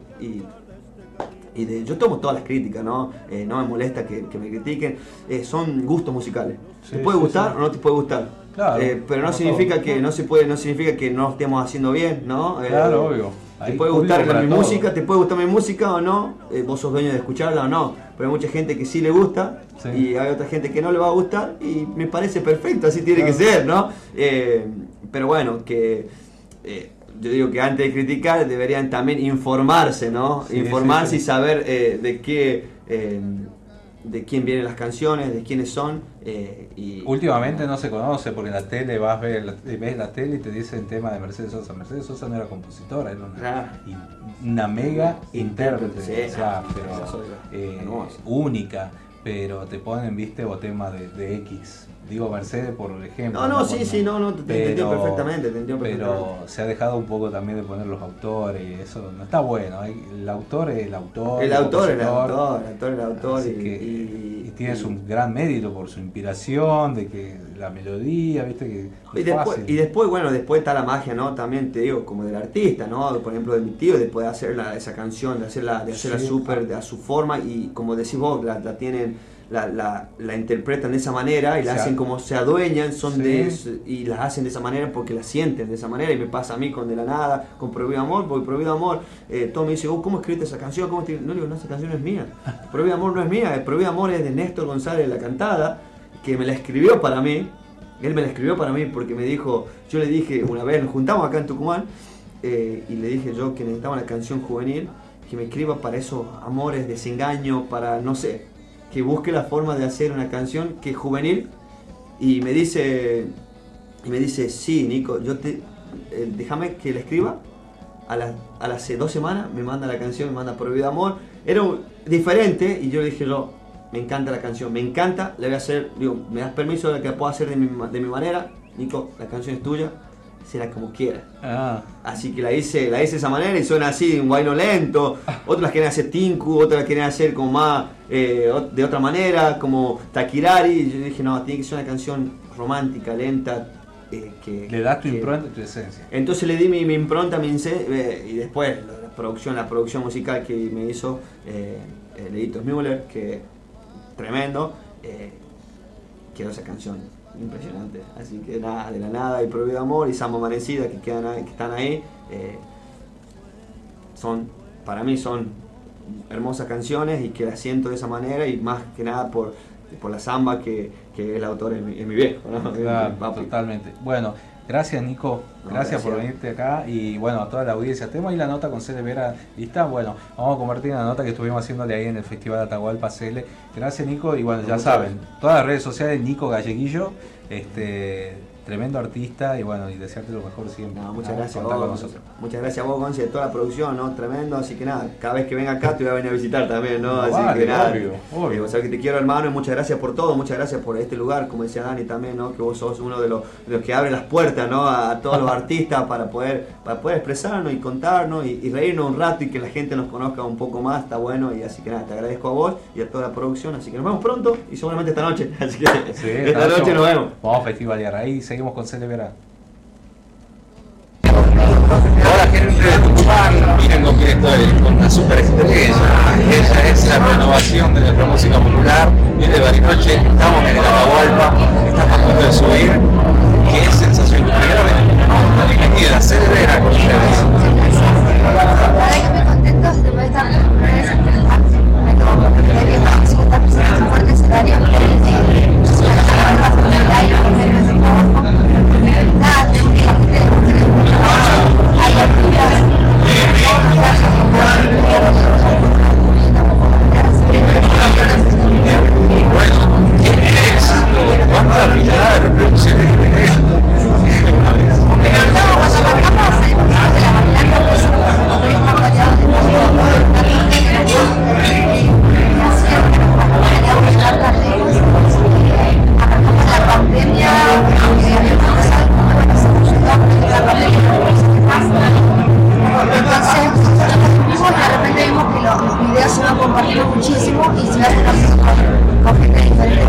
Speaker 21: yo tomo todas las críticas, ¿no? No me molesta que me critiquen, son gustos musicales. ¿Te puede gustar o no te puede gustar?
Speaker 3: Claro,
Speaker 21: pero no significa que no significa que no estemos haciendo bien, ¿no?
Speaker 3: Claro, obvio.
Speaker 21: Te puede gustar mi música, te puede gustar mi música o no, vos sos dueño de escucharla o no, pero hay mucha gente que sí le gusta y hay otra gente que no le va a gustar y me parece perfecto, así tiene que ser, ¿no? Pero bueno, que yo digo que antes de criticar deberían también informarse, ¿no? Informarse y saber de quién vienen las canciones, de quiénes son. Y
Speaker 3: últimamente no se conoce porque en la tele ves la tele y te dicen tema de Mercedes Sosa. Mercedes Sosa no era compositora, era una mega intérprete, única, pero te ponen, viste, o tema de X. Digo Mercedes por ejemplo.
Speaker 21: Te entiendo perfectamente,
Speaker 3: Pero se ha dejado un poco también de poner los autores y eso no está bueno. El autor es el autor.
Speaker 21: El autor es el autor.
Speaker 3: Y tienes un gran mérito por su inspiración, de que la melodía, viste que
Speaker 21: y después está la magia, ¿no? También te digo, como del artista, ¿no? Por ejemplo de mi tío, después de hacer esa canción, de hacerla súper a su forma y como decís vos, la tienen. La interpretan de esa manera y la hacen como se adueñan, y las hacen de esa manera porque la sienten de esa manera. Y me pasa a mí con De la Nada, con Prohibido Amor, porque Prohibido Amor, todo me dice, ¿cómo escribiste esa canción? No digo, no, esa canción es mía. Prohibido Amor no es mía, Prohibido Amor es de Néstor González La Cantada, que me la escribió para mí. Él me la escribió para mí porque me dijo, yo le dije una vez, nos juntamos acá en Tucumán, y le dije yo que necesitaba una canción juvenil, que me escriba para esos amores, desengaño, para no sé, que busque la forma de hacer una canción que es juvenil. Y me dice, sí, Nico, déjame que la escriba. A las 2 semanas me manda la canción, me manda Prohibido Amor. Era diferente y yo le dije, me encanta la canción, me encanta, le voy a hacer, digo, me das permiso de que la pueda hacer de mi manera. Nico, la canción es tuya, será como quieras. Así que la hice de esa manera y suena así, un bailo lento. Otras las quieren hacer tinku, otras las quieren hacer como más de otra manera, como Takirari. Y yo dije, no, tiene que ser una canción romántica, lenta.
Speaker 3: Le das tu impronta, tu esencia.
Speaker 21: Entonces le di mi impronta, y después la producción musical que me hizo Leito Müller, que tremendo, quedó esa canción impresionante. Así que nada, De la Nada y Prohibido Amor y Samba Amanecida que están ahí, para mí son hermosas canciones y que las siento de esa manera, y más que nada por la samba que el autor es mi viejo, ¿no?
Speaker 3: Claro, totalmente. Bueno, gracias Nico, gracias por venirte acá, y bueno, a toda la audiencia. Tenemos ahí la nota con Cele Vera lista. Bueno, vamos a compartir la nota que estuvimos haciéndole ahí en el Festival Atahualpa Cele. Gracias Nico, y bueno, ya saben, todas las redes sociales, Nico Galleguillo, tremendo artista, y bueno, y desearte lo mejor siempre.
Speaker 21: Muchas gracias a vos, muchas gracias a vos, Gonzi, de toda la producción, ¿no? Tremendo, así que nada, cada vez que venga acá te voy a venir a visitar también, ¿no? Así que nada, obvio. O sea, que te quiero, hermano, y muchas gracias por todo, muchas gracias por este lugar, como decía Dani también, ¿no? Que vos sos uno de los que abre las puertas, ¿no? A todos los artistas para poder expresarnos y contarnos y reírnos un rato y que la gente nos conozca un poco más, está bueno. Y así que nada, te agradezco a vos y a toda la producción, así que nos vemos pronto y seguramente esta noche, así que esta noche nos vemos.
Speaker 3: Vamos a festivalear ahí, seguimos con Cele Vera.
Speaker 7: Hola gente de Tucumán, miren lo que
Speaker 3: estoy con una superestrella. Ella es la renovación de nuestra música popular. Es de Bariloche, estamos en el Atahualpa, estamos a punto de subir. Qué sensación. Primero la bienvenida, Celera con ustedes.
Speaker 5: La verdad que me contento de poder estar con ustedes en el parque. Está presente un fuerte escenario. Nada, tengo que hay actividades.
Speaker 3: Bueno, ¿qué es? ¿Cuántas habilidades de reproducción tenés?
Speaker 5: Muchísimo y se va a conocer con gente diferente.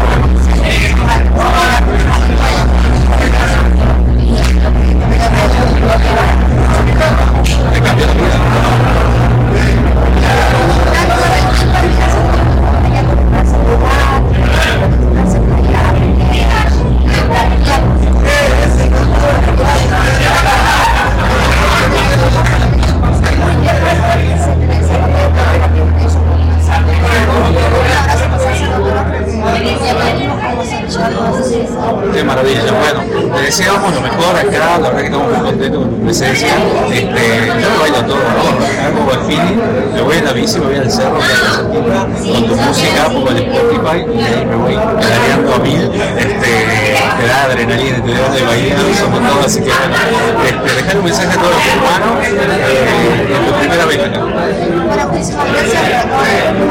Speaker 3: Qué maravilla, bueno, te deseamos lo mejor acá, la verdad que estamos muy contentos con tu presencia. Yo me bailo todo, ¿no? Hago el feeling, me voy en la bici, me voy al cerro, con tu música, pongo el Spotify y ahí me voy pedaleando a mil, te da adrenalina, te da de bailar, somos todos, así que bueno, dejar un mensaje a todos los hermanos en tu primera vez acá.
Speaker 5: Bueno, muchísimas gracias a todos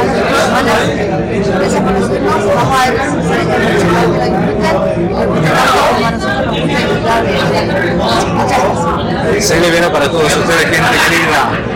Speaker 5: los gracias por recibirnos, vamos a ver las mensajes que muchas gracias.
Speaker 3: Se le viene para todos ustedes, gente querida.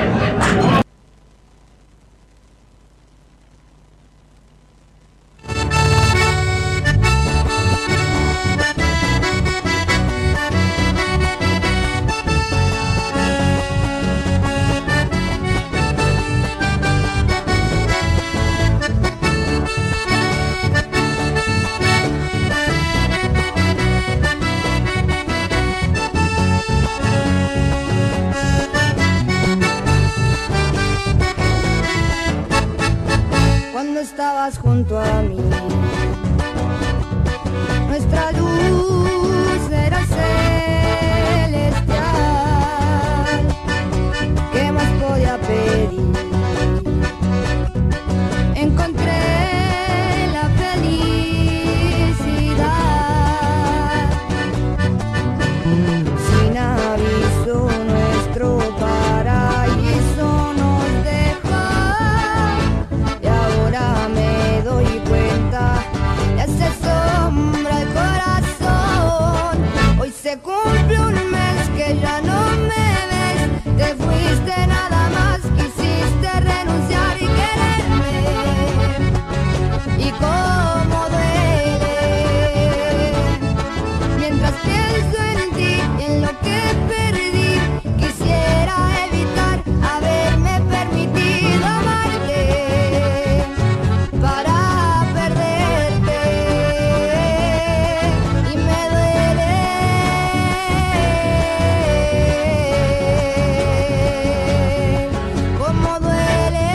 Speaker 5: Estabas junto a mí, nuestra luz era celestial. ¿Qué más podía pedir? Encontré la felicidad. Sin aviso nuestro paraíso nos dejó. Me doy cuenta, le hace sombra el corazón. Hoy se cumple un mes que ya no me ves. Te fuiste nada más, quisiste renunciar y quererme. Y cómo duele. Mientras pienso en ti y en lo que perdí, quisiera evitar haberme permitido amarte. Para perderte y me duele como duele.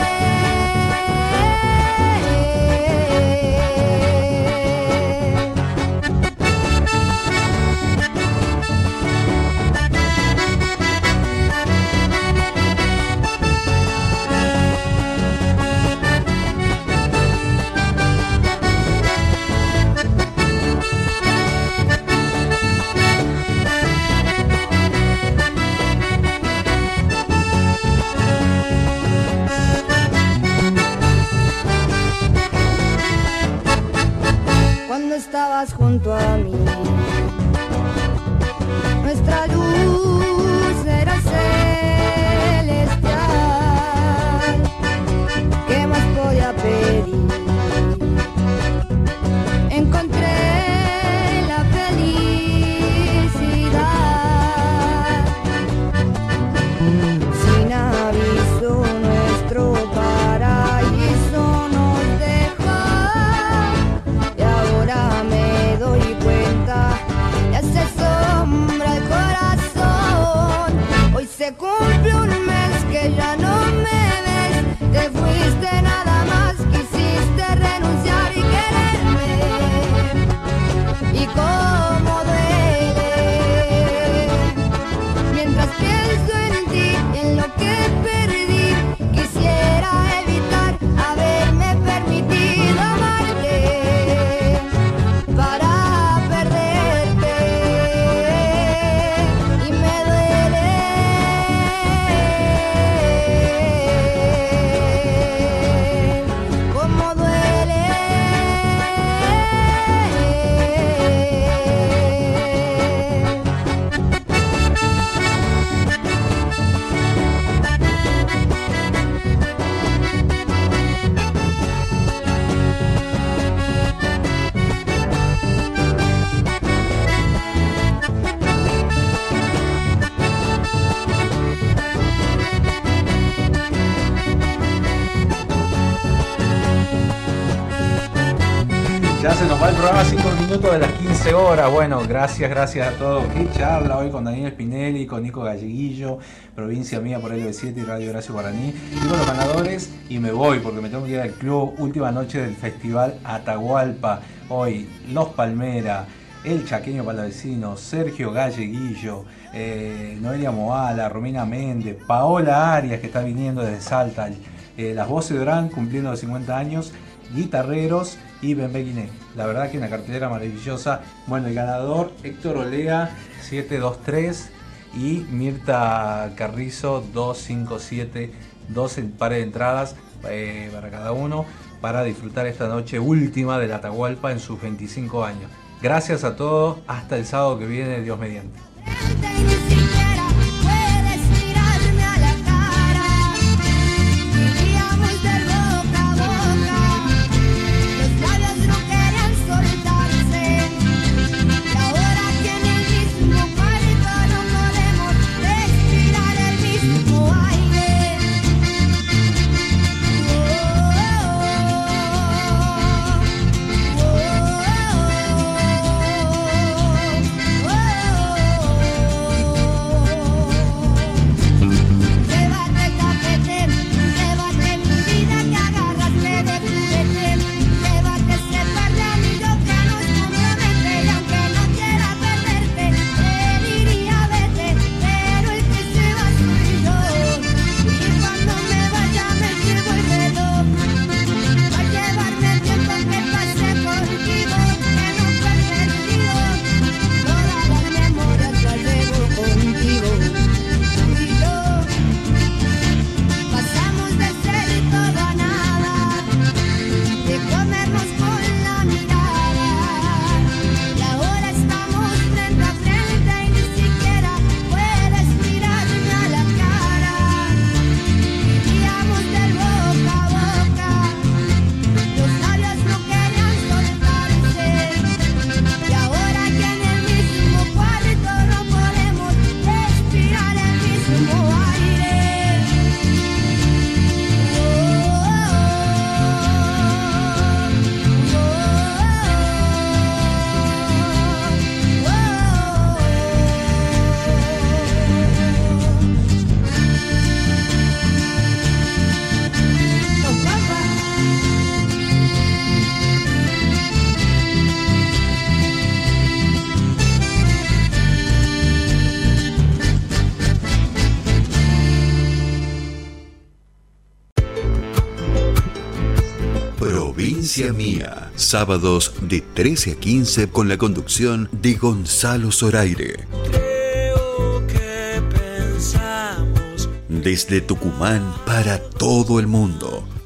Speaker 5: Cuando estabas junto a mí, nuestra luz era celestial. ¿Qué más podía pedir? Encontré la felicidad. Sin aviso
Speaker 3: Ya se nos va el programa, 5 minutos de las 15 horas. Bueno, gracias a todos. Qué charla hoy con Daniel Spinelli, con Nico Galleguillo, Provincia Mía por LB7 y Radio Horacio Guaraní. Digo los ganadores y me voy porque me tengo que ir al club. Última noche del Festival Atahualpa. Hoy, Los Palmera, El Chaqueño Palavecino, Sergio Galleguillo, Noelia Moala, Romina Méndez, Paola Arias, que está viniendo desde Salta, Las Voces de Orán cumpliendo los 50 años, Guitarreros y Bembe Guiné. La verdad que una cartelera maravillosa. Bueno, el ganador, Héctor Olea, 723, y Mirta Carrizo, 257, 12 pares de entradas para cada uno, para disfrutar esta noche última del Atahualpa en sus 25 años. Gracias a todos, hasta el sábado que viene, Dios mediante.
Speaker 1: Provincia Mía, sábados de 13 a 15 con la conducción de Gonzalo Zoraire.
Speaker 2: Creo que pensamos.
Speaker 1: Desde Tucumán para todo el mundo.